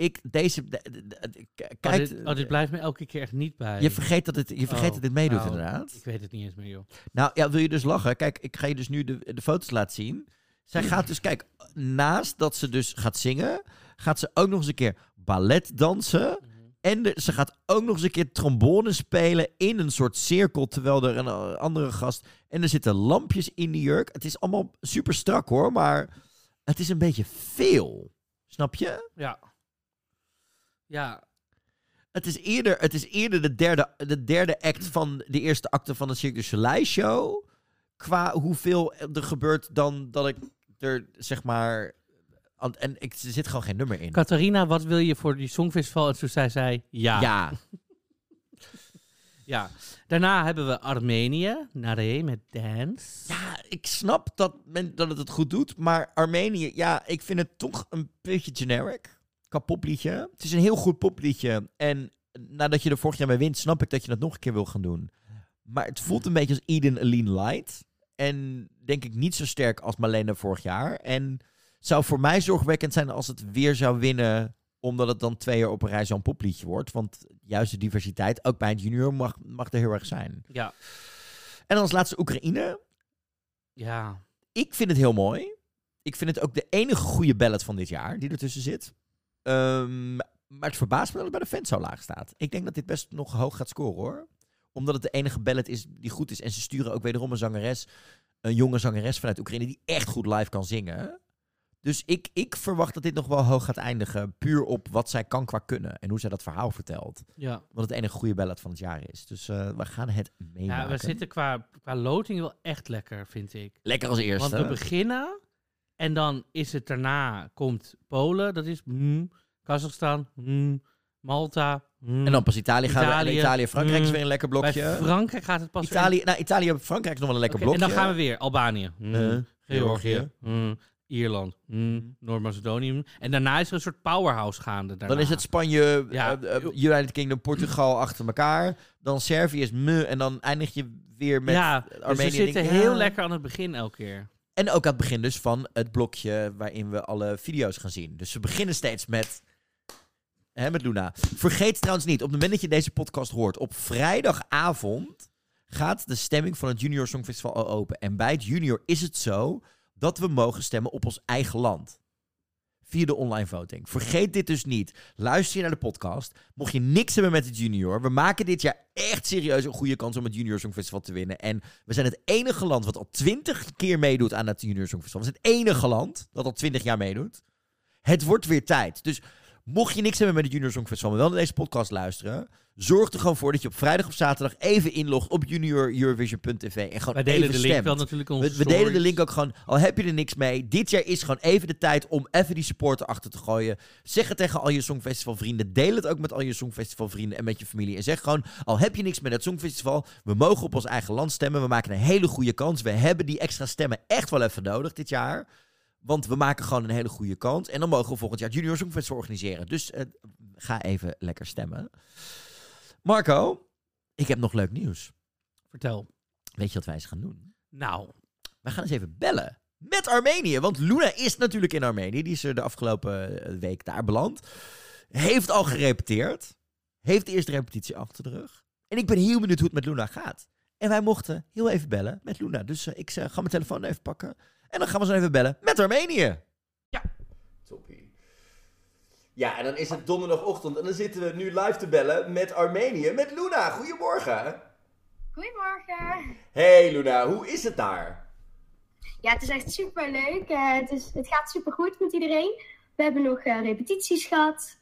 Dit blijft me elke keer echt niet bij. Je vergeet dat dit meedoet, inderdaad. Ik weet het niet eens meer, joh. Nou, ja, wil je dus lachen? Kijk, ik ga je dus nu de foto's laten zien. Zij gaat dus, kijk, naast dat ze dus gaat zingen, gaat ze ook nog eens een keer ballet dansen. En ze gaat ook nog eens een keer trombone spelen in een soort cirkel, terwijl er een andere gast... En er zitten lampjes in die jurk. Het is allemaal super strak, hoor, maar het is een beetje veel. Snap je? Ja. Ja. Het is eerder de derde act van de eerste acte van de Cirque du Soleil show. Qua hoeveel er gebeurt dan dat ik er, zeg maar... En er zit gewoon geen nummer in. Catharina, wat wil je voor die Songfestival? En toen zei zij ja. Ja. Ja. Daarna hebben we Armenië, Nare met Dance. Ja, ik snap dat het goed doet. Maar Armenië, ja, ik vind het toch een beetje generic. Qua popliedje. Het is een heel goed popliedje. En nadat je er vorig jaar mee wint, snap ik dat je dat nog een keer wil gaan doen. Maar het voelt een beetje als Eden Aline Light. En denk ik niet zo sterk als Marlene vorig jaar. En zou voor mij zorgwekkend zijn als het weer zou winnen, omdat het dan 2 jaar op een rij zo'n popliedje wordt. Want juist de diversiteit, ook bij het junior, mag er heel erg zijn. Ja. En dan als laatste Oekraïne. Ja. Ik vind het heel mooi. Ik vind het ook de enige goede ballad van dit jaar die ertussen zit. Maar het verbaast me dat het bij de fans zo laag staat. Ik denk dat dit best nog hoog gaat scoren, hoor. Omdat het de enige ballad is die goed is. En ze sturen ook wederom een jonge zangeres vanuit Oekraïne die echt goed live kan zingen. Dus ik verwacht dat dit nog wel hoog gaat eindigen. Puur op wat zij kan qua kunnen. En hoe zij dat verhaal vertelt. Ja. Wat het enige goede ballad van het jaar is. Dus we gaan het meemaken. Ja, we zitten qua loting wel echt lekker, vind ik. Lekker als eerste. Want we beginnen En dan is het daarna, komt Polen, dat is Kazachstan, Malta. En dan pas Italië gaan we. Italië en Frankrijk is weer een lekker blokje. Bij Frankrijk gaat het pas Italië en Frankrijk is nog wel een lekker blokje. En dan gaan we weer. Albanië. Georgië. Ierland. Noord-Macedonië. En daarna is er een soort powerhouse gaande. Daarna. Dan is het Spanje, United Kingdom, Portugal achter elkaar. Dan Servië is en dan eindig je weer met Armenië. Dus we zitten heel lekker aan het begin elke keer. En ook aan het begin dus van het blokje waarin we alle video's gaan zien. Dus we beginnen steeds met Luna. Vergeet trouwens niet, op het moment dat je deze podcast hoort, op vrijdagavond gaat de stemming van het Junior Songfestival al open. En bij het Junior is het zo dat we mogen stemmen op ons eigen land. Via de online voting. Vergeet dit dus niet. Luister je naar de podcast. Mocht je niks hebben met het Junior. We maken dit jaar echt serieus een goede kans om het Junior Songfestival te winnen. En we zijn het enige land wat al 20 keer meedoet aan het Junior Songfestival. We zijn het enige land dat al 20 jaar meedoet. Het wordt weer tijd. Dus mocht je niks hebben met het Junior Songfestival, maar wel naar deze podcast luisteren, zorg er gewoon voor dat je op vrijdag of zaterdag even inlogt op junioreurovision.tv en gewoon even stemt. Link wel natuurlijk we delen de link ook gewoon, al heb je er niks mee. Dit jaar is gewoon even de tijd om even die support erachter te gooien. Zeg het tegen al je Songfestival vrienden. Deel het ook met al je Songfestival vrienden en met je familie. En zeg gewoon, al heb je niks met het Songfestival, we mogen op ons eigen land stemmen. We maken een hele goede kans. We hebben die extra stemmen echt wel even nodig dit jaar. Want we maken gewoon een hele goede kans. En dan mogen we volgend jaar het Junior Songfestival organiseren. Dus ga even lekker stemmen. Marco, ik heb nog leuk nieuws. Vertel. Weet je wat wij eens gaan doen? Nou. We gaan eens even bellen met Armenië. Want Luna is natuurlijk in Armenië. Die is er de afgelopen week daar beland. Heeft al gerepeteerd. Heeft de eerste repetitie achter de rug. En ik ben heel benieuwd hoe het met Luna gaat. En wij mochten heel even bellen met Luna. Dus ik ga mijn telefoon even pakken. En dan gaan we zo even bellen met Armenië. Ja. Toppie. Ja, en dan is het donderdagochtend en dan zitten we nu live te bellen met Armenië, met Luna. Goedemorgen. Goedemorgen. Hey Luna, hoe is het daar? Ja, het is echt super leuk. Het gaat super goed met iedereen. We hebben nog repetities gehad.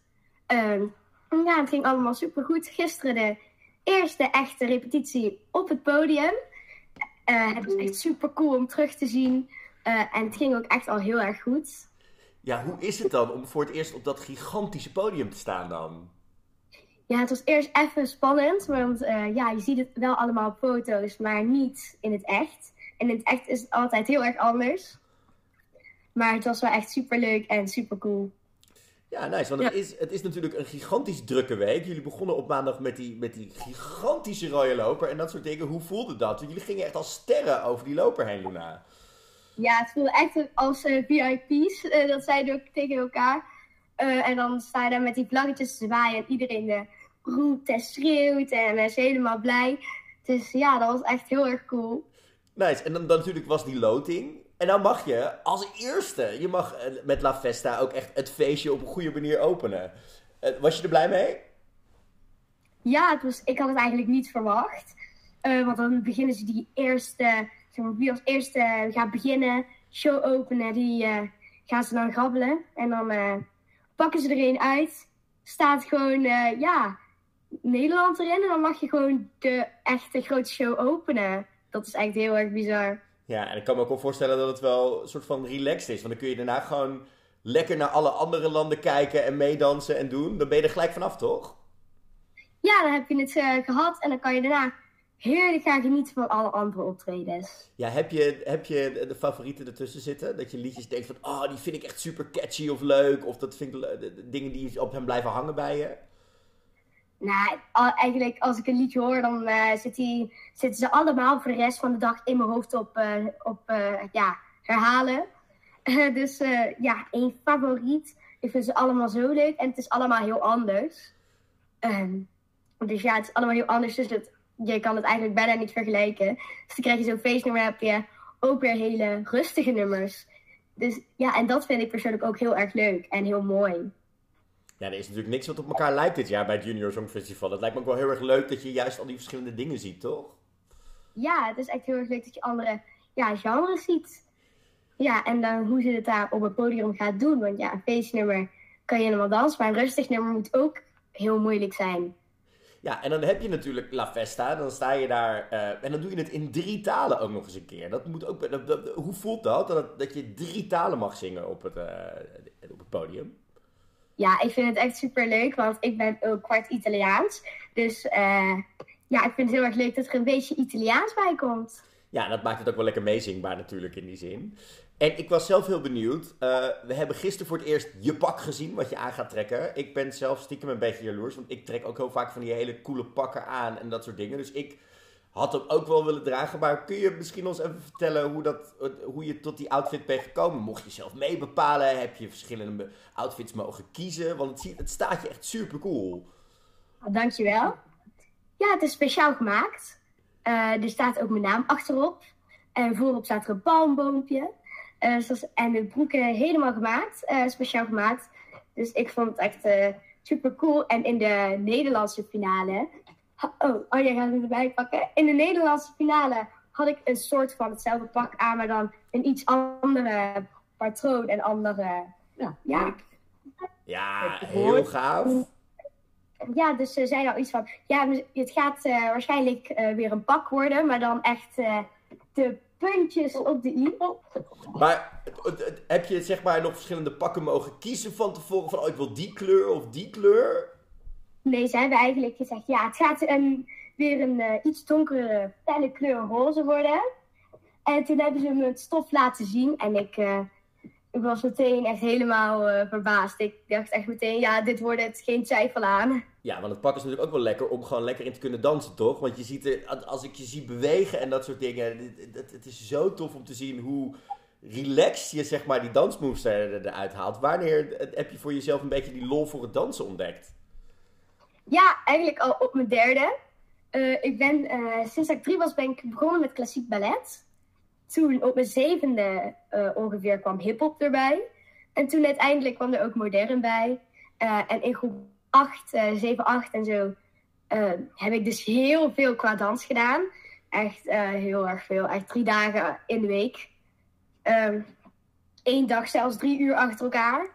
Ja, het ging allemaal super goed. Gisteren de eerste echte repetitie op het podium. Het was echt super cool om terug te zien. En het ging ook echt al heel erg goed. Ja, hoe is het dan om voor het eerst op dat gigantische podium te staan dan? Ja, het was eerst even spannend. Want je ziet het wel allemaal op foto's, maar niet in het echt. En in het echt is het altijd heel erg anders. Maar het was wel echt super leuk en super cool. Ja, nice. Want het is natuurlijk een gigantisch drukke week. Jullie begonnen op maandag met die gigantische rode loper en dat soort dingen. Hoe voelde dat? Want jullie gingen echt als sterren over die loper heen, Luna. Ja, het voelde echt als VIP's. Dat zeiden we ook tegen elkaar. En dan sta je daar met die vlaggetjes te zwaaien en iedereen roept en schreeuwt en is helemaal blij. Dus ja, dat was echt heel erg cool. Nice. En dan natuurlijk was die loting. En dan mag je als eerste, je mag met La Festa ook echt het feestje op een goede manier openen. Was je er blij mee? Ja, ik had het eigenlijk niet verwacht. Want dan beginnen ze die eerste, zeg maar, wie als eerste gaat beginnen, show openen, die gaan ze dan grabbelen. En dan pakken ze er een uit. Staat gewoon, Nederland erin. En dan mag je gewoon de echte grote show openen. Dat is echt heel erg bizar. Ja, en ik kan me ook wel voorstellen dat het wel een soort van relaxed is. Want dan kun je daarna gewoon lekker naar alle andere landen kijken en meedansen en doen. Dan ben je er gelijk vanaf, toch? Ja, dan heb je het gehad en dan kan je daarna heerlijk gaan genieten van alle andere optredens. Ja, heb je de favorieten ertussen zitten? Dat je liedjes denkt van, die vind ik echt super catchy of leuk. Of dat vind ik dingen die op hem blijven hangen bij je? Nou, eigenlijk als ik een liedje hoor, dan zitten ze allemaal voor de rest van de dag in mijn hoofd op herhalen. Dus één favoriet. Ik vind ze allemaal zo leuk en het is allemaal heel anders. Dus ja, het is allemaal heel anders, dus je kan het eigenlijk bijna niet vergelijken. Dus dan krijg je zo'n feestnummer, heb je ook weer hele rustige nummers. Dus ja, en dat vind ik persoonlijk ook heel erg leuk en heel mooi. Ja, er is natuurlijk niks wat op elkaar lijkt dit jaar bij het Junior Songfestival. Het lijkt me ook wel heel erg leuk dat je juist al die verschillende dingen ziet, toch? Ja, het is echt heel erg leuk dat je andere genres ziet. Ja, en dan hoe ze het daar op het podium gaat doen. Want ja, een feestnummer kan je helemaal dansen, maar een rustig nummer moet ook heel moeilijk zijn. Ja, en dan heb je natuurlijk La Festa. Dan sta je daar en dan doe je het in 3 talen ook nog eens een keer. Dat moet ook, hoe voelt dat je 3 talen mag zingen op het podium? Ja, ik vind het echt super leuk, want ik ben ook kwart Italiaans. Dus ik vind het heel erg leuk dat er een beetje Italiaans bij komt. Ja, dat maakt het ook wel lekker meezingbaar natuurlijk in die zin. En ik was zelf heel benieuwd. We hebben gisteren voor het eerst je pak gezien, wat je aan gaat trekken. Ik ben zelf stiekem een beetje jaloers, want ik trek ook heel vaak van die hele coole pakken aan en dat soort dingen. Dus ik had hem ook wel willen dragen. Maar kun je misschien ons even vertellen hoe je tot die outfit bent gekomen? Mocht je zelf mee bepalen? Heb je verschillende outfits mogen kiezen? Want het staat je echt super cool. Dankjewel. Ja, het is speciaal gemaakt. Er staat ook mijn naam achterop. En voorop staat er een palmboompje. En de broeken helemaal gemaakt. Speciaal gemaakt. Dus ik vond het echt super cool. En in de Nederlandse finale... jij gaat het erbij pakken. In de Nederlandse finale had ik een soort van hetzelfde pak aan. Maar dan een iets andere patroon en andere... Ja, heel gaaf. Ja, dus ze zeiden al iets van... Ja, het gaat waarschijnlijk weer een pak worden. Maar dan echt de puntjes op de i. Maar heb je zeg maar nog verschillende pakken mogen kiezen van tevoren? Van, ik wil die kleur of die kleur? Nee, ze hebben eigenlijk gezegd... Ja, het gaat weer een iets donkere, felle kleur roze worden. En toen hebben ze me het stof laten zien. En ik was meteen echt helemaal verbaasd. Ik dacht echt meteen, dit wordt het, geen twijfel aan. Ja, want het pak is natuurlijk ook wel lekker om gewoon lekker in te kunnen dansen, toch? Want je ziet als ik je zie bewegen en dat soort dingen, het is zo tof om te zien hoe relaxed je zeg maar die dansmoves eruit haalt. Wanneer heb je voor jezelf een beetje die lol voor het dansen ontdekt? Ja, eigenlijk al op mijn 3e. Sinds ik 3 was, ben ik begonnen met klassiek ballet. Toen op mijn 7e ongeveer kwam hiphop erbij. En toen uiteindelijk kwam er ook modern bij. En in groep 8, 7, 8 en zo heb ik dus heel veel qua dans gedaan. Echt heel erg veel. Echt 3 dagen in de week. 1 dag zelfs 3 uur achter elkaar.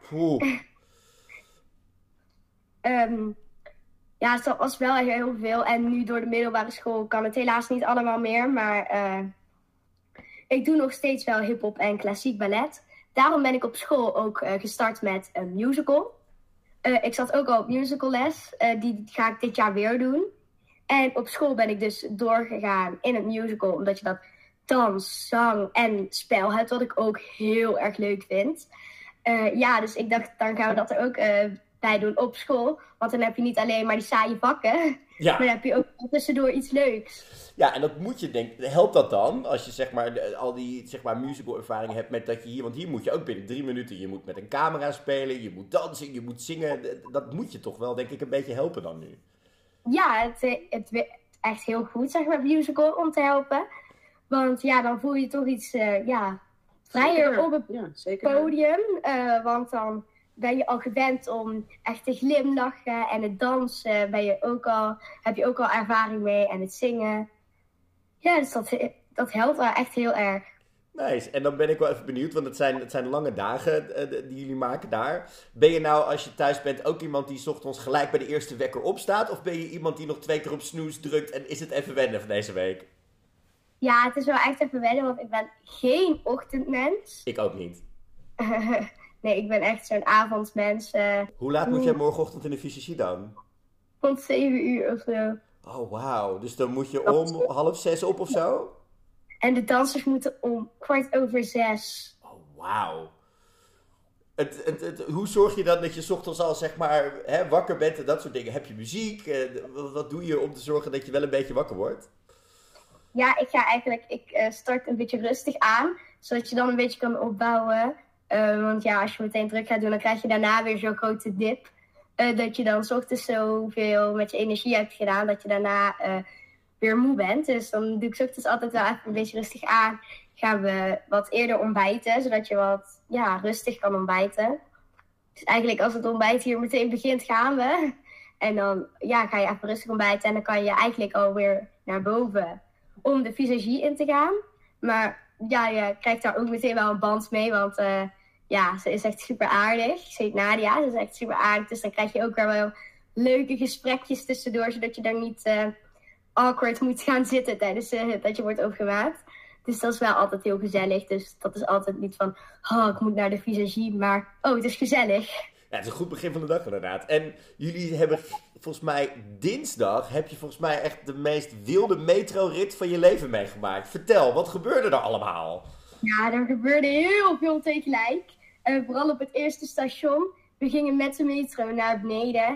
Ja, dat was wel echt heel veel. En nu door de middelbare school kan het helaas niet allemaal meer. Maar ik doe nog steeds wel hiphop en klassiek ballet. Daarom ben ik op school ook gestart met een musical. Ik zat ook al op musicalles. Die ga ik dit jaar weer doen. En op school ben ik dus doorgegaan in het musical. Omdat je dat dans, zang en spel hebt. Wat ik ook heel erg leuk vind. Dus ik dacht, dan gaan we dat er ook bij doen op school. Want dan heb je niet alleen maar die saaie vakken. Ja. Maar dan heb je ook tussendoor iets leuks. Ja, en dat moet je denken. Helpt dat dan? Als je zeg maar al die zeg maar musical ervaring hebt met dat je hier... Want hier moet je ook binnen 3 minuten... Je moet met een camera spelen, je moet dansen, je moet zingen. Dat moet je toch wel, denk ik, een beetje helpen dan nu. Ja, het werkt echt heel goed, zeg maar, musical om te helpen. Want ja, dan voel je toch iets vrijer op het podium. Want dan ben je al gewend om echt te glimlachen. En het dansen heb je ook al ervaring mee. En het zingen. Ja, dus dat helpt wel echt heel erg. Nice. En dan ben ik wel even benieuwd, want het zijn lange dagen die jullie maken daar. Ben je nou, als je thuis bent, ook iemand die 's ochtends gelijk bij de eerste wekker opstaat? Of ben je iemand die nog 2 keer op snooze drukt en is het even wennen van deze week? Ja, het is wel echt even wennen, want ik ben geen ochtendmens. Ik ook niet. Nee, ik ben echt zo'n avondmens. Hoe laat moet jij morgenochtend in de fysiologie dan? Rond 7 uur of zo. Oh, wauw. Dus dan moet je om 5:30 op of zo? En de dansers moeten om 5:15. Oh, wauw. Hoe zorg je dan dat je 's ochtends al zeg maar wakker bent en dat soort dingen? Heb je muziek? Wat doe je om te zorgen dat je wel een beetje wakker wordt? Ja, ik start een beetje rustig aan. Zodat je dan een beetje kan opbouwen. Want ja, als je meteen druk gaat doen, dan krijg je daarna weer zo'n grote dip. Dat je dan 's ochtends zoveel met je energie hebt gedaan, dat je daarna weer moe bent. Dus dan doe ik 's ochtends altijd wel even een beetje rustig aan. Gaan we wat eerder ontbijten, zodat je wat rustig kan ontbijten. Dus eigenlijk als het ontbijt hier meteen begint, gaan we. En dan ga je even rustig ontbijten en dan kan je eigenlijk alweer naar boven om de visagie in te gaan. Maar ja, je krijgt daar ook meteen wel een band mee, want ze is echt super aardig. Ze heet Nadia, ze is echt super aardig. Dus dan krijg je ook wel leuke gesprekjes tussendoor, zodat je dan niet awkward moet gaan zitten tijdens dat je wordt opgemaakt. Dus dat is wel altijd heel gezellig. Dus dat is altijd niet van, ik moet naar de visagie, maar het is gezellig. Ja, het is een goed begin van de dag inderdaad. En jullie hebben volgens mij dinsdag, heb je volgens mij echt de meest wilde metrorit van je leven meegemaakt. Vertel, wat gebeurde er allemaal? Ja, er gebeurde heel veel tegelijk. Vooral op het eerste station. We gingen met de metro naar beneden.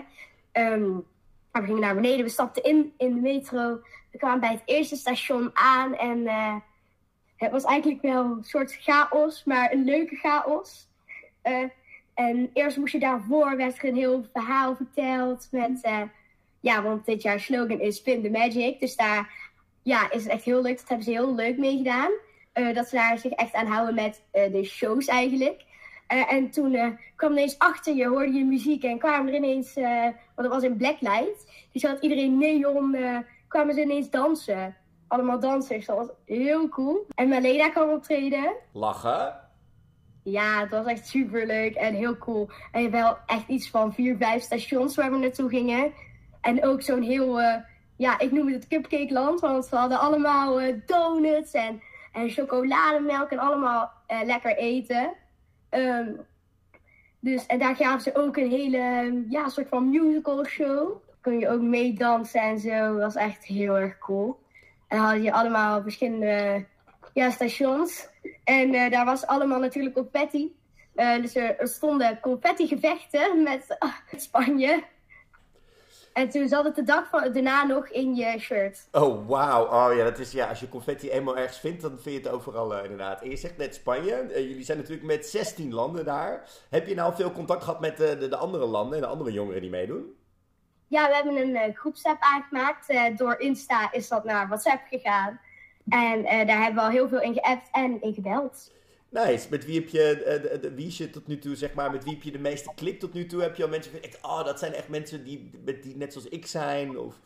We stapten in de metro. We kwamen bij het eerste station aan en het was eigenlijk wel een soort chaos, maar een leuke chaos. En eerst moest je daarvoor, werd er een heel verhaal verteld met, want dit jaar slogan is Spin the Magic. Dus daar is het echt heel leuk, dat hebben ze heel leuk meegedaan. Dat ze daar zich echt aan houden met de shows eigenlijk. En toen kwam ineens achter je, hoorde je muziek en kwamen er ineens, want het was in blacklight. Dus had iedereen neon, kwamen ze ineens dansen. Allemaal dansers, dat was heel cool. En Malena kwam optreden. Lachen? Ja, het was echt super leuk en heel cool. En wel echt iets van 4, 5 stations waar we naartoe gingen. En ook zo'n heel, ik noem het cupcake land. Want we hadden allemaal donuts en chocolademelk en allemaal lekker eten. En daar gaven ze ook een hele, soort van musical show. Kon je ook meedansen en zo. Dat was echt heel erg cool. En dan hadden je allemaal verschillende stations. En daar was allemaal natuurlijk confetti. Dus er stonden confetti-gevechten met Spanje. En toen zat het de dag daarna nog in je shirt. Oh, wauw. Oh ja, dat is, als je confetti eenmaal ergens vindt, dan vind je het overal inderdaad. En je zegt net Spanje. Jullie zijn natuurlijk met 16 landen daar. Heb je nou veel contact gehad met de andere landen en de andere jongeren die meedoen? Ja, we hebben een groepsapp aangemaakt. Door Insta is dat naar WhatsApp gegaan. En daar hebben we al heel veel in geappt en in gebeld. Nice. Met wie heb je, wie is je tot nu toe, zeg maar, met wie heb je de meeste klik tot nu toe? Heb je al mensen van, dat zijn echt mensen die net zoals ik zijn? Of...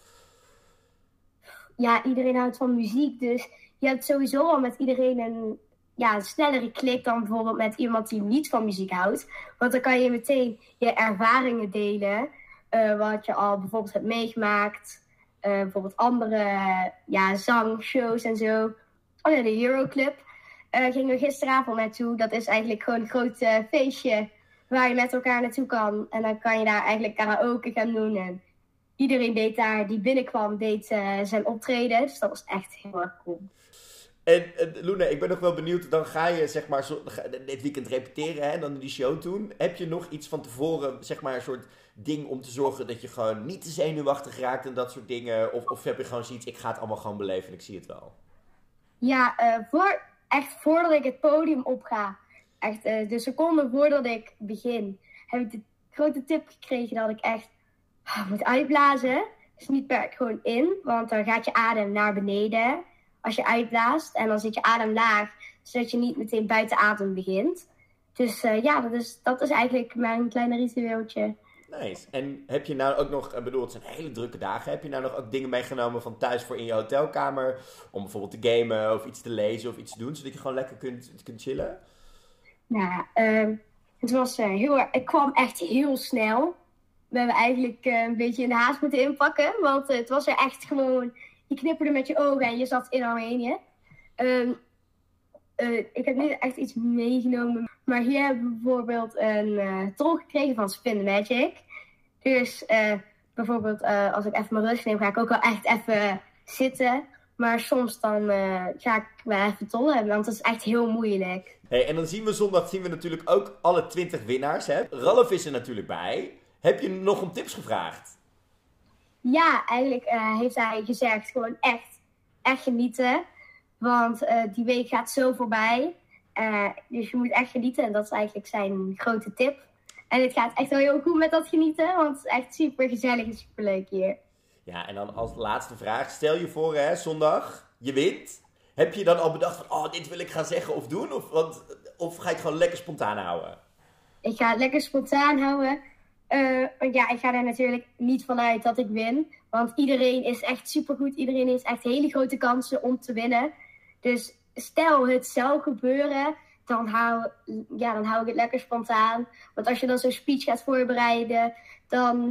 Ja, iedereen houdt van muziek, dus je hebt sowieso al met iedereen een snellere klik dan bijvoorbeeld met iemand die niet van muziek houdt. Want dan kan je meteen je ervaringen delen, wat je al bijvoorbeeld hebt meegemaakt. Bijvoorbeeld andere zangshows en zo. Oh ja, de Hero Club gingen we gisteravond naartoe. Dat is eigenlijk gewoon een groot feestje waar je met elkaar naartoe kan. En dan kan je daar eigenlijk karaoke gaan doen. En iedereen die binnenkwam, deed zijn optreden. Dus dat was echt heel erg cool. En Luna, ik ben nog wel benieuwd. Dan ga je zeg maar dit weekend repeteren en dan die show doen. Heb je nog iets van tevoren, zeg maar een soort ding om te zorgen dat je gewoon niet te zenuwachtig raakt en dat soort dingen? Of heb je gewoon zoiets, ik ga het allemaal gewoon beleven en ik zie het wel? Ja, voordat ik het podium opga, echt de seconde voordat ik begin, heb ik de grote tip gekregen dat ik echt moet uitblazen. Dus niet gewoon in, want dan gaat je adem naar beneden als je uitblaast. En dan zit je adem laag, zodat je niet meteen buiten adem begint. Dus dat is eigenlijk mijn kleine ritueeltje. Nice. En heb je nou ook nog, het zijn hele drukke dagen, heb je nou nog ook dingen meegenomen van thuis voor in je hotelkamer? Om bijvoorbeeld te gamen of iets te lezen of iets te doen, zodat je gewoon lekker kunt chillen? Nou, het was het kwam echt heel snel. We hebben eigenlijk een beetje in de haast moeten inpakken, want het was er echt gewoon, je knipperde met je ogen en je zat in Armenië. Ik heb niet echt iets meegenomen. Maar hier hebben we bijvoorbeeld een tol gekregen van Spin the Magic. Dus bijvoorbeeld als ik even mijn rust neem, ga ik ook wel echt even zitten. Maar soms dan ga ik wel even tollen, want dat is echt heel moeilijk. Hey, en dan zien we zondag natuurlijk ook alle 20 winnaars. Hè? Ralf is er natuurlijk bij. Heb je nog om tips gevraagd? Ja, eigenlijk heeft hij gezegd gewoon echt genieten. Want die week gaat zo voorbij. Dus je moet echt genieten. En dat is eigenlijk zijn grote tip. En het gaat echt wel heel goed met dat genieten. Want het is echt super gezellig en super leuk hier. Ja, en dan als laatste vraag. Stel je voor, hè, zondag, je wint. Heb je dan al bedacht van, dit wil ik gaan zeggen of doen? Of ga je het gewoon lekker spontaan houden? Ik ga het lekker spontaan houden. Want ik ga er natuurlijk niet vanuit dat ik win. Want iedereen is echt supergoed. Iedereen heeft echt hele grote kansen om te winnen. Dus stel het zou gebeuren, dan hou ik het lekker spontaan. Want als je dan zo'n speech gaat voorbereiden, dan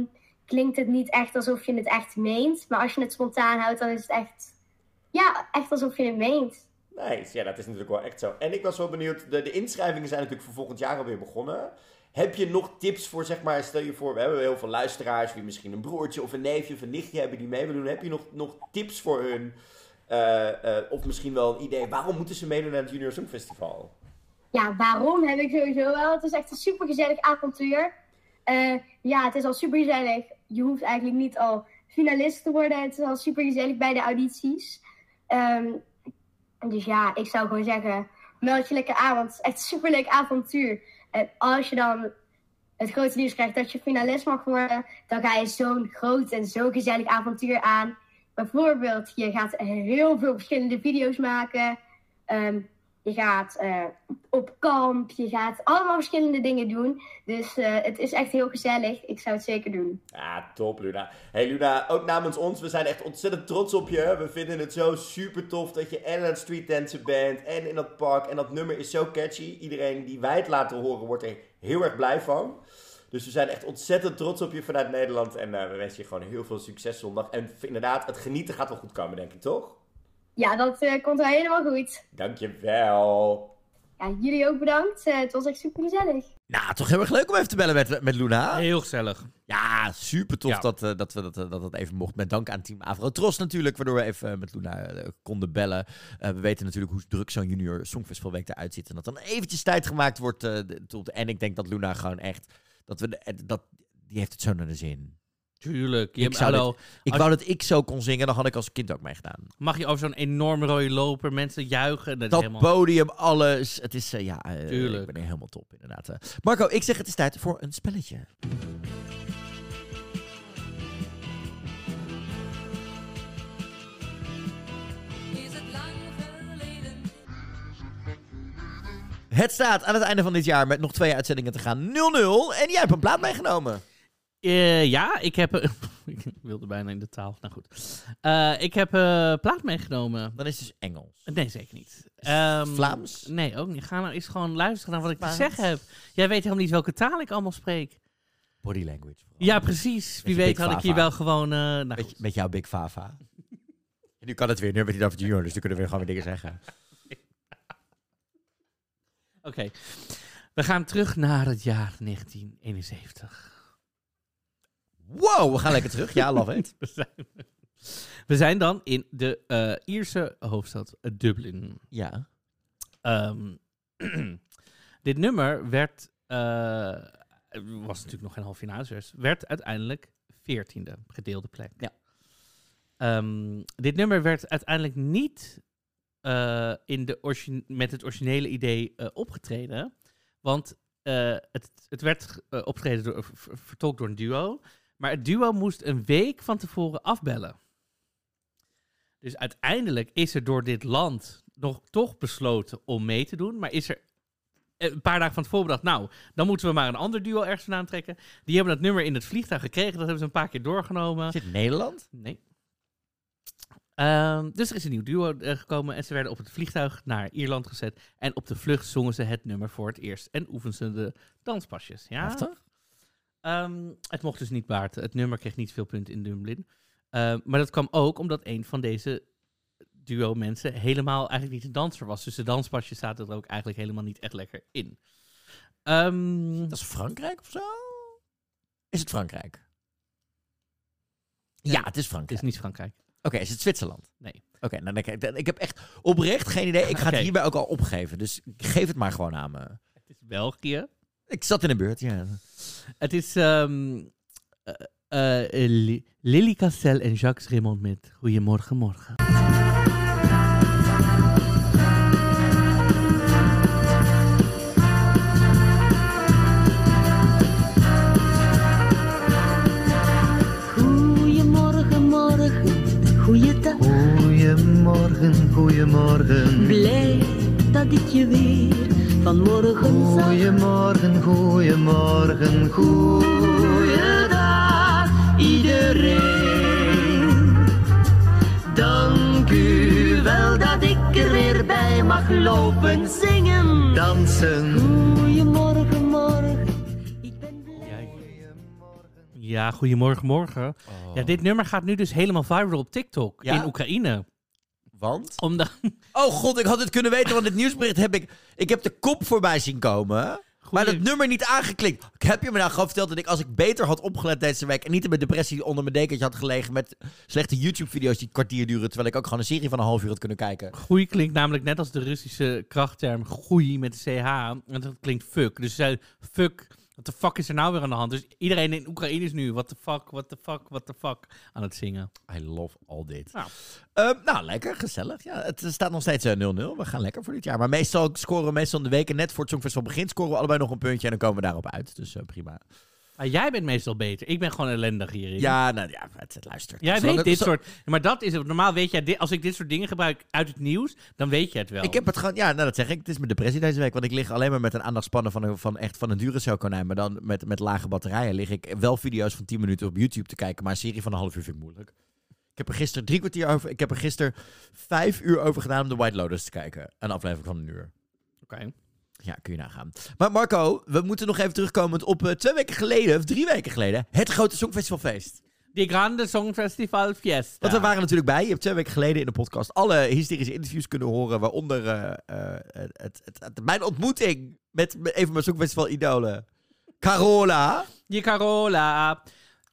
klinkt het niet echt alsof je het echt meent. Maar als je het spontaan houdt, dan is het echt alsof je het meent. Nice, ja, dat is natuurlijk wel echt zo. En ik was wel benieuwd, de inschrijvingen zijn natuurlijk voor volgend jaar alweer begonnen. Heb je nog tips voor, zeg maar, stel je voor, we hebben heel veel luisteraars, die misschien een broertje of een neefje of een nichtje hebben die mee willen doen. Heb je nog tips voor hun? Of misschien wel een idee, waarom moeten ze meedoen aan het Junior Songfestival? Ja, waarom heb ik sowieso wel. Het is echt een supergezellig avontuur. Het is al supergezellig. Je hoeft eigenlijk niet al finalist te worden. Het is al supergezellig bij de audities. Dus ja, ik zou gewoon zeggen, meld je lekker aan, want het is echt een superleuk avontuur. En als je dan het grote nieuws krijgt dat je finalist mag worden, dan ga je zo'n groot en zo gezellig avontuur aan. Bijvoorbeeld, je gaat heel veel verschillende video's maken. Je gaat op kamp. Je gaat allemaal verschillende dingen doen. Dus het is echt heel gezellig. Ik zou het zeker doen. Ja, top Luna. Hey Luna, ook namens ons, we zijn echt ontzettend trots op je. We vinden het zo super tof dat je en aan het streetdansen bent en in dat park. En dat nummer is zo catchy. Iedereen die wij het laten horen wordt er heel erg blij van. Dus we zijn echt ontzettend trots op je vanuit Nederland. En we wensen je gewoon heel veel succes zondag. En inderdaad, het genieten gaat wel goed komen, denk ik, toch? Ja, dat komt wel helemaal goed. Dankjewel. Ja, jullie ook bedankt. Het was echt super gezellig. Nou, toch heel erg leuk om even te bellen met Luna. Heel gezellig. Ja, super tof dat we dat even mochten. Met dank aan Team Avrotros natuurlijk, waardoor we even met Luna konden bellen. We weten natuurlijk hoe druk zo'n Junior Songfestivalweek eruit ziet. En dat dan eventjes tijd gemaakt wordt. En ik denk dat Luna gewoon echt... die heeft het zo naar de zin. Tuurlijk. Ik wou dat ik zo kon zingen, dan had ik als kind ook meegedaan. Mag je over zo'n enorme rode loper, mensen juichen. Dat helemaal... podium, alles. Het is, tuurlijk. Ik ben helemaal top, inderdaad. Marco, ik zeg het is tijd voor een spelletje. Het staat aan het einde van dit jaar met nog 2 uitzendingen te gaan 0-0. En jij hebt een plaat meegenomen. Ja, ik heb... ik wilde bijna in de taal. Nou goed. Ik heb plaat meegenomen. Dan is het dus Engels. Nee, zeker niet. Vlaams? Nee, ook niet. Ga nou eens gewoon luisteren naar wat ik te zeggen heb. Jij weet helemaal niet welke taal ik allemaal spreek. Body language. Vooral. Ja, precies. Wie weet had ik hier wel gewoon... met jouw Big Fava. En nu kan het weer. Nu hebben we het over Junior, dus nu kunnen we gewoon weer dingen zeggen. Oké. We gaan terug naar het jaar 1971. Wow, we gaan lekker terug. Ja, love it. We zijn dan in de Ierse hoofdstad Dublin. Ja. Dit nummer werd... was natuurlijk nog geen halve finale, werd uiteindelijk 14e, gedeelde plek. Ja. Dit nummer werd uiteindelijk niet met het originele idee opgetreden. Want het werd vertolkt door een duo. Maar het duo moest een week van tevoren afbellen. Dus uiteindelijk is er door dit land nog toch besloten om mee te doen. Maar is er een paar dagen van tevoren bedacht, nou, dan moeten we maar een ander duo ergens vandaan trekken. Die hebben dat nummer in het vliegtuig gekregen. Dat hebben ze een paar keer doorgenomen. Is het Nederland? Nee. Dus er is een nieuw duo gekomen en ze werden op het vliegtuig naar Ierland gezet. En op de vlucht zongen ze het nummer voor het eerst en oefenden ze de danspasjes. Ja? Heftig? Het mocht dus niet baarten. Het nummer kreeg niet veel punten in Dublin. Maar dat kwam ook omdat een van deze duo mensen helemaal eigenlijk niet een danser was. Dus de danspasjes zaten er ook eigenlijk helemaal niet echt lekker in. Dat is Frankrijk of zo? Is het Frankrijk? Ja, het is Frankrijk. Het is niet Frankrijk. Oké, is het Zwitserland? Nee. Oké, ik heb echt oprecht geen idee. Ik ga het hierbij ook al opgeven. Dus geef het maar gewoon aan me. Het is België. Ik zat in de buurt, ja. Het is Lily Castel en Jacques Raymond met Goedemorgen, morgen. Goedemorgen, morgen, goeiedag. Goedemorgen, goedemorgen. Blij dat ik je weer vanmorgen zag. Goedemorgen, goedemorgen, goeiedag iedereen. Dank u wel dat ik er weer bij mag lopen, zingen, dansen. Goedemorgen, morgen. Ik ben blij. Ja, goedemorgen. Oh. Ja, dit nummer gaat nu dus helemaal viral op TikTok in Oekraïne. Want? Oh god, ik had het kunnen weten, want dit nieuwsbericht heb ik heb de kop voorbij zien komen. Maar dat nummer niet aangeklikt. Heb je me nou gewoon verteld dat als ik beter had opgelet deze week en niet in mijn depressie onder mijn dekentje had gelegen met slechte YouTube-video's die kwartier duren, terwijl ik ook gewoon een serie van een half uur had kunnen kijken. Goeie klinkt namelijk net als de Russische krachtterm goeie met de CH. En dat klinkt fuck. Dus zei fuck, what the fuck is er nou weer aan de hand? Dus iedereen in Oekraïne is nu what the fuck aan het zingen. I love all dit. Nou, lekker, gezellig. Ja, het staat nog steeds 0-0. We gaan lekker voor dit jaar. Maar meestal scoren we in de weken net voor het Songfestival begint, scoren we allebei nog een puntje en dan komen we daarop uit. Dus prima. Jij bent meestal beter. Ik ben gewoon ellendig hierin. Ja, nou ja, het luistert. Jij weet dit soort... Maar dat is het. Normaal weet jij... Als ik dit soort dingen gebruik uit het nieuws, dan weet je het wel. Ik heb het gewoon... Ja, nou dat zeg ik. Het is mijn depressie deze week. Want ik lig alleen maar met een aandachtspannen van een Duracell-konijn. Maar dan met lage batterijen lig ik wel video's van 10 minuten op YouTube te kijken. Maar een serie van een half uur vind ik moeilijk. Ik heb er gisteren 3 kwartier over... Ik heb er gisteren 5 uur over gedaan om The White Lotus te kijken. Een aflevering van 1 uur. Oké. Ja, kun je nagaan. Maar Marco, we moeten nog even terugkomen op 2 weken geleden, of 3 weken geleden, het grote Songfestivalfeest. Die Grande Songfestival Fiesta. Want we waren natuurlijk bij. Je hebt 2 weken geleden in de podcast alle hysterische interviews kunnen horen, waaronder mijn ontmoeting met een van mijn Songfestival-idolen, Carola. Die Carola.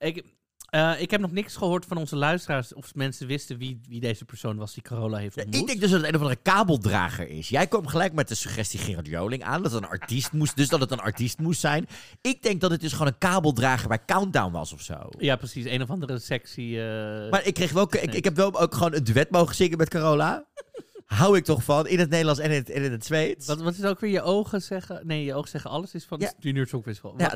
Ik heb nog niks gehoord van onze luisteraars of mensen wisten wie deze persoon was die Carola heeft ontmoet. Ik denk dus dat het een of andere kabeldrager is. Jij kwam gelijk met de suggestie Gerard Joling aan, dat het een artiest moest, dus dat het een artiest moest zijn. Ik denk dat het dus gewoon een kabeldrager bij Countdown was of zo. Ja, precies. Een of andere sexy... Maar ik heb wel ook gewoon een duet mogen zingen met Carola. Hou ik toch van, in het Nederlands en in het Zweeds. Wat is ook weer je ogen zeggen? Nee, je ogen zeggen alles is van het Junior Songfestival. Ja,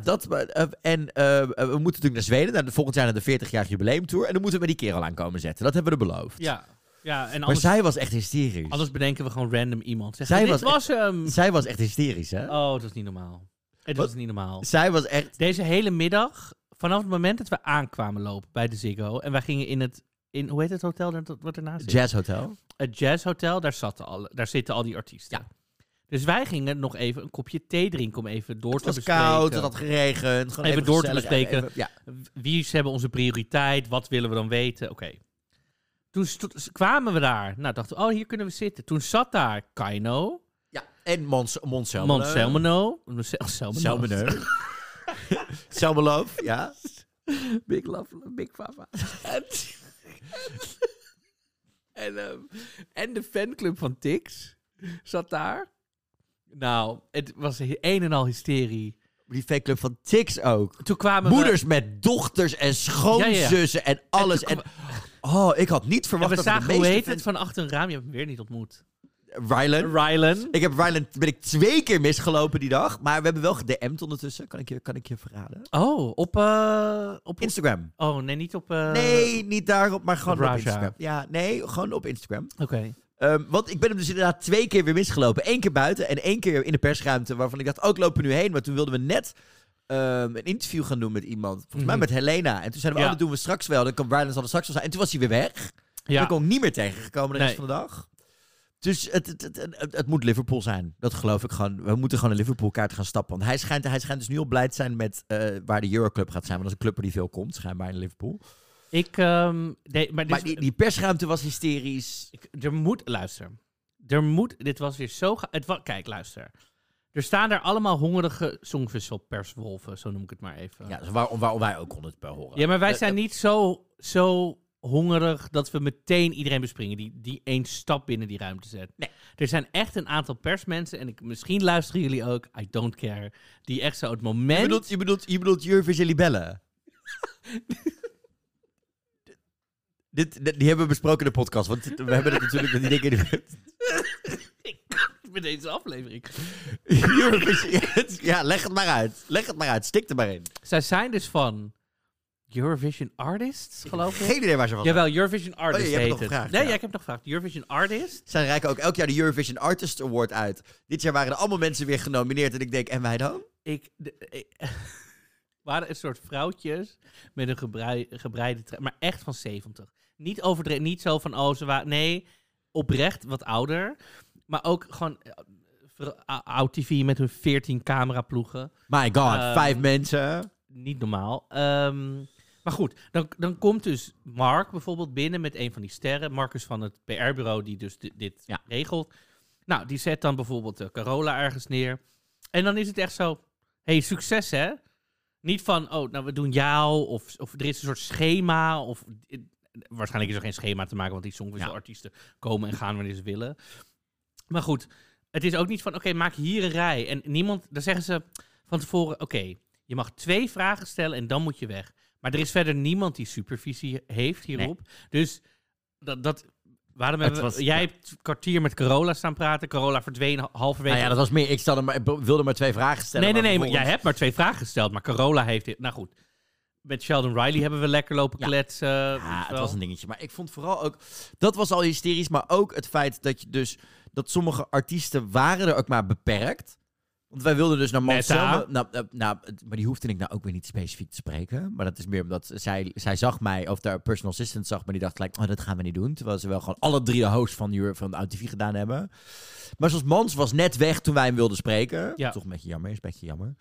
we moeten natuurlijk naar Zweden, volgend jaar naar de 40-jarige jubileumtour. En dan moeten we die kerel aan komen zetten. Dat hebben we er beloofd. Ja, en anders, maar zij was echt hysterisch. Anders bedenken we gewoon random iemand. Zij was echt hysterisch, hè? Oh, dat is niet normaal. Het was niet normaal. Zij was echt... Deze hele middag, vanaf het moment dat we aankwamen lopen bij de Ziggo. En wij gingen hoe heet het hotel wat ernaast zit? Jazz Hotel. Het Jazz Hotel, daar zitten al die artiesten. Ja. Dus wij gingen nog even een kopje thee drinken om even door te bespreken. Het was koud, het had geregend. Gewoon even door te bespreken. Wie hebben onze prioriteit? Wat willen we dan weten? Oké. Toen kwamen we daar. Nou, dachten we, hier kunnen we zitten. Toen zat daar Kaino. Ja, en Monselmano. Selmeloof, ja. Big love, big papa. En de fanclub van Tix zat daar. Nou, het was een en al hysterie. Die fanclub van Tix ook. Toen kwamen moeders met dochters en schoonzussen en alles. Ik had niet verwacht dat zagen, hoe heet het, van achter een raam. Je hebt hem weer niet ontmoet. Rylan. Ik heb Rylan, ben ik 2 keer misgelopen die dag. Maar we hebben wel gedM'd ondertussen. Kan ik je verraden? Oh, op Instagram. Oh, nee, niet op... Nee, niet daarop, maar gewoon op Instagram. Ja, nee, gewoon op Instagram. Oké. Want ik ben hem dus inderdaad 2 keer weer misgelopen. 1 keer buiten en 1 keer in de persruimte. Waarvan ik dacht, ik loop er nu heen. Maar toen wilden we net een interview gaan doen met iemand. Volgens mij met Helena. En toen zeiden we, dat doen we straks wel. Dan kan Rylan zal er straks wel zijn. En toen was hij weer weg. Ja. Toen kon ik niet meer tegengekomen de rest van de dag. Dus het moet Liverpool zijn. Dat geloof ik gewoon. We moeten gewoon een Liverpool-kaart gaan stappen. Want hij schijnt dus nu al blij te zijn met waar de Euroclub gaat zijn. Want dat is een club waar die veel komt, schijnbaar in Liverpool. Maar die persruimte was hysterisch. Dit was weer zo... Kijk, luister. Er staan daar allemaal hongerige Songfestival-perswolven, zo noem ik het maar even. Ja, waarom wij ook 100 per horen. Ja, maar wij zijn niet zo hongerig dat we meteen iedereen bespringen die 1 stap binnen die ruimte zet. Nee. Er zijn echt een aantal persmensen, en misschien luisteren jullie ook, I don't care, die echt zo het moment... Je bedoelt Eurovision Libellen? Die hebben we besproken in de podcast, want we hebben het natuurlijk met die dingen... Met deze aflevering. Ja, leg het maar uit. Stik er maar in. Zij zijn dus van Eurovision Artists, geloof ik. Geen idee waar ze van zijn. Jawel, Eurovision Artists heet het. Gevraagd, nee, ik heb nog gevraagd. Eurovision Artists. Zij reiken ook elk jaar de Eurovision Artist Award uit. Dit jaar waren er allemaal mensen weer genomineerd. En ik denk, en wij dan? Waren een soort vrouwtjes met een gebreide trui, maar echt van 70. Niet overdreven, niet zo van, ze waren... Nee, oprecht wat ouder. Maar ook gewoon oud TV met hun 14 cameraploegen. My god, 5 mensen. niet normaal. Maar goed, dan komt dus Mark bijvoorbeeld binnen met een van die sterren. Marcus van het PR-bureau die dus dit regelt. Nou, die zet dan bijvoorbeeld Carola ergens neer. En dan is het echt zo, hey, succes hè? Niet van, we doen jou, of er is een soort schema, of waarschijnlijk is er geen schema te maken, want die songfestivalartiesten komen en gaan wanneer ze willen. Maar goed, het is ook niet van, oké, maak hier een rij. En niemand, dan zeggen ze van tevoren, oké, je mag 2 vragen stellen en dan moet je weg. Maar er is verder niemand die supervisie heeft hierop. Nee. Dus jij hebt een kwartier met Carola staan praten. Carola verdween halverwege. Nou ja, dat was meer. Ik wilde maar 2 vragen stellen. Nee, maar jij hebt maar 2 vragen gesteld. Maar Carola heeft... Nou goed, met Sheldon Riley hebben we lekker lopen kletsen. Ja, het was een dingetje. Maar ik vond vooral ook... Dat was al hysterisch. Maar ook het feit dat sommige artiesten waren er ook maar beperkt. Want wij wilden dus naar Marcel. Maar die hoefde ik nou ook weer niet specifiek te spreken. Maar dat is meer omdat zij zag mij, of de personal assistant zag me, die dacht gelijk, dat gaan we niet doen. Terwijl ze wel gewoon alle 3 hosts van OutTV gedaan hebben. Maar zoals Mans was net weg toen wij hem wilden spreken. Ja. Toch een beetje jammer.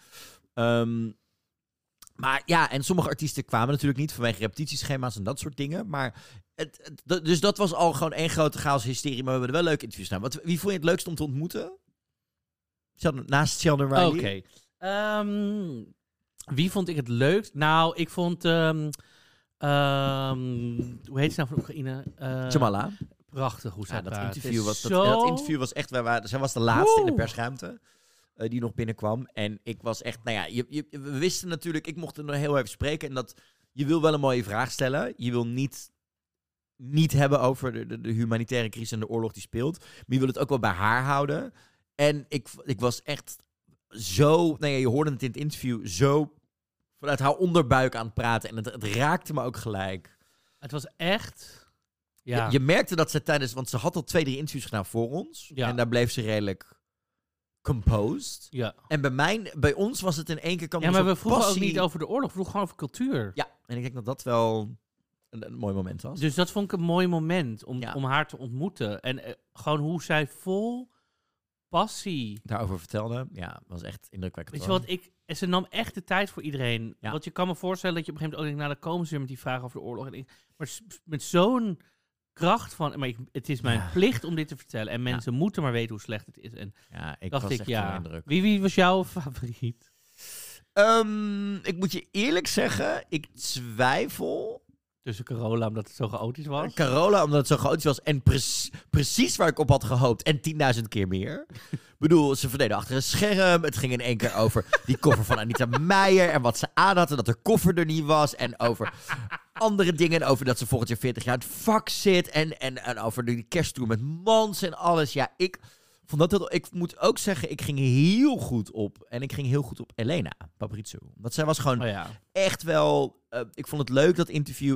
Maar ja, en sommige artiesten kwamen natuurlijk niet vanwege repetitieschema's en dat soort dingen. Maar dus dat was al gewoon één grote chaos hysterie. Maar we hebben er wel leuke interviews gedaan. Wie vond je het leukst om te ontmoeten? Naast Sheldon Riley? Oké. Wie vond ik het leukst? Nou, ik vond... hoe heet ze nou van Oekraïne? Jamala. Prachtig hoe zij dat praat. Dat interview was echt... Zij was de laatste in de persruimte die nog binnenkwam. En ik was echt... Nou ja, we wisten natuurlijk... Ik mocht er nog heel even spreken. En dat... Je wil wel een mooie vraag stellen. Je wil niet hebben over de humanitaire crisis en de oorlog die speelt. Maar je wil het ook wel bij haar houden. En ik was echt zo... Nou ja, je hoorde het in het interview. Zo vanuit haar onderbuik aan het praten. En het raakte me ook gelijk. Het was echt... Ja. Je merkte dat ze want ze had al 2-3 interviews gedaan voor ons. Ja. En daar bleef ze redelijk composed. Ja. En bij ons was het in één keer... maar we vroegen ook niet over de oorlog. We vroegen gewoon over cultuur. Ja, en ik denk dat wel een mooi moment was. Dus dat vond ik een mooi moment om haar te ontmoeten. En gewoon hoe zij vol passie daarover vertelde. Ja, was echt indrukwekkend. Weet je wat, ze nam echt de tijd voor iedereen. Ja. Want je kan me voorstellen dat je op een gegeven moment ook denkt, dan komen ze weer met die vragen over de oorlog. Maar met zo'n kracht van, maar het is mijn plicht om dit te vertellen. En mensen moeten maar weten hoe slecht het is. En ik dacht was echt onder indruk. Wie was jouw favoriet? Ik moet je eerlijk zeggen, ik twijfel... Tussen Carola, omdat het zo chaotisch was? Carola, omdat het zo chaotisch was. En precies waar ik op had gehoopt. En 10.000 keer meer. Ik bedoel, ze verdeden achter een scherm. Het ging in één keer over die koffer van Anita Meijer. En wat ze aan had. En dat de koffer er niet was. En over andere dingen. En over dat ze volgend jaar 40 jaar in het vak zit. En over die kersttour met Mans en alles. Ja, ik moet ook zeggen, ik ging heel goed op. En ik ging heel goed op Elena Paparizou. Want zij was gewoon echt wel... ik vond het leuk, dat interview.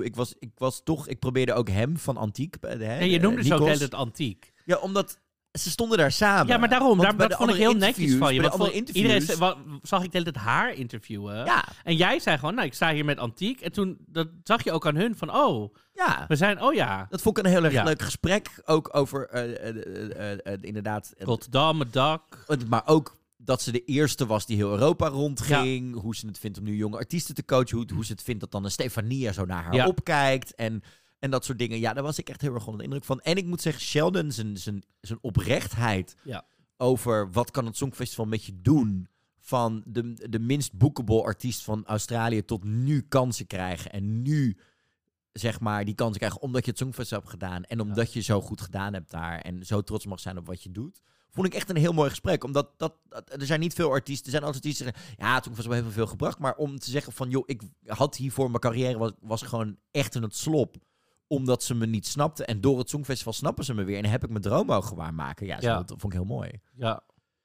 Ik probeerde ook hem van Antiek. En je noemde ze ook het Antiek. Ja, omdat ze stonden daar samen. Ja, maar daarom. Dat vond ik heel netjes van je. Iedereen zag ik de hele tijd haar interviewen. Ja. En jij zei gewoon, ik sta hier met Antiek. En toen dat zag je ook aan hun van, we zijn, Dat vond ik een heel erg leuk gesprek. Ook over, inderdaad... Rotterdam, het dak. Maar ook dat ze de eerste was die heel Europa rondging. Ja. Hoe ze het vindt om nu jonge artiesten te coachen. Hoe ze het vindt dat dan een Stefania zo naar haar opkijkt. En dat soort dingen. Ja, daar was ik echt heel erg onder de indruk van. En ik moet zeggen, Sheldon, zijn oprechtheid over wat kan het Songfestival met je doen. Van de minst boekable artiest van Australië tot nu kansen krijgen. En nu, zeg maar, die kansen krijgen omdat je het Songfestival hebt gedaan. En omdat je zo goed gedaan hebt daar. En zo trots mag zijn op wat je doet. Vond ik echt een heel mooi gesprek. Omdat er zijn niet veel artiesten. Er zijn altijd artiesten die zeggen, het Songfestival heeft veel gebracht. Maar om te zeggen van, ik had hiervoor mijn carrière was gewoon echt in het slop. Omdat ze me niet snapten. En door het Songfestival snappen ze me weer. En heb ik mijn droom mogen waarmaken. Ja, dat vond ik heel mooi. Ja.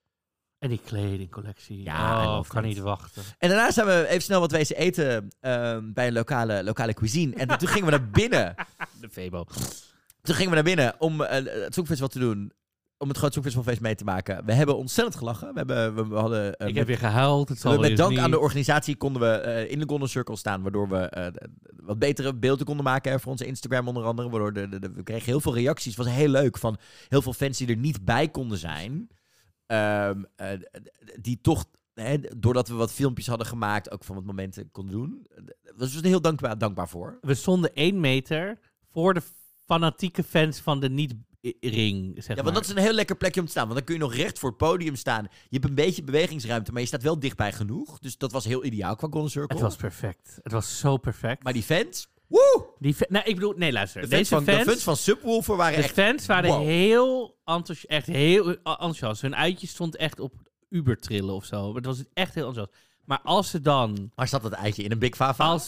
En die kledingcollectie. Ja, kan niet wachten. En daarna zijn we even snel wat wezen eten bij een lokale cuisine. En toen gingen we naar binnen. De Febo. Toen gingen we naar binnen om het Songfestival te doen. Om het groot Songfestivalfeest mee te maken. We hebben ontzettend gelachen. We hadden... ik heb weer gehuild. Met dank aan de organisatie konden we in de Golden Circle staan. Waardoor we wat betere beelden konden maken. Voor onze Instagram onder andere. Waardoor we kregen heel veel reacties. Het was heel leuk. Van heel veel fans die er niet bij konden zijn. Die toch doordat we wat filmpjes hadden gemaakt, ook van wat momenten konden doen. Was dus heel dankbaar voor. We stonden 1 meter voor de fanatieke fans van de niet-ring, zeg maar. Ja, want dat is een heel lekker plekje om te staan. Want dan kun je nog recht voor het podium staan. Je hebt een beetje bewegingsruimte, maar je staat wel dichtbij genoeg. Dus dat was heel ideaal qua Golden Circle. Het was perfect. Het was zo perfect. Maar die fans... Woe! Ik bedoel, nee, luister. De fans van Subwoofer waren echt... De fans waren heel enthousiast. Hun uitje stond echt op Uber trillen of zo. Het was echt heel enthousiast. Maar als ze dan... Waar zat dat eitje? In een Big Fava?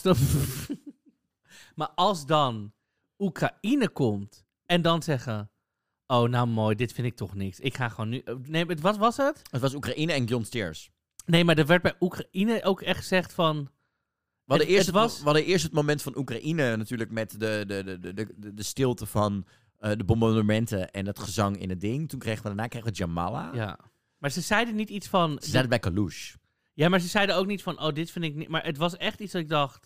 Maar als dan Oekraïne komt en dan zeggen... Oh, nou mooi, dit vind ik toch niks. Ik ga gewoon nu... Nee, wat was het? Het was Oekraïne en John Steers. Nee, maar er werd bij Oekraïne ook echt gezegd van... We hadden eerst het moment van Oekraïne natuurlijk met de stilte van de bombardementen en het gezang in het ding. Daarna kregen we Jamala. Ja. Maar ze zeiden niet iets van... Ze zeiden bij Kalush. Ja, maar ze zeiden ook niet van, oh, dit vind ik niet... Maar het was echt iets dat ik dacht...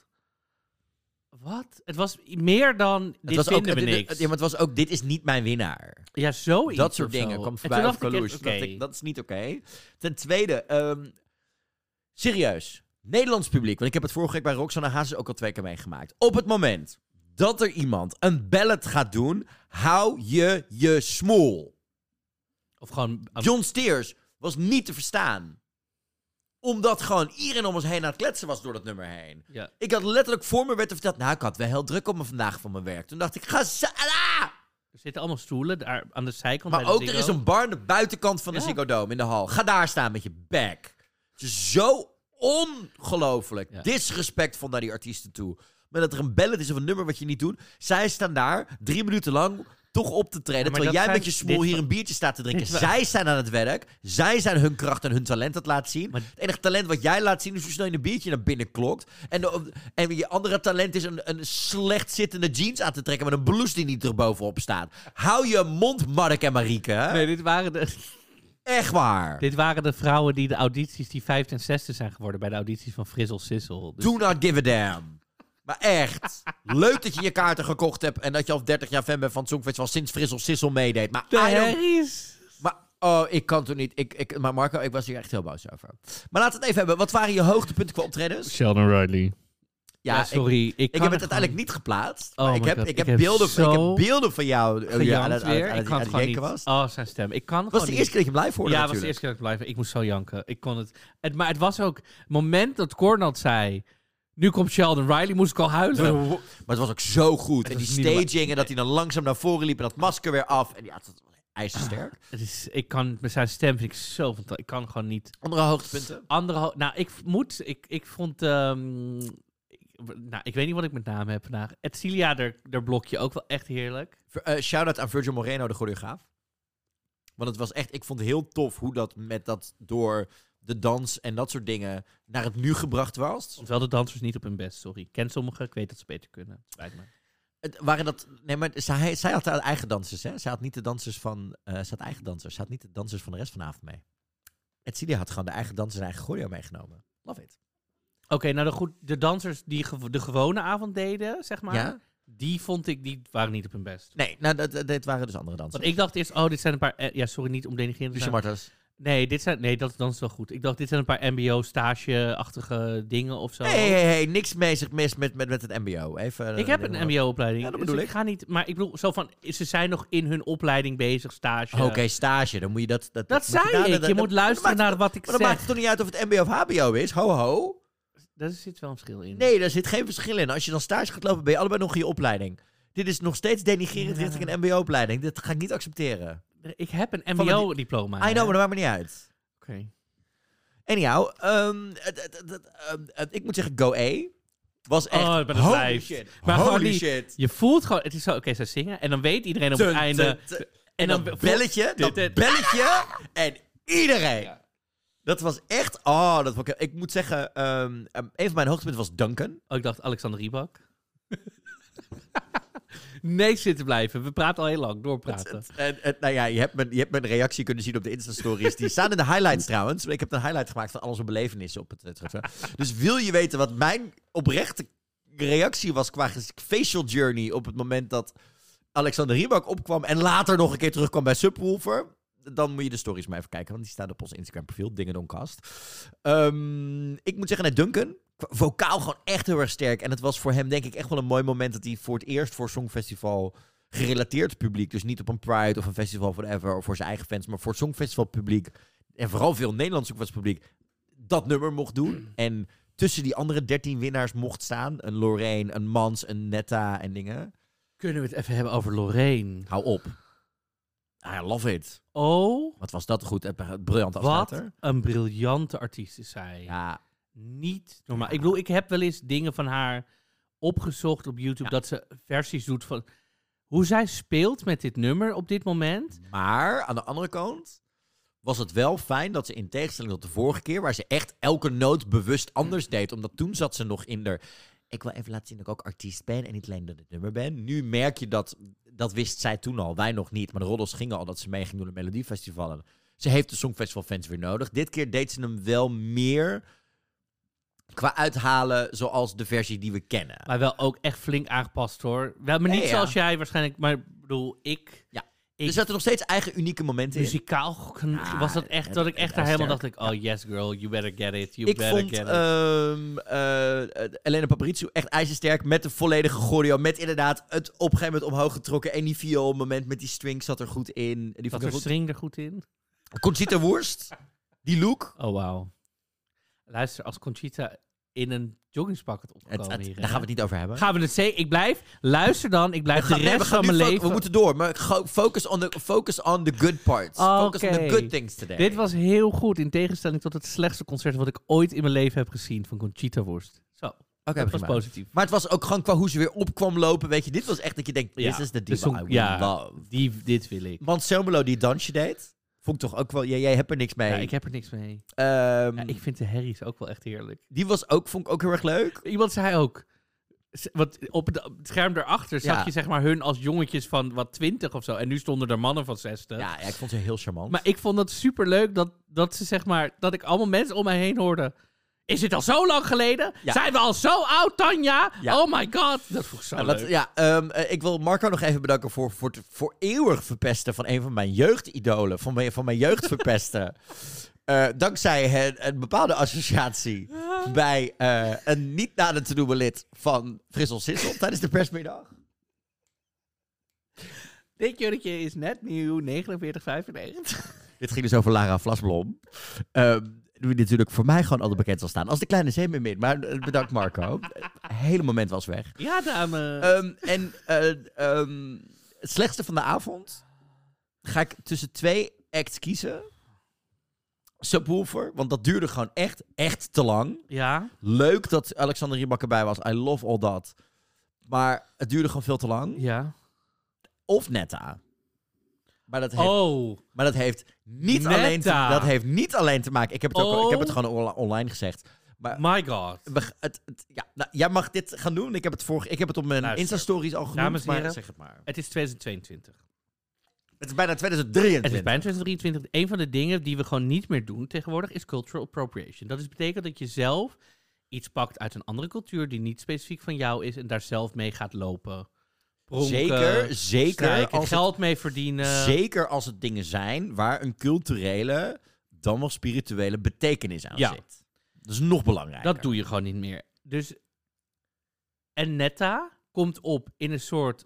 Wat? Het was meer dan, dit vinden we niks. Ja, maar het was ook, dit is niet mijn winnaar. Ja, zoiets. Dat soort dingen kwam voorbij over Kalush. Dat is niet oké. Ten tweede, serieus... Nederlands publiek, want ik heb het vorige week bij Roxanne Hazes ook al 2 keer meegemaakt. Op het moment dat er iemand een ballad gaat doen, hou je smoel. Of gewoon... John Steers was niet te verstaan. Omdat gewoon iedereen om ons heen aan het kletsen was door dat nummer heen. Ja. Ik had letterlijk voor me werd er verteld, ik had wel heel druk op me vandaag van mijn werk. Toen dacht ik, Er zitten allemaal stoelen daar aan de zijkant. Maar ook, er is een bar aan de buitenkant van de Ziggo Dome in de hal. Ga daar staan met je bek. Het is zo... ongelooflijk disrespectvol naar die artiesten toe. Maar dat er een ballad is of een nummer wat je niet doet. Zij staan daar 3 minuten lang toch op te treden. Terwijl jij met je smoel hier een biertje staat te drinken. Zij zijn aan het werk. Zij zijn hun kracht en hun talent aan het laten zien. Maar het enige talent wat jij laat zien is hoe snel je een biertje naar binnen klokt. En je andere talent is een slecht zittende jeans aan te trekken met een blouse die niet erbovenop staat. Hou je mond, Mark en Marieke. Hè? Nee, dit waren de... Echt waar. Dit waren de vrouwen die de audities die 5e en 6e zijn geworden bij de audities van Frizzle Sissel. Dus... Do not give a damn. Maar echt. Leuk dat je je kaarten gekocht hebt en dat je al 30 jaar fan bent van het Songfestival sinds Frizzle Sissel meedeed. Maar ik kan toch niet. Maar Marco, ik was hier echt heel boos over. Maar laten we het even hebben. Wat waren je hoogtepunten qua optredens? Sheldon Riley. Ja, sorry. Ik heb het uiteindelijk niet geplaatst. Oh maar ik heb beelden van jou aan het janken was. Oh, zijn stem. Ik kan was de eerste keer dat je live hoorde. Ja, het was de eerste keer dat ik live. Ik moest zo janken. Ik kon het. Maar het was ook het moment dat Cornald zei... Nu komt Sheldon Riley, moest ik al huilen. Maar het was ook zo goed. En die staging en dat hij dan langzaam naar voren liep en dat masker weer af. En ja, het was ijzersterk. Met zijn stem vind ik zo fantastisch. Ik kan gewoon niet... Andere hoogtepunten? Ik vond... ik weet niet wat ik met naam heb vandaag. Etcilia, der blokje, ook wel echt heerlijk. Shout-out aan Virgil Moreno, de choreograaf. Want het was echt... Ik vond het heel tof hoe dat met dat door de dans en dat soort dingen naar het nu gebracht was. Want wel de dansers niet op hun best, sorry. Ik ken sommigen, ik weet dat ze beter kunnen. Spijt me. Zij had haar eigen dansers, hè? Zij had niet de dansers van... Ze had eigen dansers. Ze had niet de dansers van de rest van de avond mee. Etcilia had gewoon de eigen dansers en eigen choreo meegenomen. Love it. Oké, nou de dansers die de gewone avond deden, zeg maar... Ja? Die vond ik, die waren niet op hun best. Nee, nou, dit waren dus andere dansers. Want ik dacht eerst, dit zijn een paar... sorry, niet om denigrerend te zijn. Martens. Nee, dat is wel goed. Ik dacht, dit zijn een paar mbo-stage-achtige dingen of zo. Hey, niks mis met het mbo. Even, ik heb een mbo-opleiding. Ja, dat bedoel ik. Ga niet... Maar ik bedoel, zo van... Ze zijn nog in hun opleiding bezig, stage. Oké, stage. Dan moet je dat... Dat zei ik. Je moet luisteren naar wat ik zeg. Maar dan maakt het toch niet uit of het mbo of hbo is? Ho. Daar zit wel een verschil in. Nee, daar zit geen verschil in. Als je dan stage gaat lopen, ben je allebei nog in je opleiding. Dit is nog steeds denigrerend richting een mbo-opleiding. Dat ga ik niet accepteren. Ik heb een mbo-diploma. I know, maar dat maakt me niet uit. Oké. Anyhow, ik moet zeggen, Go A was echt holy shit. Maar holy shit. Je voelt gewoon, het is zo, zij zingen en dan weet iedereen op het einde. En dan belletje, en iedereen. Ja. Dat was echt, ik moet zeggen, een van mijn hoogtepunten was Duncan. Oh, ik dacht Alexander Rybak. Nee, zitten blijven. We praten al heel lang. Doorpraten. Je hebt mijn reactie kunnen zien op de Insta-stories. Die staan in de highlights trouwens. Ik heb een highlight gemaakt van al onze belevenissen op het terug. Dus wil je weten wat mijn oprechte reactie was qua facial journey op het moment dat Alexander Rybak opkwam en later nog een keer terugkwam bij Subwoofer? dan moet je de stories maar even kijken. Want die staan op ons Instagram profiel, Dingedonkast. Ik moet zeggen, Duncan, vocaal gewoon echt heel erg sterk. En het was voor hem denk ik echt wel een mooi moment dat hij voor het eerst voor Songfestival gerelateerd publiek, dus niet op een Pride of een festival of whatever, of voor zijn eigen fans, maar voor het Songfestival publiek, en vooral veel Nederlands Songfestival publiek, dat nummer mocht doen. En tussen die andere 13 winnaars mocht staan. Een Loreen, een Mans, een Netta en dingen. Kunnen we het even hebben over Loreen? Hou op. I love it. Oh. Wat was dat goed. Briljant afsluiter. Wat een briljante artiest is zij. Ja. Niet normaal. Ik bedoel, ik heb wel eens dingen van haar opgezocht op YouTube, dat ze versies doet van hoe zij speelt met dit nummer op dit moment. Maar aan de andere kant was het wel fijn dat ze in tegenstelling tot de vorige keer, waar ze echt elke noot bewust anders deed, omdat toen zat ze nog in de... Ik wil even laten zien dat ik ook artiest ben en niet alleen dat ik nummer ben. Nu merk je dat wist zij toen al, wij nog niet. Maar de roddels gingen al dat ze mee ging doen de Melodiefestivalen. Ze heeft de Songfestival fans weer nodig. Dit keer deed ze hem wel meer qua uithalen zoals de versie die we kennen. Maar wel ook echt flink aangepast hoor. Wel, maar niet zoals jij waarschijnlijk, maar ik bedoel, Er zaten nog steeds eigen unieke momenten in. Muzikaal was dat echt, dat ik echt daar helemaal dacht, oh yes girl, you better get it, Ik vond Elena Paparizou echt ijzersterk met de volledige choreo, met inderdaad het op een gegeven moment omhoog getrokken en die viool moment met die string zat er goed in. Die zat er string er goed in? Conchita Wurst, die look. Oh wauw. Luister, als Conchita in een joggingspak het opkomen hier. Daar gaan we het niet over hebben. Gaan we het zeggen? Ik blijf. Luister dan. Ik blijf de rest van mijn leven. We moeten door. Maar focus on the good parts. Focus on the good things today. Dit was heel goed. In tegenstelling tot het slechtste concert wat ik ooit in mijn leven heb gezien van Conchita Wurst. Zo. Dat was positief. Maar het was ook gewoon qua hoe ze weer opkwam lopen. Weet je, dit was echt dat je denkt, this is the diva I will love. Dit wil ik. Want Somelo die dansje deed, vond ik toch ook wel... Jij hebt er niks mee. Ja, ik heb er niks mee. Ik vind de herries ook wel echt heerlijk. Die vond ik ook heel erg leuk. Iemand zei ook... Wat op het scherm daarachter zag je zeg maar hun als jongetjes van 20 of zo. En nu stonden er mannen van 60. Ja, ik vond ze heel charmant. Maar ik vond het superleuk dat ze zeg maar... Dat ik allemaal mensen om mij heen hoorde... Is dit al zo lang geleden? Ja. Zijn we al zo oud, Tanja? Ja. Oh my god. Dat vond ik zo leuk. Ik wil Marco nog even bedanken voor eeuwig verpesten van een van mijn jeugdidolen. Van mijn jeugd verpesten. Dankzij een bepaalde associatie bij een niet nader te noemen lid van Frissel Sissel tijdens de persmiddag. Dit jurkje is net nieuw, 49,95. Dit ging dus over Lara Vlasblom. Die natuurlijk voor mij gewoon altijd bekend zal staan als de kleine zeemermin. Maar bedankt Marco. Het hele moment was weg. Ja, dame. Het slechtste van de avond ga ik tussen 2 acts kiezen. Subwoofer, want dat duurde gewoon echt te lang. Ja. Leuk dat Alexander Rybak erbij was. I love all that. Maar het duurde gewoon veel te lang. Ja. Of Netta. Maar dat heeft niet alleen te maken... Ik heb het gewoon online gezegd. Maar, my god. Jij mag dit gaan doen. Ik heb het op mijn Insta-stories al genoemd. Dames en heren, zeg het maar. Het is 2022. Het is bijna 2023. Het is bijna 2023. Een van de dingen die we gewoon niet meer doen tegenwoordig is cultural appropriation. Dat betekent dat je zelf iets pakt uit een andere cultuur die niet specifiek van jou is en daar zelf mee gaat lopen. Pronken, zeker. Als geld mee verdienen. Zeker als het dingen zijn waar een culturele, dan wel spirituele betekenis aan zit. Dat is nog belangrijker. Dat doe je gewoon niet meer. Dus, en Netta komt op in een soort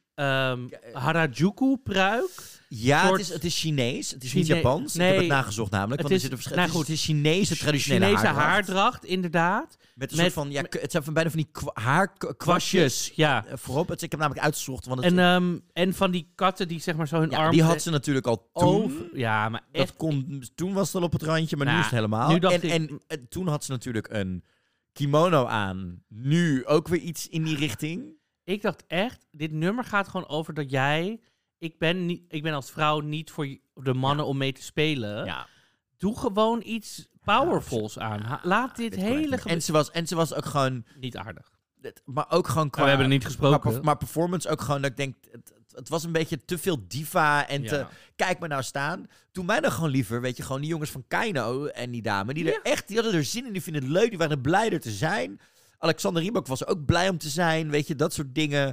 Harajuku-pruik. Ja, het is Chinees. Het is niet Japans. Nee, ik heb het nagezocht namelijk. Het is Chinese traditionele haardracht, inderdaad. Met een soort van, het zijn bijna van die haarkwastjes voorop. Ik heb namelijk uitgezocht. Want en van die katten die zeg maar zo hun arm... die had ze natuurlijk al toen. Ja, maar echt... Toen was het al op het randje, maar nu is het helemaal. En toen had ze natuurlijk een kimono aan. Nu ook weer iets in die richting. Ik dacht echt, dit nummer gaat gewoon over dat jij... Ik ben als vrouw niet voor de mannen om mee te spelen. Ja. Doe gewoon iets powerfuls aan. Laat dit hele... En ze was ook gewoon... Niet aardig. Maar ook gewoon qua... we hebben er niet gesproken. Maar performance ook gewoon dat ik denk... Het was een beetje te veel diva en kijk me nou staan. Doe mij dan gewoon liever, weet je, gewoon die jongens van Keino en die dame. Die hadden er zin in, die vinden het leuk, die waren blij er te zijn. Alexander Rybak was ook blij om te zijn, weet je, dat soort dingen.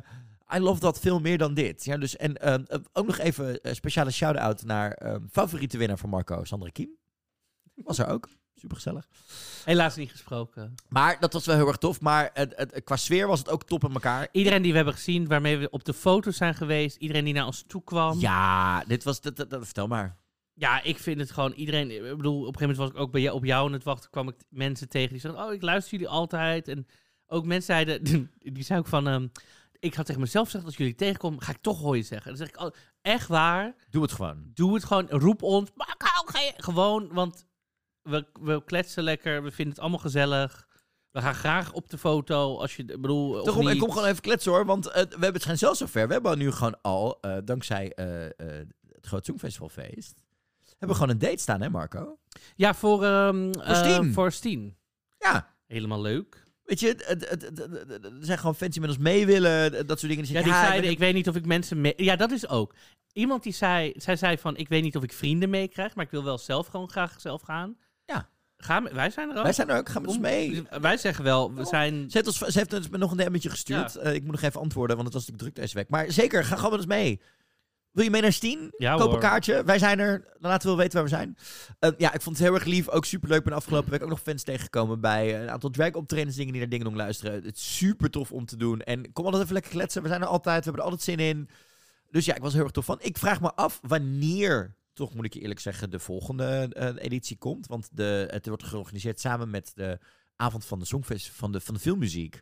I love dat veel meer dan dit. Ja, dus, en ook nog even een speciale shout-out naar favoriete winnaar van Marco, Sandra Kiem. Was er ook. Supergezellig. Helaas niet gesproken. Maar dat was wel heel erg tof. Maar qua sfeer was het ook top in elkaar. Iedereen die we hebben gezien, waarmee we op de foto's zijn geweest. Iedereen die naar ons toe kwam. Ja, dit was... vertel maar. Ja, ik vind het gewoon iedereen... Ik bedoel, op een gegeven moment was ik ook op jou aan het wachten. Kwam ik mensen tegen die zeiden... ik luister jullie altijd. En ook mensen zeiden... Die zei ook van... ik had tegen mezelf gezegd, als jullie tegenkomen, ga ik toch hoi zeggen. Dan zeg ik, echt waar. Doe het gewoon. Doe het gewoon. Roep ons. Maar ga je gewoon, want we kletsen lekker. We vinden het allemaal gezellig. We gaan graag op de foto, als je bedoel. Daarom, ik kom gewoon even kletsen hoor, want we hebben het schijn zelfs zover. We hebben nu gewoon al, dankzij het Groot Songfestivalfeest, hebben we gewoon een date staan, hè Marco? Ja, voor Steen. Voor Steen. Ja. Helemaal leuk. Weet je, er zijn gewoon fans die met ons mee willen, dat soort dingen. Die zeiden, ik weet niet of ik mensen mee... Ja, dat is ook. Iemand die zij zei van, ik weet niet of ik vrienden meekrijg, maar ik wil wel zelf gewoon graag zelf gaan. Ja. Wij zijn er ook. Wij zijn er ook, gaan met ons mee. Wij zeggen wel, we zijn... Ze heeft ons nog een DM'tje gestuurd. Ja. Ik moet nog even antwoorden, want het was natuurlijk druk deze week. Maar zeker, ga gewoon met ons mee. Wil je mee naar Steen? Ja, koop een kaartje. Wij zijn er. Dan laten we wel weten waar we zijn. Ja, ik vond het heel erg lief. Ook superleuk. Ik ben afgelopen week ook nog fans tegengekomen bij een aantal drag-optredens dingen die naar Ding Dong luisteren. Het is super tof om te doen. En kom altijd even lekker kletsen. We zijn er altijd. We hebben er altijd zin in. Dus ja, ik was er heel erg tof van. Ik vraag me af wanneer, toch moet ik je eerlijk zeggen, de volgende editie komt. Want het wordt georganiseerd samen met de avond van de Songfest van de filmmuziek.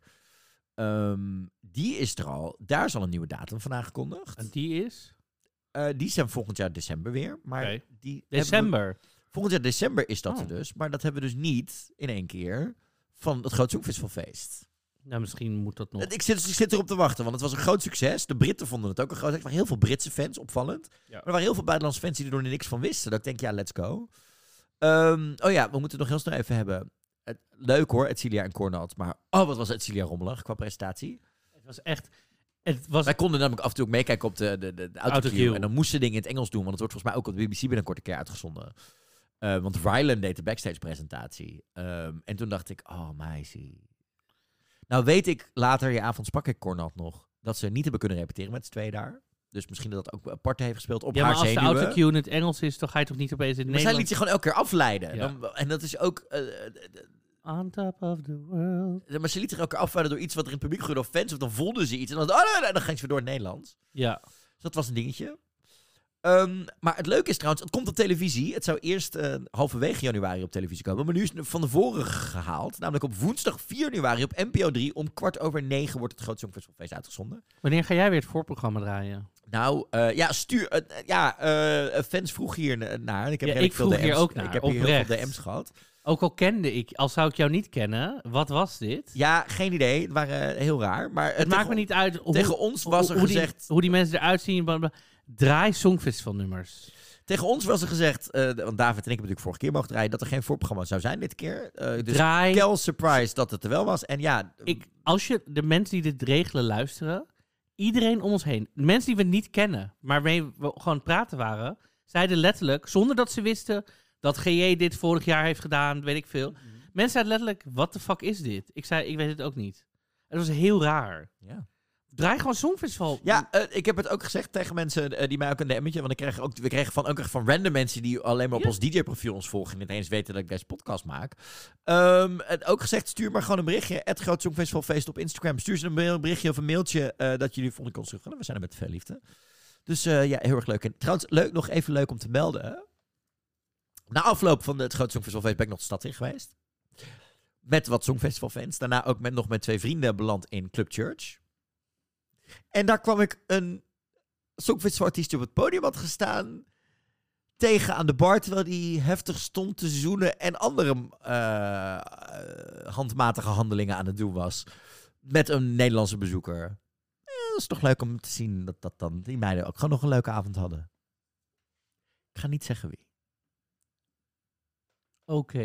Die is er al. Daar is al een nieuwe datum van aangekondigd. En die is? Die zijn volgend jaar december weer. Maar december? Volgend jaar december is dat er dus. Maar dat hebben we dus niet in één keer van het Groot Songfestivalfeest. Nou, misschien moet dat nog. Ik zit erop te wachten, want het was een groot succes. De Britten vonden het ook een groot succes. Er waren heel veel Britse fans, opvallend. Ja. Maar er waren heel veel buitenlandse fans die er nog niks van wisten. Dat ik denk, ja, let's go. We moeten het nog heel snel even hebben. Leuk hoor, Edcilia en Cornald. Maar wat was Edcilia rommelig qua presentatie. Het was echt... Wij konden namelijk af en toe ook meekijken op de autocue. En dan moesten dingen in het Engels doen. Want het wordt volgens mij ook op de BBC binnenkort een keer uitgezonden. Want Rylan deed de backstage presentatie. En toen dacht ik, meisje. Nou weet ik, later je avond sprak ik Cornald nog, dat ze niet hebben kunnen repeteren met z'n tweeën daar. Dus misschien dat ook apart heeft gespeeld op haar zenuwen. Ja, maar als de autocue in het Engels is, dan ga je toch niet opeens in het Nederlands... zij liet zich gewoon elke keer afleiden. Ja. En dat is ook... On top of the world. Maar ze liet zich elke keer afleiden door iets wat er in het publiek gebeurde of fans. Of dan voelden ze iets. En dan, dan ging ze weer door het Nederlands. Ja. Dus dat was een dingetje. Maar het leuke is trouwens, het komt op televisie. Het zou eerst halverwege januari op televisie komen. Maar nu is het van tevoren gehaald. Namelijk op woensdag 4 januari op NPO 3 om 8:45 wordt het Groot Songfestivalfeest uitgezonden. Wanneer ga jij weer het voorprogramma draaien? Nou, fans vroegen hier naar. Ik vroeg hier ook naar. Ik heb hier heel veel DM's gehad. Ook al kende ik, al zou ik jou niet kennen, wat was dit? Ja, geen idee. Het waren heel raar. Maar het maakt me niet uit. Tegen ons was er gezegd... Hoe die mensen eruit zien... Draai Songfestivalnummers. Tegen ons was er gezegd, want David en ik hebben natuurlijk vorige keer mogen draaien, dat er geen voorprogramma zou zijn dit keer. Dus Draai. Kel surprise dat het er wel was. En ja... Als je de mensen die dit regelen luisteren, iedereen om ons heen, mensen die we niet kennen, maar waarmee we gewoon praten waren, zeiden letterlijk, zonder dat ze wisten dat GJ dit vorig jaar heeft gedaan, weet ik veel. Mensen zeiden letterlijk, what the fuck is dit? Ik zei, ik weet het ook niet. Het was heel raar. Ja. Draai gewoon Songfestival. Ja, ik heb het ook gezegd tegen mensen die mij ook een DM'tje... Want we kregen ook van random mensen die alleen maar op ons DJ-profiel ons volgen... en niet eens weten dat ik deze podcast maak. Ook gezegd, stuur maar gewoon een berichtje. @Groot Songfestivalfeest op Instagram. Stuur ze een berichtje of een mailtje dat jullie vonden ons terug. We zijn er met veel liefde. Dus heel erg leuk. En trouwens, nog even leuk om te melden. Na afloop van het Groot Songfestivalfeest ben ik nog de stad in geweest. Met wat Songfestivalfans. Daarna ook nog met 2 vrienden beland in Club Church. En daar kwam ik een Songfestivalartiest die op het podium had gestaan tegen aan de bar, terwijl die heftig stond te zoenen en andere handmatige handelingen aan het doen was. Met een Nederlandse bezoeker. Dat is toch leuk om te zien dat dan die meiden ook gewoon nog een leuke avond hadden. Ik ga niet zeggen wie. Oké.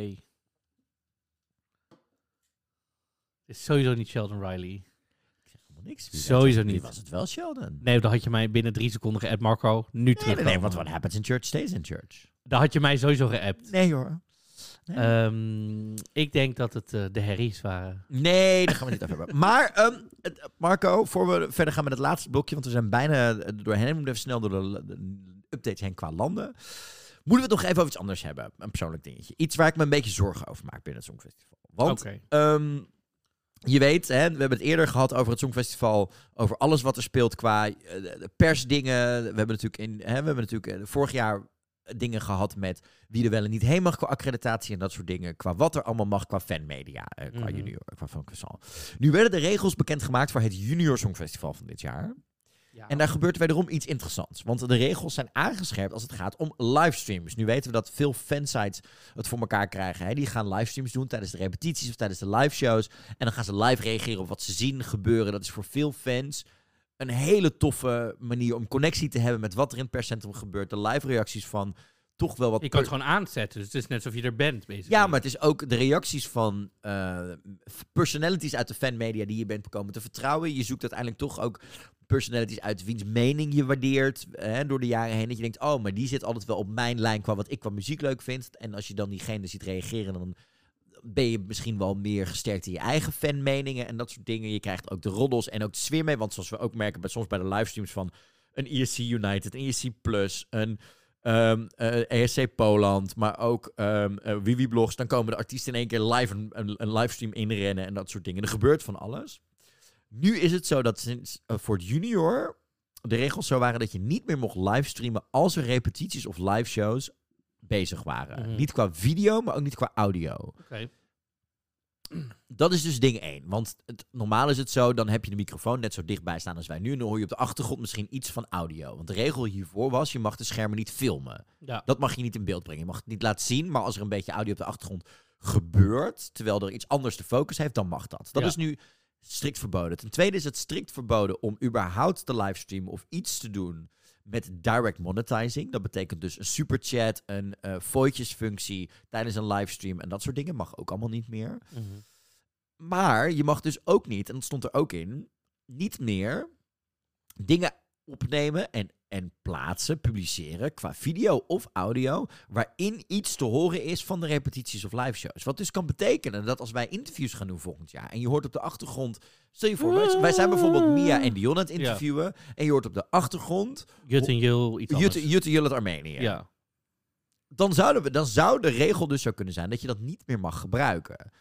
Het is sowieso niet Sheldon Riley. Niks. Sowieso niet. Wie was het wel, Sheldon? Nee, dan had je mij binnen 3 seconden geappt, Marco. Nu terug. Nee, what happens in church stays in church. Dan had je mij sowieso geappt. Nee hoor. Ik denk dat het de herries waren. Nee, daar gaan we niet over hebben. Maar Marco, voor we verder gaan met het laatste blokje, want we zijn bijna doorheen. We moeten even snel door de updates heen qua landen. Moeten we het nog even over iets anders hebben? Een persoonlijk dingetje. Iets waar ik me een beetje zorgen over maak binnen het Songfestival. Want je weet, we hebben het eerder gehad over het Songfestival, over alles wat er speelt qua persdingen. We hebben natuurlijk vorig jaar dingen gehad met wie er wel en niet heen mag qua accreditatie en dat soort dingen. Qua wat er allemaal mag qua fanmedia, qua junior, qua Songfestival. Nu werden de regels bekendgemaakt voor het Junior Songfestival van dit jaar. Ja. En daar gebeurt wederom iets interessants. Want de regels zijn aangescherpt als het gaat om livestreams. Nu weten we dat veel fansites het voor elkaar krijgen. Hè? Die gaan livestreams doen tijdens de repetities of tijdens de live shows. En dan gaan ze live reageren op wat ze zien gebeuren. Dat is voor veel fans een hele toffe manier om connectie te hebben met wat er in het perscentrum gebeurt. De live reacties van toch wel wat... Je kan het gewoon aanzetten, dus het is net alsof je er bent. Basically. Ja, maar het is ook de reacties van personalities uit de fanmedia die je bent komen te vertrouwen. Je zoekt uiteindelijk toch ook personalities uit wiens mening je waardeert door de jaren heen. Dat je denkt, oh, maar die zit altijd wel op mijn lijn qua wat ik qua muziek leuk vind. En als je dan diegene ziet reageren, dan ben je misschien wel meer gesterkt in je eigen fanmeningen en dat soort dingen. Je krijgt ook de roddels en ook de sfeer mee. Want zoals we ook merken soms bij de livestreams van een ESC United, een ESC Plus, een ESC Poland, maar ook Wiwi Blogs. Dan komen de artiesten in één keer live een livestream inrennen en dat soort dingen. Er gebeurt van alles. Nu is het zo dat sinds voor het junior de regels zo waren dat je niet meer mocht livestreamen als er repetities of live shows bezig waren. Mm-hmm. Niet qua video, maar ook niet qua audio. Okay. Dat is dus ding 1. Want normaal is het zo, dan heb je de microfoon net zo dichtbij staan als wij nu. En dan hoor je op de achtergrond misschien iets van audio. Want de regel hiervoor was, je mag de schermen niet filmen. Ja. Dat mag je niet in beeld brengen. Je mag het niet laten zien, maar als er een beetje audio op de achtergrond gebeurt, terwijl er iets anders de focus heeft, dan mag dat. Dat is nu strikt verboden. Ten tweede is het strikt verboden om überhaupt te livestreamen of iets te doen met direct monetizing. Dat betekent dus een superchat, een voicesfunctie tijdens een livestream en dat soort dingen mag ook allemaal niet meer. Mm-hmm. Maar je mag dus ook niet, en dat stond er ook in, niet meer dingen opnemen en plaatsen, publiceren qua video of audio, waarin iets te horen is van de repetities of live shows. Wat dus kan betekenen dat als wij interviews gaan doen volgend jaar en je hoort op de achtergrond, stel je voor, wij zijn bijvoorbeeld Mia en Dion aan het interviewen en je hoort op de achtergrond Jut en Jul iets anders. Jut en Jul uit Armenië. Ja. Dan zou de regel dus zo kunnen zijn dat je dat niet meer mag gebruiken.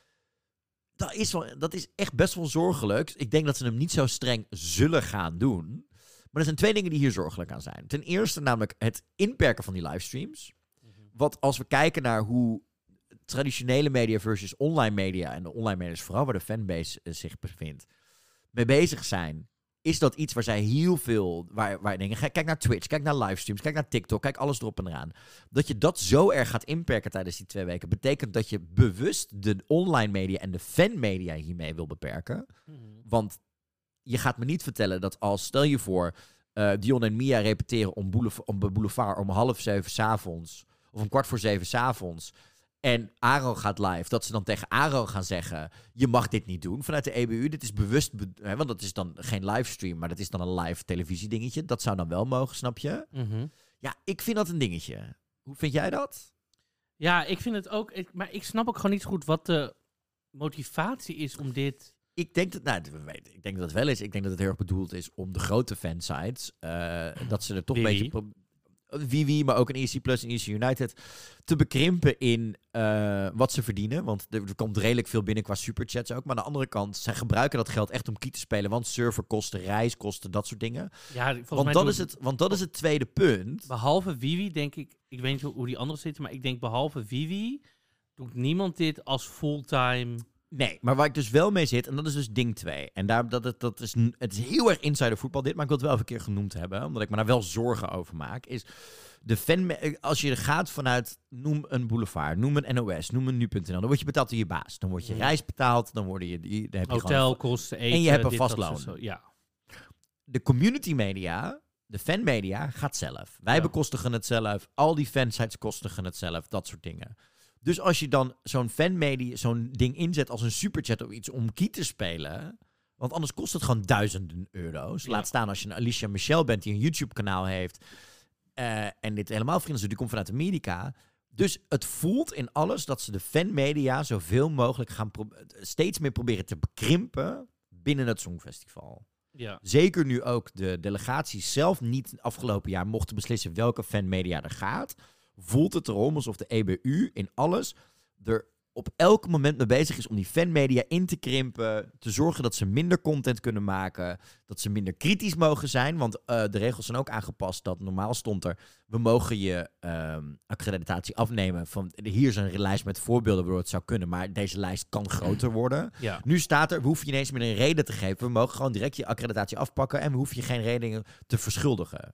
Dat is echt best wel zorgelijk. Ik denk dat ze hem niet zo streng zullen gaan doen. Maar er zijn 2 dingen die hier zorgelijk aan zijn. Ten eerste namelijk het inperken van die livestreams. Mm-hmm. Wat als we kijken naar hoe traditionele media versus online media, en de online media is vooral waar de fanbase zich bevindt, mee bezig zijn, is dat iets waar zij heel veel, waar denken, kijk naar Twitch, kijk naar livestreams, kijk naar TikTok, kijk alles erop en eraan. Dat je dat zo erg gaat inperken tijdens die 2 weken, betekent dat je bewust de online media en de fanmedia hiermee wil beperken. Mm-hmm. Want je gaat me niet vertellen dat als, stel je voor, Dion en Mia repeteren om Boulevard om 6:30 s'avonds, of om 6:15 s'avonds, en Aaron gaat live, dat ze dan tegen Aaron gaan zeggen, je mag dit niet doen vanuit de EBU. Dit is bewust, want dat is dan geen livestream, maar dat is dan een live televisiedingetje. Dat zou dan wel mogen, snap je? Mm-hmm. Ja, ik vind dat een dingetje. Hoe vind jij dat? Ja, ik vind het ook, maar ik snap ook gewoon niet zo goed wat de motivatie is om dit. Ik denk dat het wel is. Ik denk dat het heel erg bedoeld is om de grote fansites, dat ze er toch een beetje Wiwi, maar ook een ESC Plus en ESC United, te bekrimpen in wat ze verdienen. Want er komt redelijk veel binnen qua superchats ook. Maar aan de andere kant, zij gebruiken dat geld echt om key te spelen. Want serverkosten, reiskosten, dat soort dingen. Ja, want dat is het tweede punt. Behalve Wiwi, denk ik weet niet hoe die anderen zitten, maar ik denk behalve Wiwi doet niemand dit als fulltime. Nee, maar waar ik dus wel mee zit, en dat is dus ding 2. En het is heel erg insider voetbal dit, maar ik wil het wel even een keer genoemd hebben, omdat ik me daar wel zorgen over maak, is als je gaat vanuit, noem een Boulevard, noem een NOS, noem een nu.nl, dan word je betaald door je baas. Dan wordt je reis betaald, dan heb je hotelkosten, eten, en je hebt een vast loon. Ja. De community media, de fanmedia, gaat zelf. Wij bekostigen het zelf, al die fansites kostigen het zelf, dat soort dingen. Dus als je dan zo'n fanmedia, zo'n ding inzet als een superchat of iets om key te spelen, want anders kost het gewoon duizenden euro's. Ja. Laat staan als je een Alicia Michelle bent die een YouTube-kanaal heeft en dit helemaal vrienden, die komt vanuit Amerika. Dus het voelt in alles dat ze de fanmedia zoveel mogelijk gaan steeds meer proberen te bekrimpen binnen het Songfestival. Ja. Zeker nu ook de delegaties zelf niet afgelopen jaar mochten beslissen welke fanmedia er gaat. Voelt het erom alsof de EBU in alles er op elk moment mee bezig is om die fanmedia in te krimpen. Te zorgen dat ze minder content kunnen maken. Dat ze minder kritisch mogen zijn. Want de regels zijn ook aangepast. Dat normaal stond er, we mogen je accreditatie afnemen. Hier is een lijst met voorbeelden waardoor het zou kunnen. Maar deze lijst kan groter worden. Ja. Nu staat er, we hoeven je ineens meer een reden te geven. We mogen gewoon direct je accreditatie afpakken. En we hoeven je geen redenen te verschuldigen.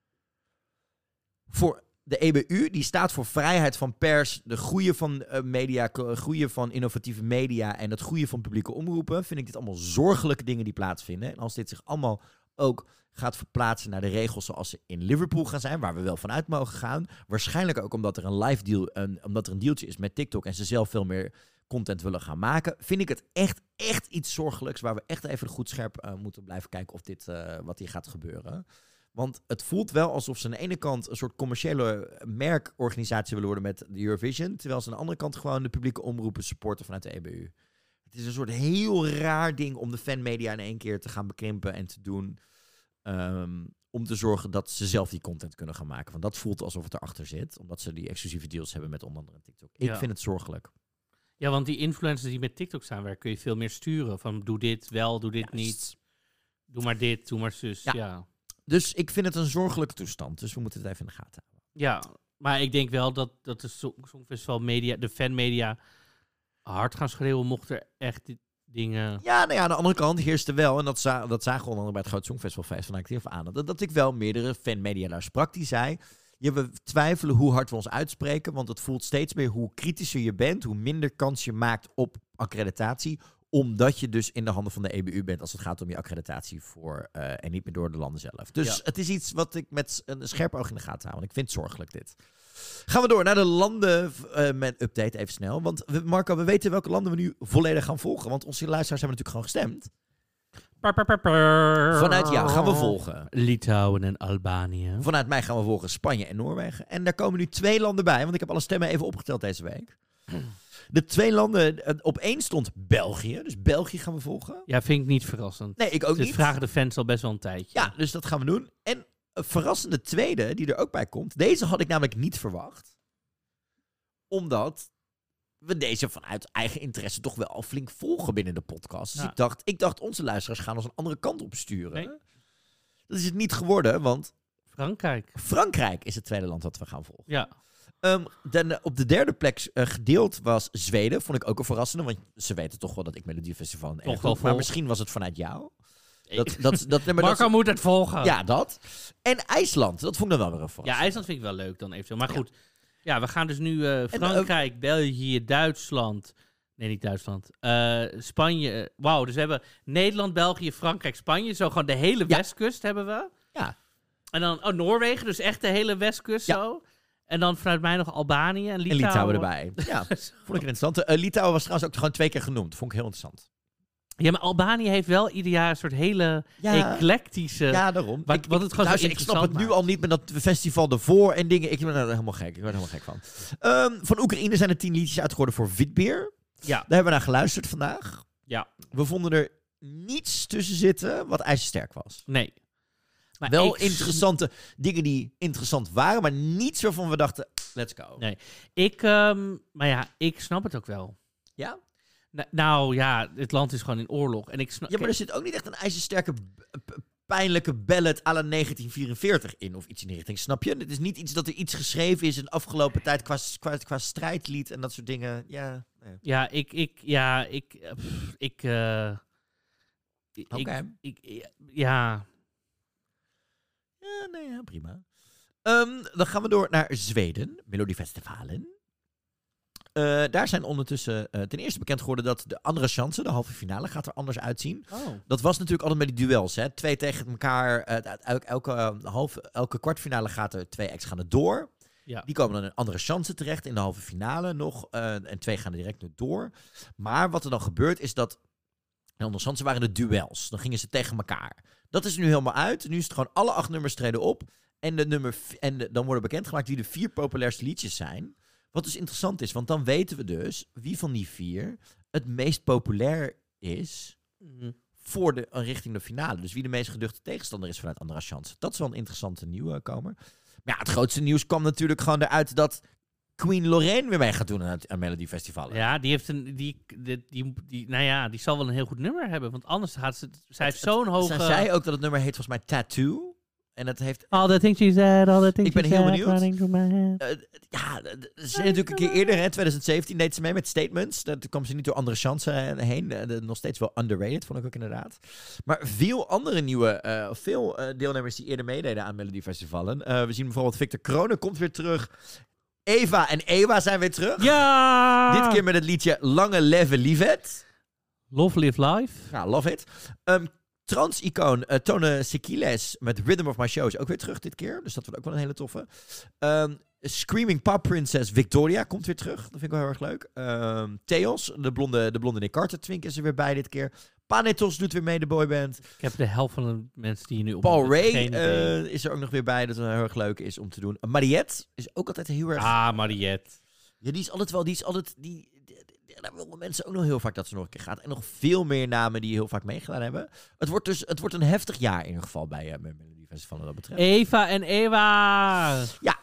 Voor de EBU, die staat voor vrijheid van pers, de groeien van media, groeien van innovatieve media en het groeien van publieke omroepen. Vind ik dit allemaal zorgelijke dingen die plaatsvinden. En als dit zich allemaal ook gaat verplaatsen naar de regels zoals ze in Liverpool gaan zijn, waar we wel vanuit mogen gaan. Waarschijnlijk ook omdat er een live deal, omdat er een dealtje is met TikTok en ze zelf veel meer content willen gaan maken. Vind ik het echt iets zorgelijks, waar we echt even goed scherp moeten blijven kijken of wat hier gaat gebeuren. Want het voelt wel alsof ze aan de ene kant een soort commerciële merkorganisatie willen worden met de Eurovision, terwijl ze aan de andere kant gewoon de publieke omroepen supporten vanuit de EBU. Het is een soort heel raar ding om de fanmedia in één keer te gaan bekrimpen en te doen. Om te zorgen dat ze zelf die content kunnen gaan maken. Want dat voelt alsof het erachter zit. Omdat ze die exclusieve deals hebben met onder andere TikTok. Ik vind het zorgelijk. Ja, want die influencers die met TikTok samenwerken, kun je veel meer sturen. Van doe dit wel, doe dit niet. Doe maar dit, doe maar zus. Ja. Dus ik vind het een zorgelijke toestand. Dus we moeten het even in de gaten houden. Ja, maar ik denk wel dat de Songfestival media, de fanmedia, hard gaan schreeuwen mocht er echt dingen... Ja, nou ja, aan de andere kant heerst er wel, en dat zagen we onder bij het Groot Songfestivalfeest van Actief aan, dat ik wel meerdere fanmedia daar sprak die zei, we twijfelen hoe hard we ons uitspreken, want het voelt steeds meer hoe kritischer je bent, hoe minder kans je maakt op accreditatie, omdat je dus in de handen van de EBU bent als het gaat om je accreditatie voor en niet meer door de landen zelf. Dus het is iets wat ik met een scherp oog in de gaten hou, want ik vind het zorgelijk dit. Gaan we door naar de landen met update even snel. Want Marco, we weten welke landen we nu volledig gaan volgen. Want onze luisteraars hebben natuurlijk gewoon gestemd. Vanuit jou gaan we volgen Litouwen en Albanië. Vanuit mij gaan we volgen Spanje en Noorwegen. En daar komen nu 2 landen bij. Want ik heb alle stemmen even opgeteld deze week. De 2 landen, op 1 stond België. Dus België gaan we volgen. Ja, vind ik niet verrassend. Nee, ik ook niet. Dus vragen de fans al best wel een tijdje. Ja, dus dat gaan we doen. En een verrassende tweede, die er ook bij komt. Deze had ik namelijk niet verwacht. Omdat we deze vanuit eigen interesse toch wel al flink volgen binnen de podcast. Dus ik dacht, onze luisteraars gaan ons een andere kant op sturen. Nee. Dat is het niet geworden, want Frankrijk is het tweede land dat we gaan volgen. Ja. Op de 3e plek gedeeld was Zweden. Vond ik ook een verrassende, want ze weten toch wel dat ik Melodiefestival toch wel maar misschien was het vanuit jou. Marco moet het volgen. Ja, dat. En IJsland, dat vond ik dan wel weer een verrassing. Ja, IJsland vind ik wel leuk dan eventueel. Maar goed, ja, we gaan dus nu Frankrijk, België, Duitsland. Nee, niet Duitsland. Spanje. Wauw, dus we hebben Nederland, België, Frankrijk, Spanje. Zo gewoon de hele westkust hebben we. Ja. En dan Noorwegen, dus echt de hele westkust zo. En dan vanuit mij nog Albanië en Litouwen. Erbij. Ja, vond ik interessant. Litouwen was trouwens ook gewoon 2 keer genoemd. Vond ik heel interessant. Ja, maar Albanië heeft wel ieder jaar een soort hele eclectische... Ja, daarom. Wat het gewoon ik snap het nu al niet met dat festival ervoor en dingen. Ik ben er helemaal gek. Ik word er helemaal gek van. Van Oekraïne zijn er 10 liedjes uitgeworden voor Witbeer. Ja. Daar hebben we naar geluisterd vandaag. Ja. We vonden er niets tussen zitten wat ijzersterk was. Nee. Maar wel interessante dingen die interessant waren, maar niets waarvan we dachten, let's go. Nee. Maar ja, ik snap het ook wel. Ja? Nou ja, het land is gewoon in oorlog. En ik maar er zit ook niet echt een ijzersterke, pijnlijke ballad à la 1944 in of iets in die richting. Snap je? Het is niet iets dat er iets geschreven is in de afgelopen tijd qua strijdlied en dat soort dingen. Ja, nee. Ja, prima. Dan gaan we door naar Zweden, Melodiefestivalen. Daar zijn ondertussen ten eerste bekend geworden dat de andere chance, de halve finale, gaat er anders uitzien. Oh. Dat was natuurlijk altijd met die duels, hè. 2 tegen elkaar. Elke kwartfinale gaat er 2 acts gaan er door. Ja. Die komen dan in een andere chance terecht in de halve finale nog. En 2 gaan er direct nu door. Maar wat er dan gebeurt is dat de andere chance waren de duels. Dan gingen ze tegen elkaar. Dat is nu helemaal uit. Nu is het gewoon alle 8 nummers treden op. En dan worden bekendgemaakt wie de 4 populairste liedjes zijn. Wat dus interessant is, want dan weten we dus wie van die 4 het meest populair is voor richting de finale. Dus wie de meest geduchte tegenstander is vanuit Andere Chance. Dat is wel een interessante nieuwkomer. Maar ja, het grootste nieuws kwam natuurlijk gewoon eruit dat Queen Lorraine weer mee gaat doen aan Melody Festival. Ja, die zal wel een heel goed nummer hebben. Want anders gaat zij heeft zo'n hoge... Zij zei ook dat het nummer heet volgens mij Tattoo. En het heeft... All the things she said, all the things ik ben she heel said, benieuwd. running through my head. Ze is natuurlijk een keer eerder, in 2017, deed ze mee met Statements. Toen kwam ze niet door Andere Chance heen. Nog steeds wel underrated, vond ik ook inderdaad. Maar veel andere nieuwe, deelnemers die eerder meededen aan Melody Festivalen. We zien bijvoorbeeld Victor Kronen komt weer terug. Eva en Ewa zijn weer terug. Ja! Dit keer met het liedje Lange Leve Livet. Love Live Life. Ja, love it. Trans-icoon Tone Sekiles met Rhythm of My Show is ook weer terug dit keer. Dus dat wordt ook wel een hele toffe. Screaming Pop Princess Victoria komt weer terug. Dat vind ik wel heel erg leuk. Theos, de blonde Nick Carter twink is er weer bij dit keer. Panetos doet weer mee, de boyband. Ik heb de helft van de mensen die je nu op... Paul Ray is er ook nog weer bij. Dat het heel erg leuk is om te doen. Mariette is ook altijd heel erg... Ah, Mariette. Ja, die is altijd... Daar willen mensen ook nog heel vaak dat ze nog een keer gaat. En nog veel meer namen die heel vaak meegedaan hebben. Het wordt een heftig jaar in ieder geval bij Melody Festival wat dat betreft. Eva en Ewa! Ja,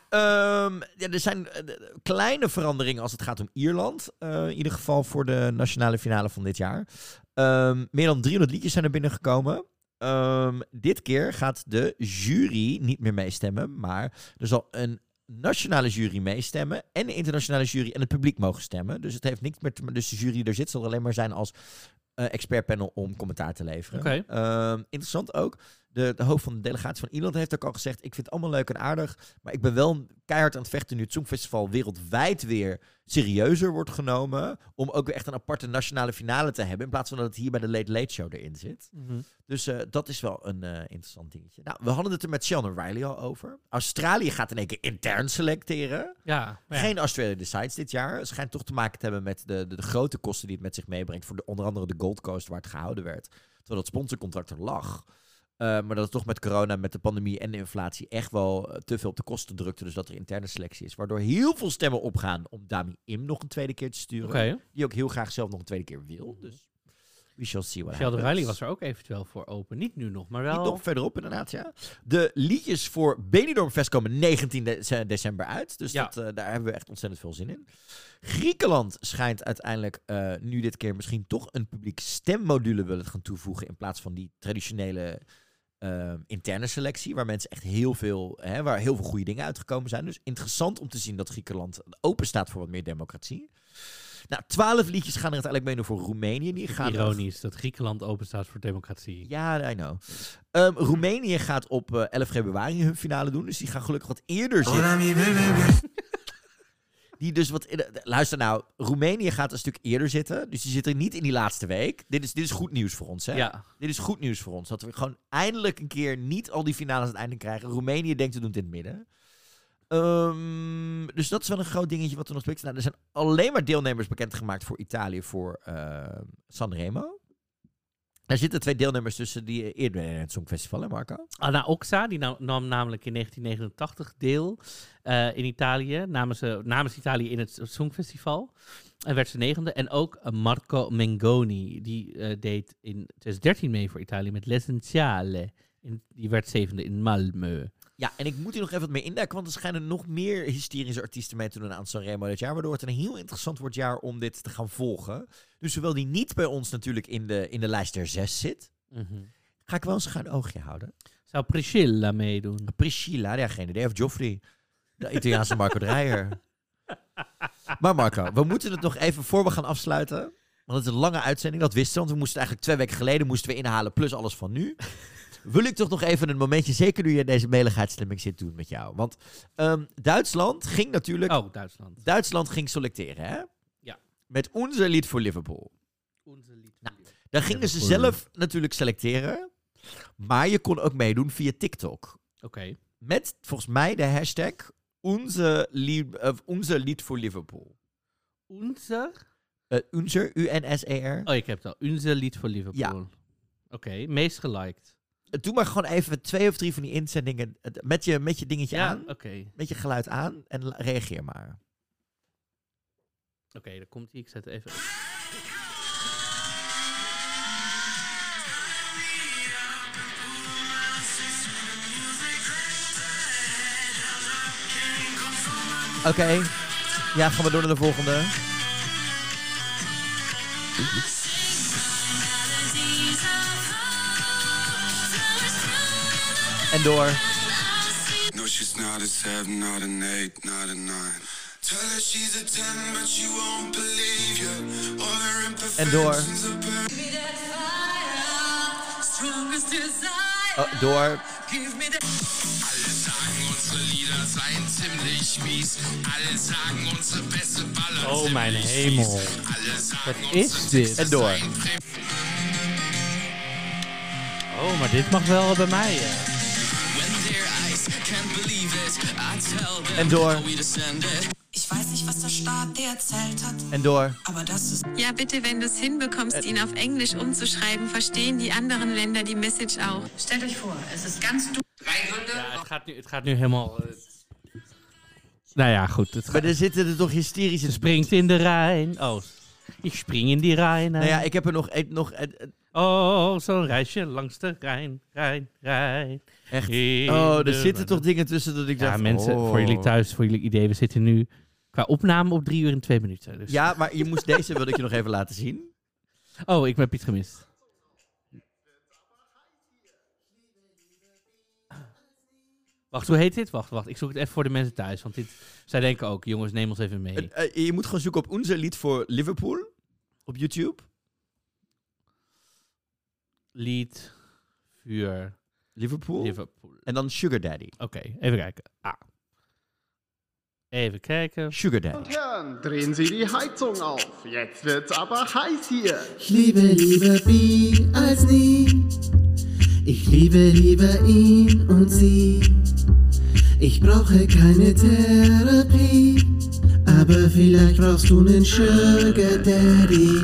er zijn kleine veranderingen als het gaat om Ierland. In ieder geval voor de nationale finale van dit jaar. Meer dan 300 liedjes zijn er binnengekomen. Dit keer gaat de jury niet meer meestemmen. Maar er zal een nationale jury meestemmen en de internationale jury en het publiek mogen stemmen. Dus het heeft niks meer dus de jury die er zit zal er alleen maar zijn als expertpanel om commentaar te leveren. Okay. Interessant ook. De hoofd van de delegatie van Ierland heeft ook al gezegd, ik vind het allemaal leuk en aardig, maar ik ben wel keihard aan het vechten nu het Songfestival wereldwijd weer serieuzer wordt genomen, om ook weer echt een aparte nationale finale te hebben, in plaats van dat het hier bij de Late Late Show erin zit. Mm-hmm. Dus dat is wel een interessant dingetje. Nou, we hadden het er met Sheldon Riley al over. Australië gaat in één keer intern selecteren. Ja. Geen Australia Decides dit jaar. Het schijnt toch te maken te hebben met de grote kosten die het met zich meebrengt voor onder andere de Gold Coast waar het gehouden werd. Terwijl dat sponsorcontract er lag. Maar dat het toch met corona, met de pandemie en de inflatie echt wel te veel op de kosten drukte. Dus dat er interne selectie is. Waardoor heel veel stemmen opgaan om Dami Im nog een tweede keer te sturen. Okay. Die ook heel graag zelf nog een tweede keer wil. Dus we shall see what Sheldon happens. Riley was er ook eventueel voor open. Niet nu nog, maar wel... Niet nog verderop inderdaad, ja. De liedjes voor Benidorm Fest komen 19 december uit. Dus daar hebben we echt ontzettend veel zin in. Griekenland schijnt uiteindelijk nu dit keer misschien toch een publiek stemmodule willen gaan toevoegen in plaats van die traditionele interne selectie, waar mensen echt waar heel veel goede dingen uitgekomen zijn. Dus interessant om te zien dat Griekenland open staat voor wat meer democratie. Nou, 12 liedjes gaan er uiteindelijk mee door voor Roemenië. Die gaan ironisch dat Griekenland open staat voor democratie. Ja, I know. Roemenië gaat op 11 februari hun finale doen, dus die gaan gelukkig wat eerder zitten. Die dus luister nou, Roemenië gaat een stuk eerder zitten. Dus die zitten niet in die laatste week. Dit is goed nieuws voor ons, hè? Ja. Dit is goed nieuws voor ons. Dat we gewoon eindelijk een keer niet al die finales aan het einde krijgen. Roemenië denkt te doen het in het midden. Dus dat is wel een groot dingetje wat we nog spreken. Nou, er zijn alleen maar deelnemers bekendgemaakt voor Italië voor Sanremo. Daar zitten 2 deelnemers tussen die eerder in het Songfestival, hè Marco? Anna Oxa, die nam namelijk in 1989 deel in Italië, namens Italië in het Songfestival. En werd ze 9e. En ook Marco Mengoni, die deed in 2013 mee voor Italië met L'Essenziale. Die werd 7e in Malmö. Ja, en ik moet hier nog even wat meer induiken, want er schijnen nog meer hysterische artiesten mee te doen aan Sanremo dit jaar, waardoor het een heel interessant wordt jaar om dit te gaan volgen. Dus hoewel die niet bij ons natuurlijk in de lijst der 6 zit, ga ik wel eens een oogje houden. Zou Priscilla meedoen? Priscilla, ja, geen idee. Of Joffrey, de Italiaanse Marco Dreyer. Maar Marco, we moeten het nog even voor we gaan afsluiten, want het is een lange uitzending, dat wisten we, want we moesten eigenlijk 2 weken geleden inhalen, plus alles van nu. Wil ik toch nog even een momentje, zeker nu je in deze meligheidsstemming zit, doen met jou. Want Duitsland ging natuurlijk... Oh, Duitsland ging selecteren, hè? Ja. Met Onze Lied voor Liverpool. Dan gingen ze zelf natuurlijk selecteren. Maar je kon ook meedoen via TikTok. Oké. Met, volgens mij, de hashtag Onze Lied voor Liverpool. Onze? Unser, U-N-S-E-R. Oh, ik heb het al. Onze Lied voor Liverpool. Ja. Oké, meest geliked. Doe maar gewoon even 2 of 3 van die inzendingen met je dingetje aan. Oké. Met je geluid aan en reageer maar. Oké, daar komt hij. Ik zet even... Oké. Ja, gaan we door naar de volgende. En door. No, she's not a 7, not an 8, not a 9. Tell her she's a 10, but she won't believe you. All her En door. Oh, door. Alle sagen unsere Lieder seien ziemlich mies. Alle sagen unsere beste Baller. Oh mijn hemel. Wat is dit? En door. Oh, maar dit mag wel bij mij. En door. Ich weiß nicht, was der Staat dir erzählt hat. En door. Aber das ist... Ja, bitte, wenn du es hinbekommst, ihn auf Englisch umzuschreiben, verstehen die anderen Länder die Message auch. Stellt euch vor, es ist ganz... 3 Gründe. Ja, het gaat nu helemaal... Nou ja, goed. Maar er zitten er toch hysterische... Ze springt in de Rijn. Oh, ik spring in die Rijn. Nou ja, ik heb er nog Oh, zo'n reisje langs de Rijn. echt... Oh, er zitten toch dingen tussen dat ik dacht... Ja, mensen, voor jullie thuis, voor jullie idee, we zitten nu qua opname op 3 uur en 2 minuten. Dus. Ja, maar je moest deze, wilde ik je nog even laten zien. Oh, ik heb iets gemist. Wacht, hoe heet dit? Wacht. Ik zoek het even voor de mensen thuis. Want zij denken ook, jongens, neem ons even mee. Je moet gewoon zoeken op Onze Lied voor Liverpool. Op YouTube. Lied voor Liverpool. En dan Sugar Daddy. Oké, even kijken. Even kijken. Sugar Daddy. Und Herren, drehen Sie die Heizung auf. Jetzt wird's aber heiß hier. Ich liebe lieber B als nie. Ich liebe lieber ihn und sie. Ich brauche keine Therapie. Aber vielleicht brauchst du einen Sugar Daddy.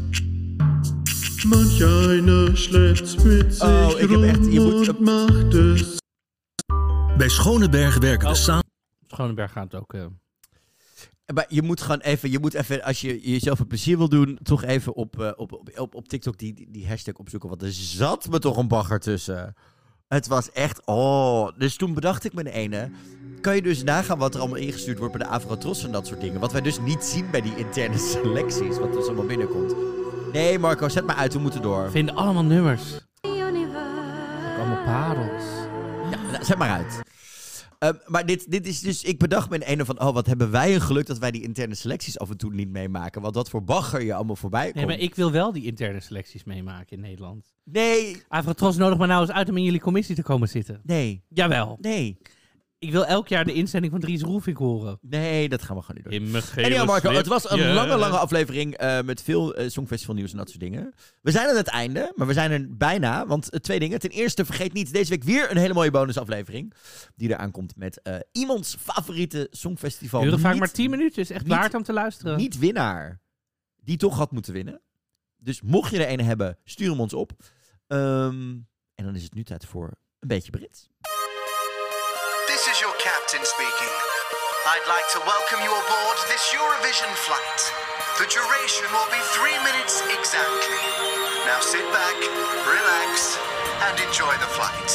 Manch einer schleppt mit sich und macht es. Bij Schoneberg werken we samen. Schoneberg gaat ook... Maar je moet gewoon even, als je jezelf een plezier wil doen, toch even op TikTok die hashtag opzoeken. Want er zat me toch een bagger tussen. Het was echt, Dus toen bedacht ik me de ene. Kan je dus nagaan wat er allemaal ingestuurd wordt bij de Avrotros en dat soort dingen. Wat wij dus niet zien bij die interne selecties. Wat dus allemaal binnenkomt. Nee, Marco, zet maar uit. We moeten door. Vinden allemaal nummers. Ook allemaal parels. Ja, nou, zet maar uit. Maar dit is dus... Ik bedacht me in een van... wat hebben wij een geluk dat wij die interne selecties af en toe niet meemaken. Want wat voor bagger je allemaal voorbij komt. Nee, maar ik wil wel die interne selecties meemaken in Nederland. Nee. Avrotros nodig maar nou eens uit om in jullie commissie te komen zitten. Nee. Jawel. Nee. Ik wil elk jaar de inzending van Dries Roelvink horen. Nee, dat gaan we gewoon niet doen. En ja, Marco, het was een lange aflevering met veel Songfestival nieuws en dat soort dingen. We zijn aan het einde, maar we zijn er bijna. Want 2 dingen. Ten eerste, vergeet niet, deze week weer een hele mooie bonusaflevering. Die eraan komt met iemands favoriete Songfestival. Duren vaak maar 10 minuten, is echt waard om te luisteren. Niet winnaar, die toch had moeten winnen. Dus mocht je er een hebben, stuur hem ons op. En dan is het nu tijd voor een beetje Brits. This is your captain speaking. I'd like to welcome you aboard this Eurovision flight. The duration will be 3 minutes exactly. Now sit back, relax, and enjoy the flight.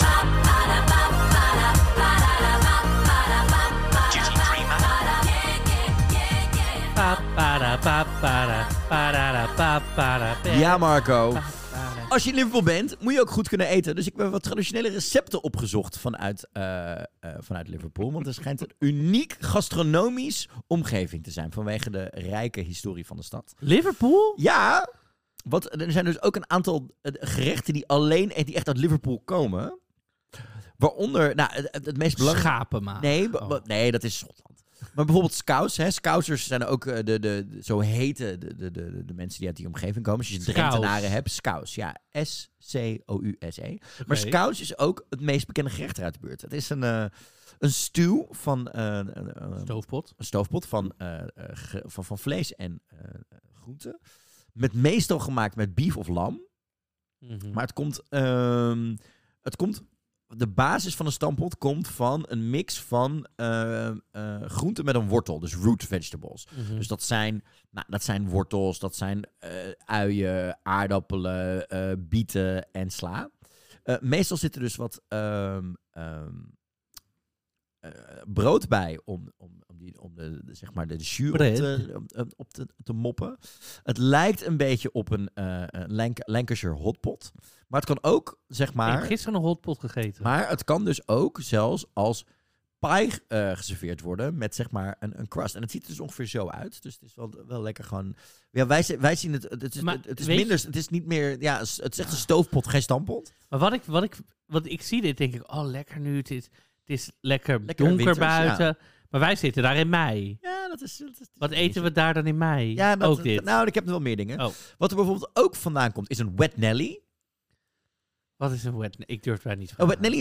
Ja, Marco. Als je in Liverpool bent, moet je ook goed kunnen eten. Dus ik heb wat traditionele recepten opgezocht vanuit Liverpool. Want er schijnt een uniek gastronomisch omgeving te zijn vanwege de rijke historie van de stad. Liverpool? Ja, want er zijn dus ook een aantal gerechten die echt uit Liverpool komen. Waaronder, het meest belangrijke... Schapen maken. Nee, dat is Schotland. Maar bijvoorbeeld scouse, hè. Scousers zijn ook zo heten de mensen die uit die omgeving komen. Als je Drentenaren hebt, scouse. Ja, S-C-O-U-S-E. Okay. Maar scouse is ook het meest bekende gerecht uit de buurt. Het is een stew van... stoofpot. Een stoofpot van vlees en groenten. Meestal gemaakt met beef of lam. Mm-hmm. Maar het komt de basis van een stampot komt van een mix van groenten met een wortel. Dus root vegetables. Mhm. Dus dat zijn wortels, dat zijn uien, aardappelen, bieten en sla. Meestal zit er dus wat brood bij om de jus op te moppen. Het lijkt een beetje op een Lancashire hotpot. Maar het kan ook, zeg maar... Ik heb gisteren een hotpot gegeten. Maar het kan dus ook zelfs als pie geserveerd worden met zeg maar een crust. En het ziet er dus ongeveer zo uit. Dus het is wel lekker gewoon... Ja, wij zien het... Het is niet meer... Ja, het is echt een stoofpot, geen stampot. Maar wat ik zie dit, denk ik... Oh, lekker nu. Het is lekker donker winters, buiten. ja. Maar wij zitten daar in mei. Ja, dat is wat eten we daar dan in mei? Ja, ook dit. Nou, ik heb nog wel meer dingen. Oh. Wat er bijvoorbeeld ook vandaan komt, is een wet Nelly. Wat is een wet Nelly? Ik durf het daar niet van. Een wet Nelly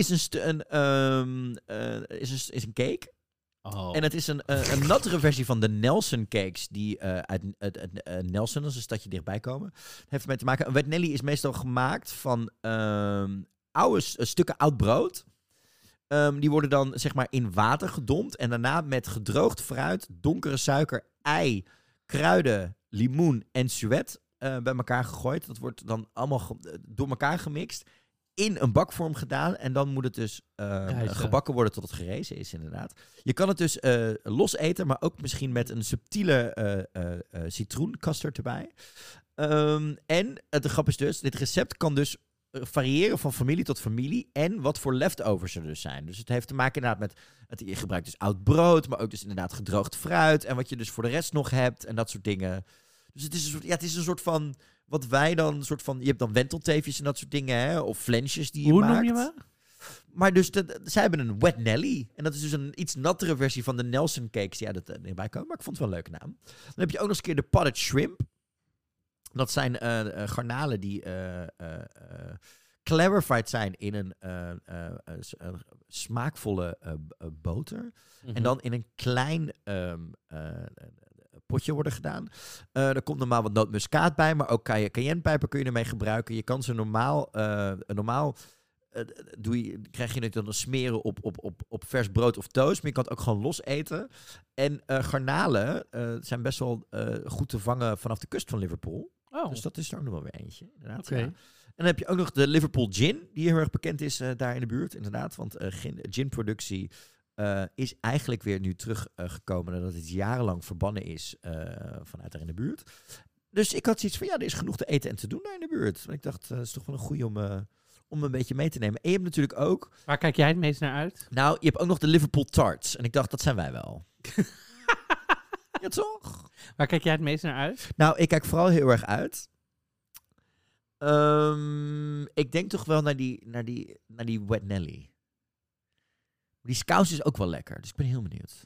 is een cake. Oh. En het is een nattere versie van de Nelson cakes die uit Nelson, dat is een stadje dichtbij komen. Heeft ermee te maken. Een wet Nelly is meestal gemaakt van stukken oud brood. Die worden dan zeg maar in water gedompt en daarna met gedroogd fruit, donkere suiker, ei, kruiden, limoen en suet bij elkaar gegooid. Dat wordt dan allemaal door elkaar gemixt, in een bakvorm gedaan en dan moet het dus gebakken worden tot het gerezen is inderdaad. Je kan het dus los eten, maar ook misschien met een subtiele citroencustard erbij. En de grap is dus, dit recept kan dus variëren van familie tot familie en wat voor leftovers er dus zijn. Dus het heeft te maken inderdaad met, je gebruikt dus oud brood, maar ook dus inderdaad gedroogd fruit en wat je dus voor de rest nog hebt en dat soort dingen. Dus het is een soort van, wat wij dan, een soort van, je hebt dan wentelteefjes en dat soort dingen, hè, of flensjes die je maakt. Hoe noem je me? Maar dus, zij hebben een wet Nelly. En dat is dus een iets nattere versie van de Nelson cakes die uit het neerbij komen. Maar ik vond het wel een leuke naam. Dan heb je ook nog eens een keer de potted shrimp. Dat zijn garnalen die clarified zijn in een smaakvolle boter. Mhm. En dan in een klein potje worden gedaan. Er komt normaal wat nootmuskaat bij, maar ook cayennepeper kun je ermee gebruiken. Je kan ze normaal krijg je het dan smeren op vers brood of toast. Maar je kan het ook gewoon los eten. En garnalen zijn best wel goed te vangen vanaf de kust van Liverpool. Oh. Dus dat is er ook nog wel weer eentje. Inderdaad. Okay. Ja. En dan heb je ook nog de Liverpool Gin, die heel erg bekend is daar in de buurt. Inderdaad, want ginproductie is eigenlijk weer nu teruggekomen nadat het jarenlang verbannen is vanuit daar in de buurt. Dus ik had zoiets van, er is genoeg te eten en te doen daar in de buurt. En ik dacht, het is toch wel een goeie om een beetje mee te nemen. En je hebt natuurlijk ook... Waar kijk jij het meest naar uit? Nou, je hebt ook nog de Liverpool Tarts. En ik dacht, dat zijn wij wel. Ja, toch? Waar kijk jij het meest naar uit? Nou, ik kijk vooral heel erg uit. Ik denk toch wel naar die wet Nelly. Die scouse is ook wel lekker. Dus ik ben heel benieuwd.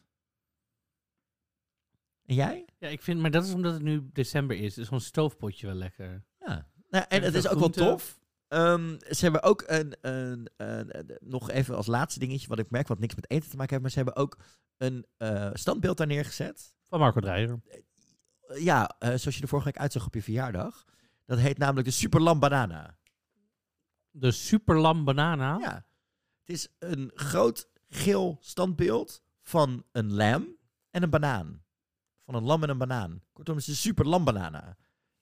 En jij? Ja, maar dat is omdat het nu december is. Dus zo'n stoofpotje wel lekker. Ja. Nou, en het is ook wel tof. Ze hebben ook nog even als laatste dingetje wat ik merk, wat niks met eten te maken heeft, maar ze hebben ook een standbeeld daar neergezet. Van Marco Dreyer. Ja, zoals je er vorige week uitzag op je verjaardag. Dat heet namelijk de Superlam Banana. De Superlam Banana? Ja. Het is een groot geel standbeeld van een lam en een banaan. Van een lam en een banaan. Kortom, het is de Superlam Banana.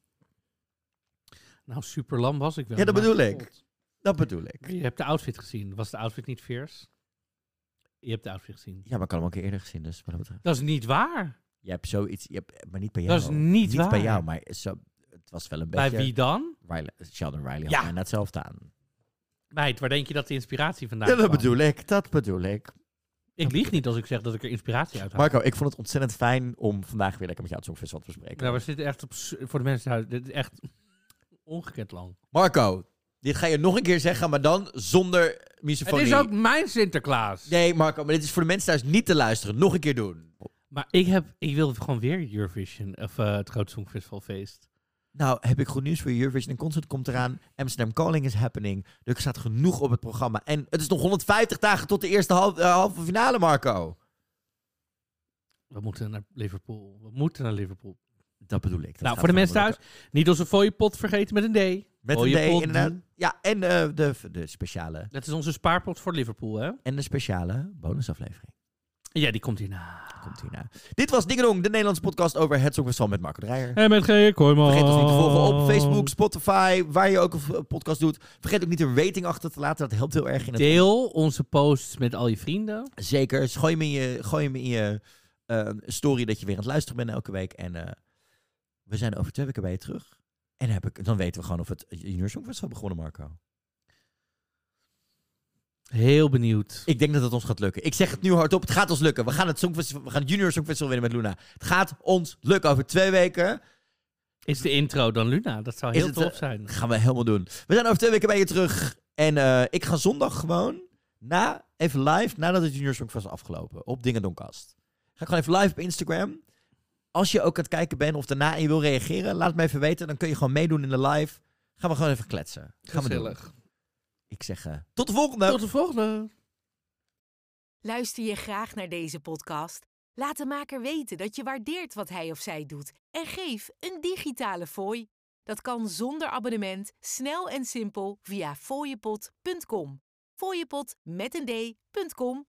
Nou, Superlam was ik wel. Ja, dat bedoel ik. Dat bedoel ik. Je hebt de outfit gezien. Was de outfit niet fierce? Je hebt de outfit gezien. Ja, maar ik had hem al een keer eerder gezien. Dus dat is niet waar. Je hebt zoiets, maar niet bij jou. Dat is niet waar. Niet bij jou, maar het was wel een beetje... Bij wie dan? Sheldon Riley had mij net hetzelfde aan. Meid, waar denk je dat de inspiratie vandaan kwam? Dat bedoel ik. Ik lieg niet als ik zeg dat ik er inspiratie uit haal. Marco, ik vond het ontzettend fijn om vandaag weer lekker met jou het Songfestival te bespreken. Nou, we zitten echt voor de mensen thuis. Dit is echt ongekend lang. Marco, dit ga je nog een keer zeggen, maar dan zonder misofonie. Het is ook mijn Sinterklaas. Nee, Marco, maar dit is voor de mensen thuis niet te luisteren. Nog een keer doen. Maar ik wil gewoon weer Eurovision, of het Grote Songfestivalfeest. Nou, heb ik goed nieuws voor je. Eurovision en concert komt eraan. Amsterdam Calling is happening. Er staat genoeg op het programma. En het is nog 150 dagen tot de eerste halve finale, Marco. We moeten naar Liverpool. Dat bedoel ik. Nou, voor de mensen thuis, niet onze fooiepot vergeten met een D. Met een D, inderdaad. Ja, en de speciale... Dat is onze spaarpot voor Liverpool, hè? En de speciale bonusaflevering. Ja, die komt hierna. Dit was Dingedong, de Nederlandse podcast over het Songfestival met Marco Dreyer. En met G. Kooijman. Vergeet ons niet te volgen op Facebook, Spotify, waar je ook een podcast doet. Vergeet ook niet een rating achter te laten, dat helpt heel erg. Deel onze posts met al je vrienden. Zeker, gooi hem in je story dat je weer aan het luisteren bent elke week. En we zijn over 2 weken bij je terug. En dan weten we gewoon of het Junior Songfestival begonnen, Marco. Heel benieuwd. Ik denk dat het ons gaat lukken. Ik zeg het nu hardop, het gaat ons lukken. We gaan het Junior Songfestival winnen met Luna. Het gaat ons lukken over 2 weken. Is de intro dan Luna? Dat zou heel tof zijn. Gaan we helemaal doen. We zijn over 2 weken bij je terug. En ik ga zondag gewoon even live, nadat het Junior Songfestival is afgelopen, op Dingedonkast. Ga ik gewoon even live op Instagram. Als je ook aan het kijken bent of daarna en je wil reageren, laat het me even weten. Dan kun je gewoon meedoen in de live. Gaan we gewoon even kletsen. Gaan we doen. Ik zeg tot de volgende. Tot de volgende. Luister je graag naar deze podcast? Laat de maker weten dat je waardeert wat hij of zij doet. En geef een digitale fooi. Dat kan zonder abonnement, snel en simpel via fooiepot.com. Fooiepot met een d.com.